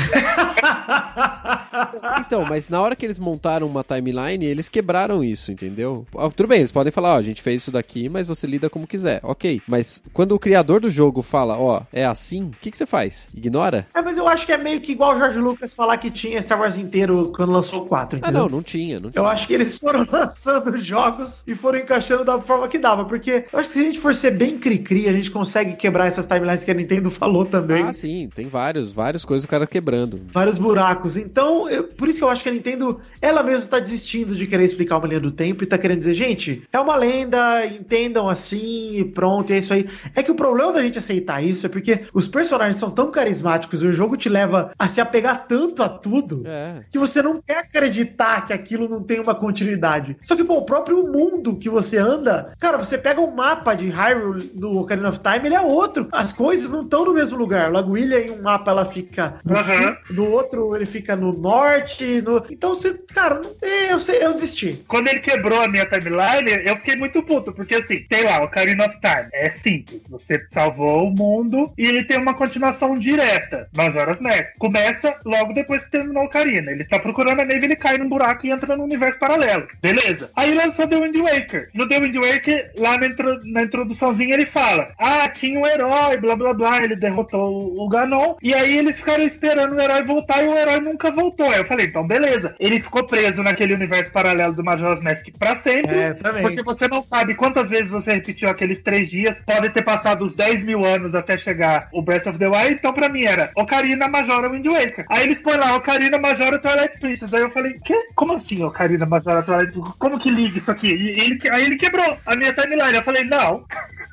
Speaker 2: Então, mas na hora que eles montaram uma timeline, eles quebraram isso, entendeu? Tudo bem, eles podem falar, a gente fez isso daqui, mas você lida como quiser. Ok, mas quando o criador do jogo fala, é assim, o que você faz? Ignora?
Speaker 5: Mas eu acho que é meio que igual o George Lucas falar que tinha Star Wars inteiro quando lançou o 4, entendeu?
Speaker 2: Não tinha.
Speaker 5: Eu acho que eles foram lançando jogos e foram encaixando da forma que dava, porque eu acho que se a gente for ser bem cri-cri, a gente consegue quebrar essas timelines que a Nintendo falou também.
Speaker 2: Sim, tem várias coisas o cara quebrando.
Speaker 5: Vários buracos. Então, por isso que eu acho que a Nintendo, ela mesma tá desistindo de querer explicar uma linha do tempo e tá querendo dizer, gente, é uma lenda, entendam assim e pronto, é isso aí. É que o problema da gente aceitar isso é porque os personagens são tão carismáticos e o jogo te leva a se apegar tanto a tudo que você não quer acreditar que aquilo não tem uma continuidade. Só que, o próprio mundo que você anda, cara, você pega um mapa de Hyrule no Ocarina of Time, ele é outro. As coisas não estão no mesmo lugar. Lagoilha em um mapa ela fica no sul, no outro ele fica no norte. Então você, cara, eu desisti.
Speaker 4: Quando ele quebrou a minha timeline, eu fiquei muito puto, porque assim, tem lá, Ocarina of Time, é simples, você salvou o mundo e ele tem uma continuação direta, Majora's Mask. Começa logo depois que terminou o Ocarina, ele tá procurando a neve, ele cai num buraco e entra num universo paralelo, beleza. Aí lançou The Wind Waker. No The Wind Waker, lá na introduçãozinha ele fala, tinha um herói, blá blá blá, ele derrotou o Ganon, e aí eles ficaram esperando o herói voltar e o herói nunca voltou. Aí eu falei, então beleza, ele ficou preso naquele universo paralelo do Majora's Mask pra sempre, porque você não sabe quantas vezes você repetiu aqueles 3 dias, pode ter passado os 10 mil anos até chegar o Breath of the Wild, então pra mim era Ocarina, Majora, Wind Waker. Aí eles põem lá, Ocarina, Majora, Twilight Princess. Aí eu falei, quê? Como assim, Ocarina, Majora, Twilight Princess? Como que liga isso aqui? Aí ele quebrou a minha timeline. Eu falei, não,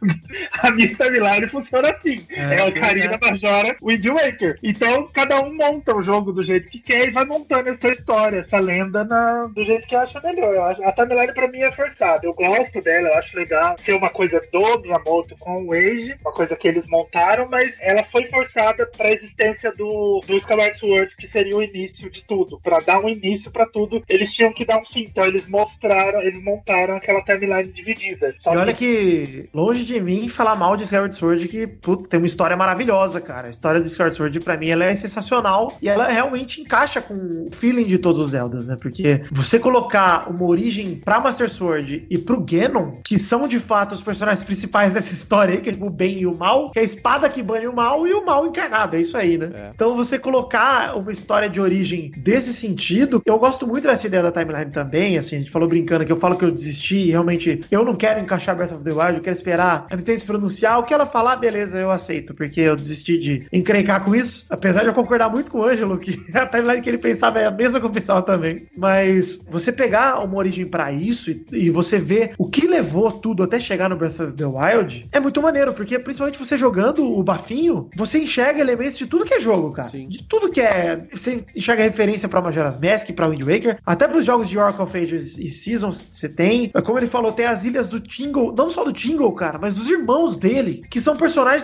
Speaker 4: a minha timeline funciona assim. É Ocarina, Majora, Wind Waker. Então, cada um monta o jogo do jeito que quer e vai montando essa história, essa lenda do jeito que acha melhor. A timeline pra mim é forçada. Eu gosto dela, eu acho legal ser uma coisa do Miyamoto com o Eiji, uma coisa que eles montaram, mas ela foi forçada pra existência do Skyward Sword, que seria o início de tudo. Pra dar um início pra tudo, eles tinham que dar um fim. Então eles montaram aquela timeline dividida.
Speaker 5: E olha que, longe de mim falar mal de Skyward Sword, que tem uma história maravilhosa, cara. A história do Skyward Sword, pra mim, ela é sensacional e ela realmente encaixa com o feeling de todos os Zeldas, né? Porque você colocar uma origem pra Master Sword e pro Ganon, que são de fato os personagens principais dessa história aí, que é tipo o bem e o mal, que é a espada que bane o mal e o mal encarnado, é isso aí, né? Então você colocar uma história de origem desse sentido, eu gosto muito dessa ideia da timeline também, assim, a gente falou brincando que eu falo que eu desisti e realmente eu não quero encaixar Breath of the Wild, eu quero esperar a Nintendo se pronunciar, o que ela falar, beleza, eu aceito, porque eu desisti de encrencar com isso, apesar de eu concordar muito com o Ângelo, que a timeline que ele pensava é a mesma que eu pensava também, mas você pegar uma origem pra isso e você ver o que levou tudo até chegar no Breath of the Wild, é muito maneiro, porque principalmente você jogando o bafinho, você enxerga elementos de tudo que é jogo, cara. Sim. De tudo que é... Você enxerga referência pra Majora's Mask, pra Wind Waker, até pros jogos de Oracle of Ages e Seasons você tem. Como ele falou, tem as ilhas do Tingle, não só do Tingle, cara, mas dos irmãos dele, que são personagens que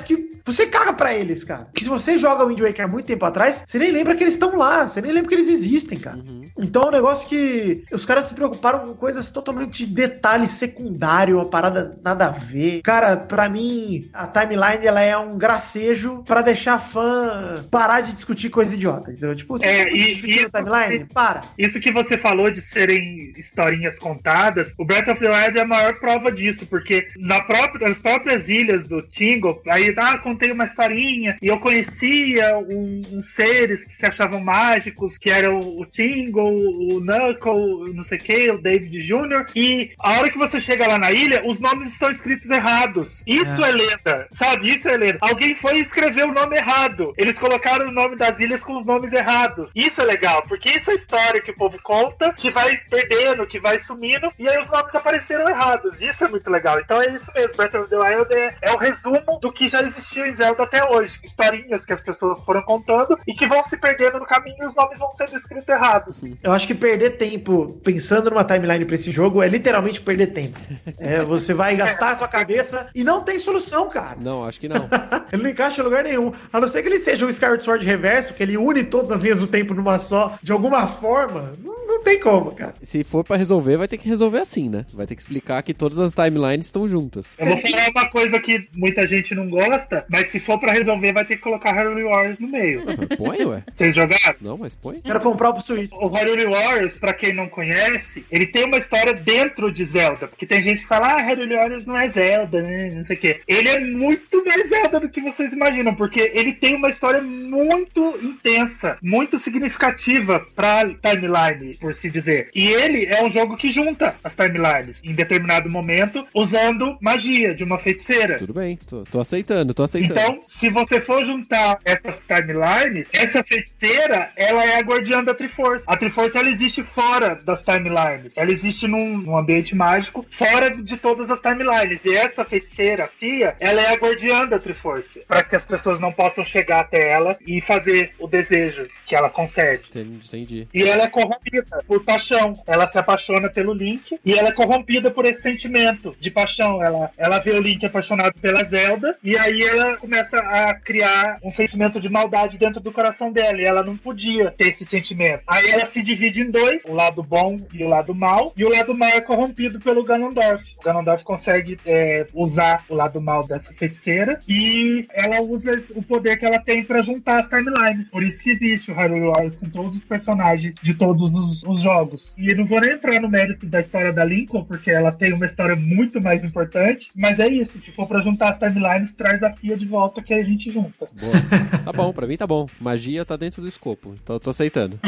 Speaker 5: você caga pra eles, cara. Porque se você joga o Wind Waker há muito tempo atrás, você nem lembra que eles estão lá, você nem lembra que eles existem, cara. Então é um negócio que os caras se preocuparam com coisas totalmente de detalhe secundário, uma parada nada a ver. Cara, pra mim, a timeline, ela é um gracejo pra deixar fã parar de discutir coisa idiota, entendeu? Tipo, você discutir a timeline? Para.
Speaker 4: Isso que você falou de serem historinhas contadas, o Breath of the Wild é a maior prova disso, porque nas próprias ilhas do Tingle, aí, contei uma historinha, e eu conhecia uns seres que se achavam mágicos, que eram o Tingle, o Knuckle, não sei o que, o David Jr., e a hora que você chega lá na ilha, os nomes estão escritos errados. Isso é lenda, sabe? Isso é lenda. Alguém foi escrever o nome errado. Eles colocaram o nome das ilhas com os nomes errados. Isso é legal, porque isso é a história que o povo conta, que vai perdendo, que vai sumindo, e aí os nomes apareceram errados. Isso é muito legal. Então é isso mesmo. Breath of the Wild é o resumo do que já existiu em Zelda até hoje. Historinhas que as pessoas foram contando e que vão se perdendo no caminho e os nomes vão sendo escritos errados.
Speaker 5: Eu acho que perder tempo pensando numa timeline pra esse jogo é literalmente perder tempo. Você vai gastar a sua cabeça e não tem solução, cara.
Speaker 2: Não, acho que não.
Speaker 5: Ele não encaixa em lugar nenhum. A não ser que ele seja um Skyward Sword reverso, que ele une todas as linhas do tempo numa só, de alguma forma. Não tem como, cara.
Speaker 2: Se for pra resolver, vai ter que resolver assim, né? Vai ter que explicar que todas as timelines estão juntas.
Speaker 4: Eu vou falar uma coisa que muita gente não gosta, mas se for pra resolver, vai ter que colocar Hyrule Warriors no meio.
Speaker 2: Mas põe, ué.
Speaker 4: Vocês jogaram?
Speaker 2: Não, mas põe.
Speaker 5: Quero comprar pro Switch.
Speaker 4: O Hyrule Warriors, pra quem não conhece, ele tem uma história dentro de Zelda. Porque tem gente que fala, Hyrule Warriors não é Zelda, né? Não sei o quê. Ele é muito mais Zelda do que vocês imaginam, porque ele tem uma história muito intensa, muito significativa pra timeline, por se dizer. E ele é um jogo que junta as timelines em determinado momento, usando magia de uma feiticeira.
Speaker 2: Tudo bem, tô aceitando.
Speaker 4: Então, se você for juntar essas timelines, essa feiticeira, ela é a guardiã da Triforce. A Triforce, ela existe fora das timelines. Ela existe num ambiente mágico, fora de todas as timelines. E essa feiticeira, a Fia, ela é a guardiã da Triforce. Para que as pessoas não possam chegar até ela e fazer o desejo que ela concede.
Speaker 2: Entendi.
Speaker 4: E ela é corrompida por paixão. Ela se apaixona pelo Link e ela é corrompida por esse sentimento de paixão. Ela vê o Link apaixonado pela Zelda e aí ela começa a criar um sentimento de maldade dentro do coração dela e ela não podia ter esse sentimento. Aí ela se divide em dois, o lado bom e o lado mal, e o lado mal é corrompido pelo Ganondorf. O Ganondorf consegue usar o lado mal dessa feiticeira e ela usa o poder que ela tem pra juntar as timelines. Por isso que existe o Hyrule Warriors com todos os personagens de todos os jogos. E eu não vou nem entrar no mérito da história da Lincoln, porque ela tem uma história muito mais importante, mas é isso, se for pra juntar as timelines, traz a Fia de volta que a gente junta.
Speaker 2: Boa. Tá bom, pra mim tá bom. Magia tá dentro do escopo, então eu tô aceitando.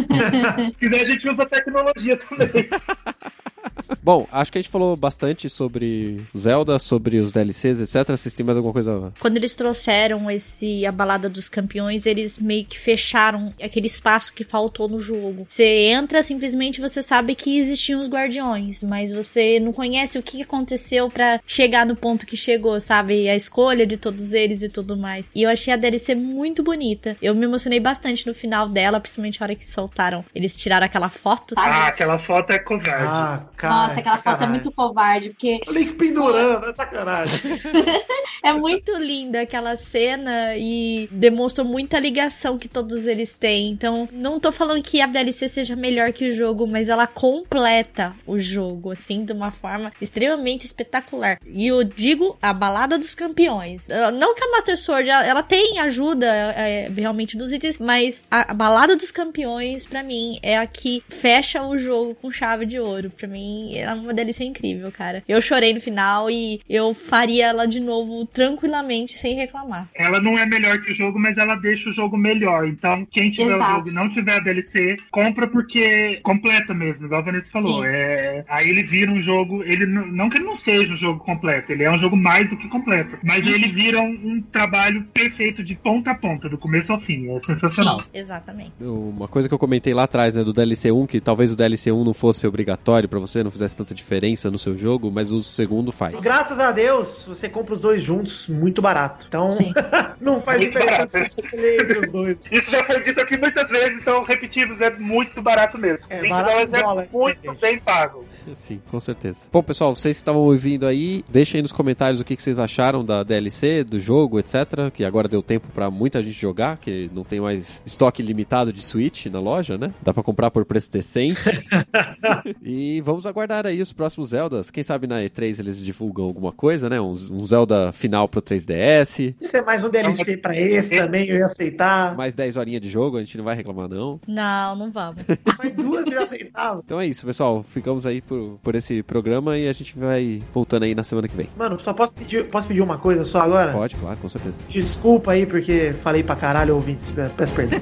Speaker 4: Se quiser a gente usa tecnologia também.
Speaker 2: Bom, acho que a gente falou bastante sobre Zelda, sobre os DLCs, etc. Vocês têm mais alguma coisa?
Speaker 6: Quando eles trouxeram a balada dos campeões, eles meio que fecharam aquele espaço que faltou no jogo. Você entra, simplesmente você sabe que existiam os guardiões, mas você não conhece o que aconteceu pra chegar no ponto que chegou, sabe? A escolha de todos eles e tudo mais. E eu achei a DLC muito bonita. Eu me emocionei bastante no final dela, principalmente a hora que soltaram. Eles tiraram aquela foto, sabe?
Speaker 4: Aquela foto é covarde.
Speaker 3: Cara, nossa, aquela foto é muito covarde, porque...
Speaker 5: O Link pendurando, é sacanagem.
Speaker 6: É muito linda aquela cena e demonstra muita ligação que todos eles têm. Então, não tô falando que a DLC seja melhor que o jogo, mas ela completa o jogo, assim, de uma forma extremamente espetacular. E eu digo a balada dos campeões. Não que a Master Sword, ela tem ajuda realmente dos itens, mas a balada dos campeões, pra mim, é a que fecha o jogo com chave de ouro. Pra mim, é uma delícia incrível, cara. Eu chorei no final e eu faria ela de novo tranquilamente, sem reclamar.
Speaker 4: Ela não é melhor que o jogo, mas ela deixa o jogo melhor. Então, quem tiver o jogo e não tiver a DLC, compra porque completa mesmo, igual a Vanessa falou. Aí ele vira um jogo, ele não que ele não seja um jogo completo, ele é um jogo mais do que completo, mas ele vira um trabalho perfeito de ponta a ponta, do começo ao fim. É sensacional.
Speaker 6: Sim, exatamente.
Speaker 2: Uma coisa que eu comentei lá atrás, né, do DLC 1, que talvez o DLC 1 não fosse obrigatório pra você, não fizesse tanta diferença no seu jogo, mas o segundo faz.
Speaker 5: Graças a Deus, você compra os dois juntos muito barato. Então, Não faz
Speaker 4: Muito
Speaker 5: diferença
Speaker 4: barato.
Speaker 5: se você escolher entre os dois.
Speaker 4: Isso já foi dito aqui muitas vezes, então repetimos, é muito barato mesmo.
Speaker 5: É,
Speaker 4: 20
Speaker 5: barato
Speaker 4: dólares é
Speaker 5: dólar,
Speaker 4: muito
Speaker 5: gente.
Speaker 4: bem pago.
Speaker 2: Sim, com certeza. Bom, pessoal, vocês que estavam ouvindo aí, deixem aí nos comentários o que vocês acharam da DLC, do jogo, etc. Que agora deu tempo pra muita gente jogar, que não tem mais estoque limitado de Switch na loja, né? Dá pra comprar por preço decente. E vamos aguardar aí os próximos Zeldas. Quem sabe na E3 eles divulgam alguma coisa, né? Um Zelda final pro 3DS.
Speaker 5: Se é mais um DLC pra esse também, eu ia aceitar.
Speaker 2: Mais 10 horinhas de jogo, a gente não vai reclamar, não.
Speaker 6: Não vamos.
Speaker 5: Mais duas eu já aceitava.
Speaker 2: Então é isso, pessoal. Ficamos aí por esse programa e a gente vai voltando aí na semana que vem.
Speaker 5: Mano, só posso pedir uma coisa só agora?
Speaker 2: Pode, claro, com certeza.
Speaker 5: Desculpa aí, porque falei pra caralho, ouvintes. Peço perdão.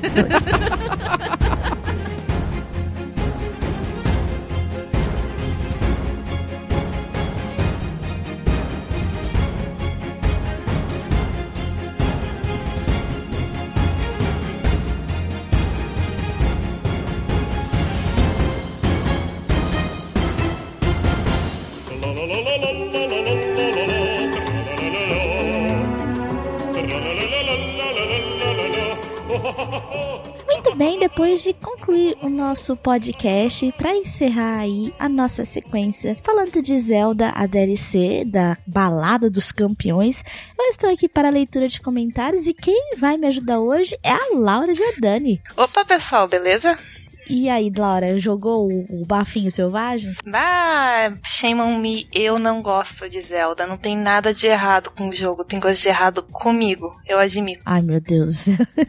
Speaker 6: Muito bem, depois de concluir o nosso podcast, para encerrar aí a nossa sequência, falando de Zelda, a DLC da Balada dos Campeões, eu estou aqui para a leitura de comentários e quem vai me ajudar hoje é a Laura Giordani.
Speaker 7: Opa, pessoal, beleza?
Speaker 6: E aí, Laura, jogou o Bafinho Selvagem?
Speaker 7: Ah, shame on me, eu não gosto de Zelda. Não tem nada de errado com o jogo, tem coisa de errado comigo, eu admito.
Speaker 6: Ai, meu Deus.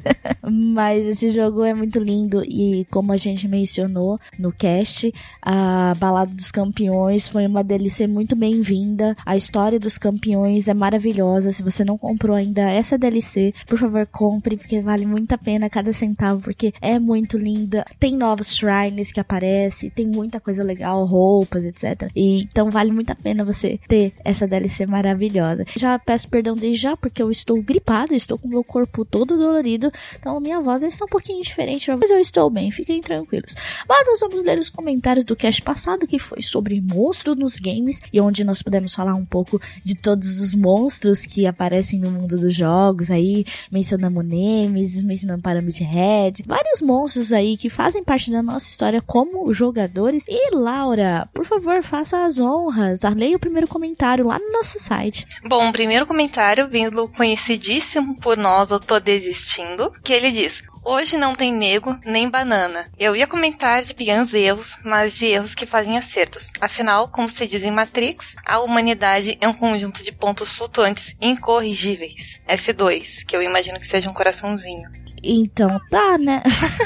Speaker 6: Mas esse jogo é muito lindo e, como a gente mencionou no cast, a Balada dos Campeões foi uma DLC muito bem-vinda. A história dos campeões é maravilhosa. Se você não comprou ainda essa DLC, por favor, compre, porque vale muito a pena cada centavo, porque é muito linda. Tem novos shrines que aparecem, tem muita coisa legal, roupas, etc. E então vale muito a pena você ter essa DLC maravilhosa. Já peço perdão desde já, porque eu estou gripada, estou com o meu corpo todo dolorido, então a minha voz está um pouquinho diferente, mas eu estou bem, fiquem tranquilos. Mas nós vamos ler os comentários do cast passado, que foi sobre monstros nos games, e onde nós pudemos falar um pouco de todos os monstros que aparecem no mundo dos jogos, aí mencionamos Nemesis, mencionamos Pyramid Head, vários monstros aí que fazem parte da nossa história como jogadores. E Laura, por favor, faça as honras, leia o primeiro comentário lá no nosso site.
Speaker 7: Bom, o primeiro comentário vindo conhecidíssimo por nós, eu tô desistindo, que ele diz: hoje não tem nego nem banana. Eu ia comentar de pequenos erros, mas de erros que fazem acertos. Afinal, como se diz em Matrix, a humanidade é um conjunto de pontos flutuantes incorrigíveis. S2, que eu imagino que seja um coraçãozinho.
Speaker 6: Então tá, né?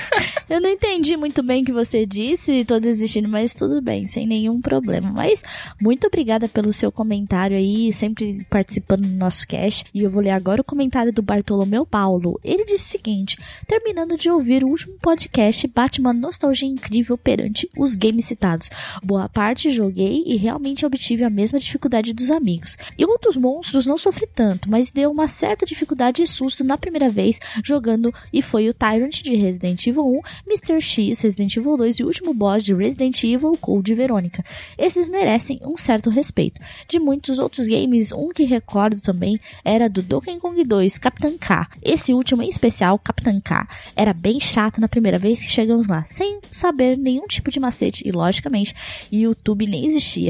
Speaker 6: Eu não entendi muito bem o que você disse, tô desistindo, mas tudo bem, sem nenhum problema. Mas muito obrigada pelo seu comentário aí, sempre participando do nosso cast. E eu vou ler agora o comentário do Bartolomeu Paulo. Ele disse o seguinte: terminando de ouvir o último podcast, bate uma nostalgia incrível perante os games citados. Boa parte joguei e realmente obtive a mesma dificuldade dos amigos. E outros monstros não sofri tanto, mas deu uma certa dificuldade e susto na primeira vez jogando, e foi o Tyrant de Resident Evil 1, Mr. X, Resident Evil 2 e o último boss de Resident Evil, Code Verônica. Esses merecem um certo respeito. De muitos outros games, um que recordo também era do Donkey Kong 2, Capitão K. Esse último em especial, Capitão K, era bem chato na primeira vez que chegamos lá, sem saber nenhum tipo de macete e, logicamente, YouTube nem existia.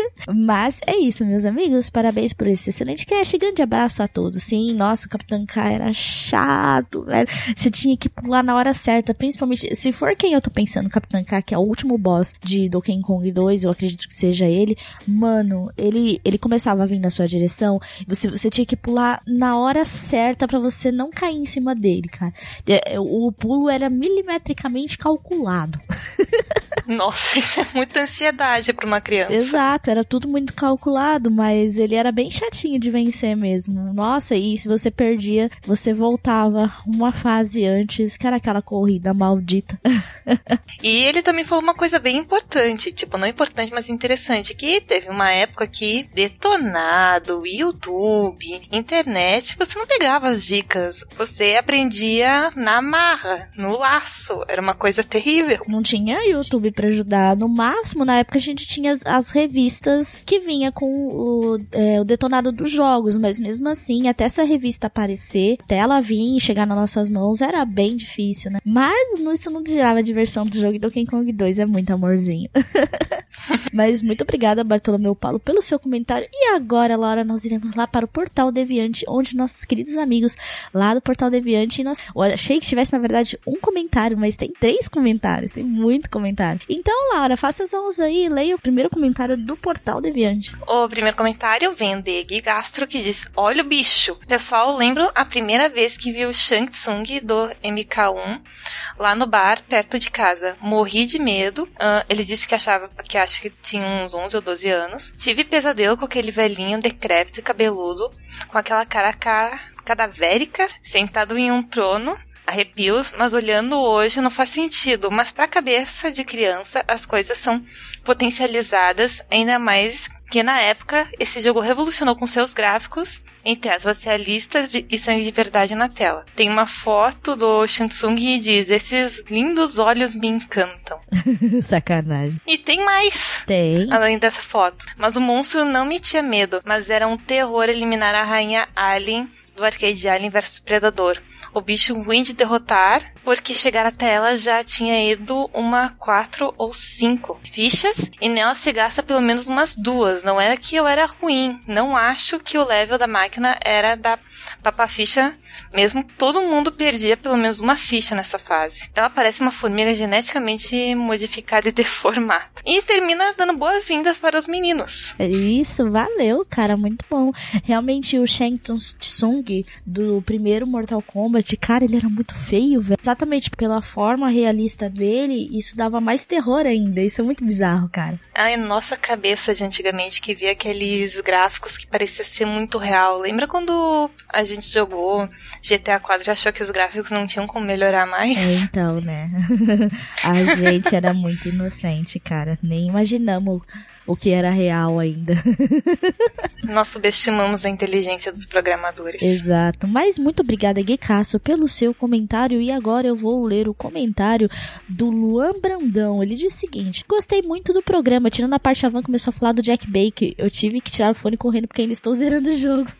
Speaker 6: Mas é isso, meus amigos, parabéns por esse excelente cast, grande abraço a todos. Sim, nossa, o Capitão K era chato, velho. Você tinha que pular na hora certa, principalmente se for quem eu tô pensando, Capitão K, que é o último boss de Donkey Kong 2, eu acredito que seja ele. Mano, ele começava a vir na sua direção, você tinha que pular na hora certa pra você não cair em cima dele, cara. O pulo era milimetricamente calculado.
Speaker 7: Nossa, isso é muita ansiedade pra uma criança.
Speaker 6: Exato, era tudo muito calculado, mas ele era bem chatinho de vencer mesmo. Nossa, e se você perdia, você voltava uma fase antes, que era aquela corrida maldita.
Speaker 7: E ele também falou uma coisa bem importante, tipo, não importante, mas interessante, que teve uma época que detonado, YouTube, internet, você não pegava as dicas, você aprendia na marra, no laço, era uma coisa terrível.
Speaker 6: Não tinha YouTube pra ajudar. No máximo, na época a gente tinha as revistas que vinha com o detonado dos jogos, mas mesmo assim, até essa revista aparecer, até ela vir e chegar nas nossas mãos, era bem difícil, né? Mas isso não tirava a diversão do jogo, e Donkey Kong 2 é muito amorzinho. Mas muito obrigada, Bartolomeu Paulo, pelo seu comentário. E agora, Laura, nós iremos lá para o Portal Deviante, onde nossos queridos amigos lá do Portal Deviante, eu achei que tivesse, na verdade, um comentário, mas tem 3 comentários, tem muito comentário. Então, Laura, faça as honras aí e leia o primeiro comentário do Portal Deviante.
Speaker 7: O primeiro comentário vem de Gui Gastro, que diz: olha o bicho. Pessoal, lembro a primeira vez que vi o Shang Tsung do MK1 lá no bar, perto de casa. Morri de medo. Ele disse que acho que tinha uns 11 ou 12 anos. Tive pesadelo com aquele velhinho decrépito e cabeludo, com aquela cara cadavérica, sentado em um trono. Arrepios, mas olhando hoje não faz sentido. Mas pra cabeça de criança, as coisas são potencializadas, ainda mais que na época esse jogo revolucionou com seus gráficos, entre aspas, realistas e sangue de verdade na tela. Tem uma foto do Shang Tsung e diz: esses lindos olhos me encantam.
Speaker 6: Sacanagem.
Speaker 7: E tem mais.
Speaker 6: Tem.
Speaker 7: Além dessa foto. Mas o monstro não me tinha medo, mas era um terror eliminar a rainha Alien do arcade Alien vs Predador. O bicho ruim de derrotar, porque chegar até ela já tinha ido 4 ou 5 fichas, e nela se gasta pelo menos umas 2. Não era que eu era ruim, não acho que o level da máquina era da papa ficha, mesmo todo mundo perdia pelo menos uma ficha nessa fase. Ela parece uma formiga geneticamente modificada e deformada. E termina dando boas-vindas para os meninos.
Speaker 6: Isso, valeu, cara, muito bom. Realmente o Shang Tsung do primeiro Mortal Kombat, cara, ele era muito feio, velho. Exatamente pela forma realista dele, isso dava mais terror ainda. Isso é muito bizarro, cara.
Speaker 7: Ai, nossa cabeça de antigamente que via aqueles gráficos que parecia ser muito real. Lembra quando a gente jogou GTA 4 e achou que os gráficos não tinham como melhorar mais?
Speaker 6: Então, né? A gente era muito inocente, cara. Nem imaginamos o que era real ainda.
Speaker 7: Nós subestimamos a inteligência dos programadores.
Speaker 6: Exato. Mas muito obrigada, Gui Castro, pelo seu comentário. E agora eu vou ler o comentário do Luan Brandão. Ele diz o seguinte: gostei muito do programa. Tirando a parte, a Van começou a falar do Jack Baker. Eu tive que tirar o fone correndo porque ainda estou zerando o jogo.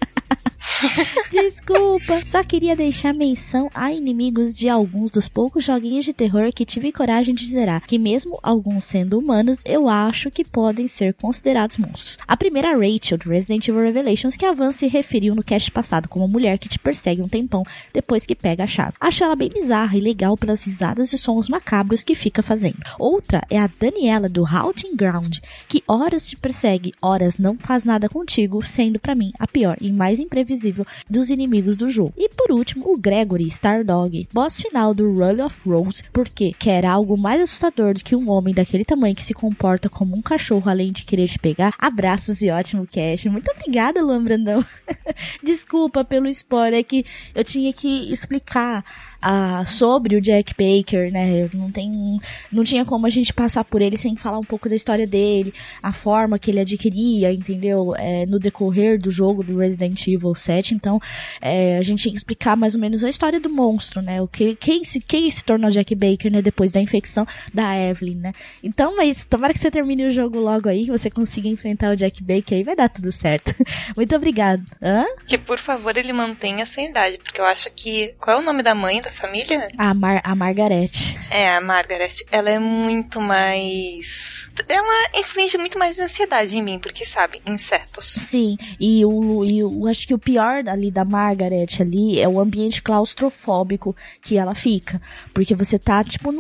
Speaker 6: Desculpa, só queria deixar menção a inimigos de alguns dos poucos joguinhos de terror que tive coragem de zerar, que mesmo alguns sendo humanos, eu acho que podem ser considerados monstros. A primeira, Rachel, do Resident Evil Revelations, que a Van se referiu no cast passado como a mulher que te persegue um tempão depois que pega a chave. Acho ela bem bizarra e legal pelas risadas e sons macabros que fica fazendo. Outra é a Daniela, do Haunting Ground, que horas te persegue, horas não faz nada contigo, sendo pra mim a pior e mais imprevisível dos inimigos do jogo. E por último, o Gregory Stardog, boss final do Rule of Rose, porque quer algo mais assustador do que um homem daquele tamanho que se comporta como um cachorro além de querer te pegar. Abraços e ótimo cast. Muito obrigada, Luan Brandão. Desculpa pelo spoiler, é que eu tinha que explicar sobre o Jack Baker, né? Não tinha como a gente passar por ele sem falar um pouco da história dele, a forma que ele adquiria, entendeu? No decorrer do jogo do Resident Evil 7, então a gente tinha que explicar mais ou menos a história do monstro, né? Quem se tornou Jack Baker, né? Depois da infecção da Evelyn, né? Então, mas tomara que você termine o jogo logo aí, que você consiga enfrentar o Jack Baker e vai dar tudo certo. Muito obrigado.
Speaker 7: Que por favor ele mantenha essa idade, porque eu acho que... Qual é o nome da mãe da família?
Speaker 6: A Margaret.
Speaker 7: A Margaret. Ela é muito mais... Ela inflige muito mais ansiedade em mim, porque, sabe, insetos.
Speaker 6: Sim, e eu acho que o pior ali da Margaret ali é o ambiente claustrofóbico que ela fica. Porque você tá, tipo,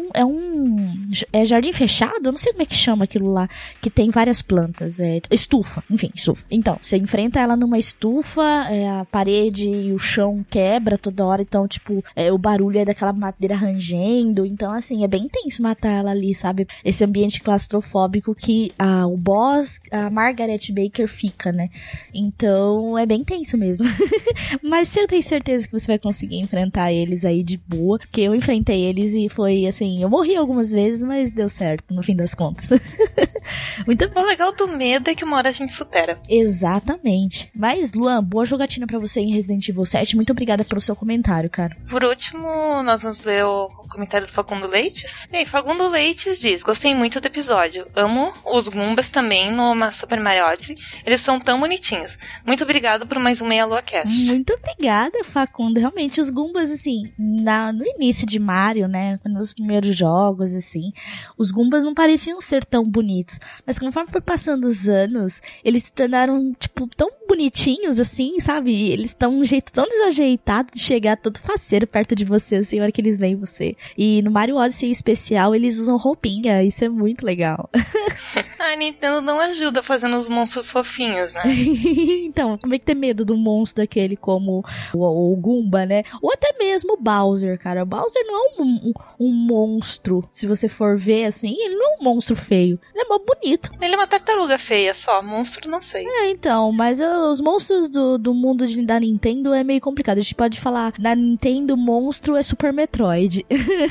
Speaker 6: é jardim fechado? Eu não sei como é que chama aquilo lá, que tem várias plantas. Estufa. Então, você enfrenta ela numa estufa, a parede e o chão quebra toda hora, então, tipo, o barulho é daquela madeira rangendo. Então, assim, é bem tenso matar ela ali, sabe? Esse ambiente claustrofóbico que o boss, a Margaret Baker, fica, né? Então, é bem tenso mesmo. Mas eu tenho certeza que você vai conseguir enfrentar eles aí de boa, porque eu enfrentei eles e foi assim, eu morri algumas vezes, mas deu certo no fim das contas. Muito bom.
Speaker 7: O legal do medo é que uma hora a gente supera.
Speaker 6: Exatamente. Mas, Luan, boa jogatina pra você em Resident Evil 7. Muito obrigada pelo seu comentário, cara.
Speaker 7: Por último, nós vamos ler o comentário do Facundo Leites. E aí, Facundo Leites diz: gostei muito do episódio. Amo os Goombas também no Super Mario Odyssey. Eles são tão bonitinhos. Muito obrigado por mais um Meia Lua Cast.
Speaker 6: Muito obrigada, Facundo. Realmente, os Goombas, assim, no início de Mario, né, nos primeiros jogos, assim, os Goombas não pareciam ser tão bonitos. Mas conforme foi passando os anos, eles se tornaram, tipo, tão bonitinhos, assim, sabe? Eles estão um jeito tão desajeitado de chegar todo faceiro perto de você, assim, a hora que eles veem você. E no Mario Odyssey em especial, eles usam roupinha. Isso é muito legal.
Speaker 7: A Nintendo não ajuda fazendo os monstros fofinhos, né?
Speaker 6: Então, como é que ter medo do monstro daquele como o Goomba, né? Ou até mesmo o Bowser, cara. O Bowser não é um monstro. Se você for ver, assim, ele não é um monstro feio. Ele é mó bonito.
Speaker 7: Ele é uma tartaruga feia só. Monstro, não sei.
Speaker 6: Então, mas os monstros do mundo da Nintendo é meio complicado. A gente pode falar, na Nintendo, monstro é Super Metroid.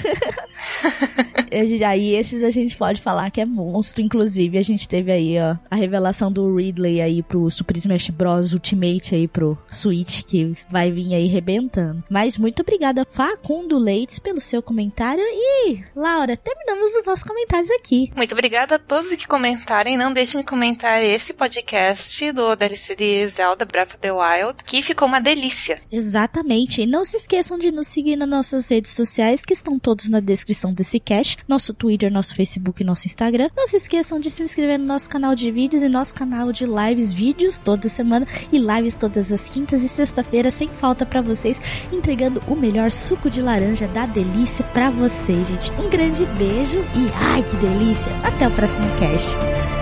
Speaker 6: Aí esses a gente pode falar que é monstro. Inclusive, a gente teve aí, ó, a revelação do Ridley aí pro Super Smash Bros. Ultimate aí pro Switch, que vai vir aí rebentando. Mas muito obrigada, Facundo Leites, pelo seu comentário. E, Laura, terminamos os nossos comentários aqui.
Speaker 7: Muito obrigada a todos que comentarem. Não deixem de comentar esse podcast do DLC de Zelda Breath of the Wild, que ficou uma delícia.
Speaker 6: Exatamente. E não se esqueçam de nos seguir nas nossas redes sociais, que estão todos na descrição desse cast. Nosso Twitter, nosso Facebook e nosso Instagram. Não se esqueçam de se inscrever no nosso canal de vídeos e nosso canal de lives, vídeos toda semana e lives todas as quintas e sexta-feiras, sem falta pra vocês, entregando o melhor suco de laranja da delícia pra vocês, gente. Um grande beijo e ai que delícia! Até o próximo cast.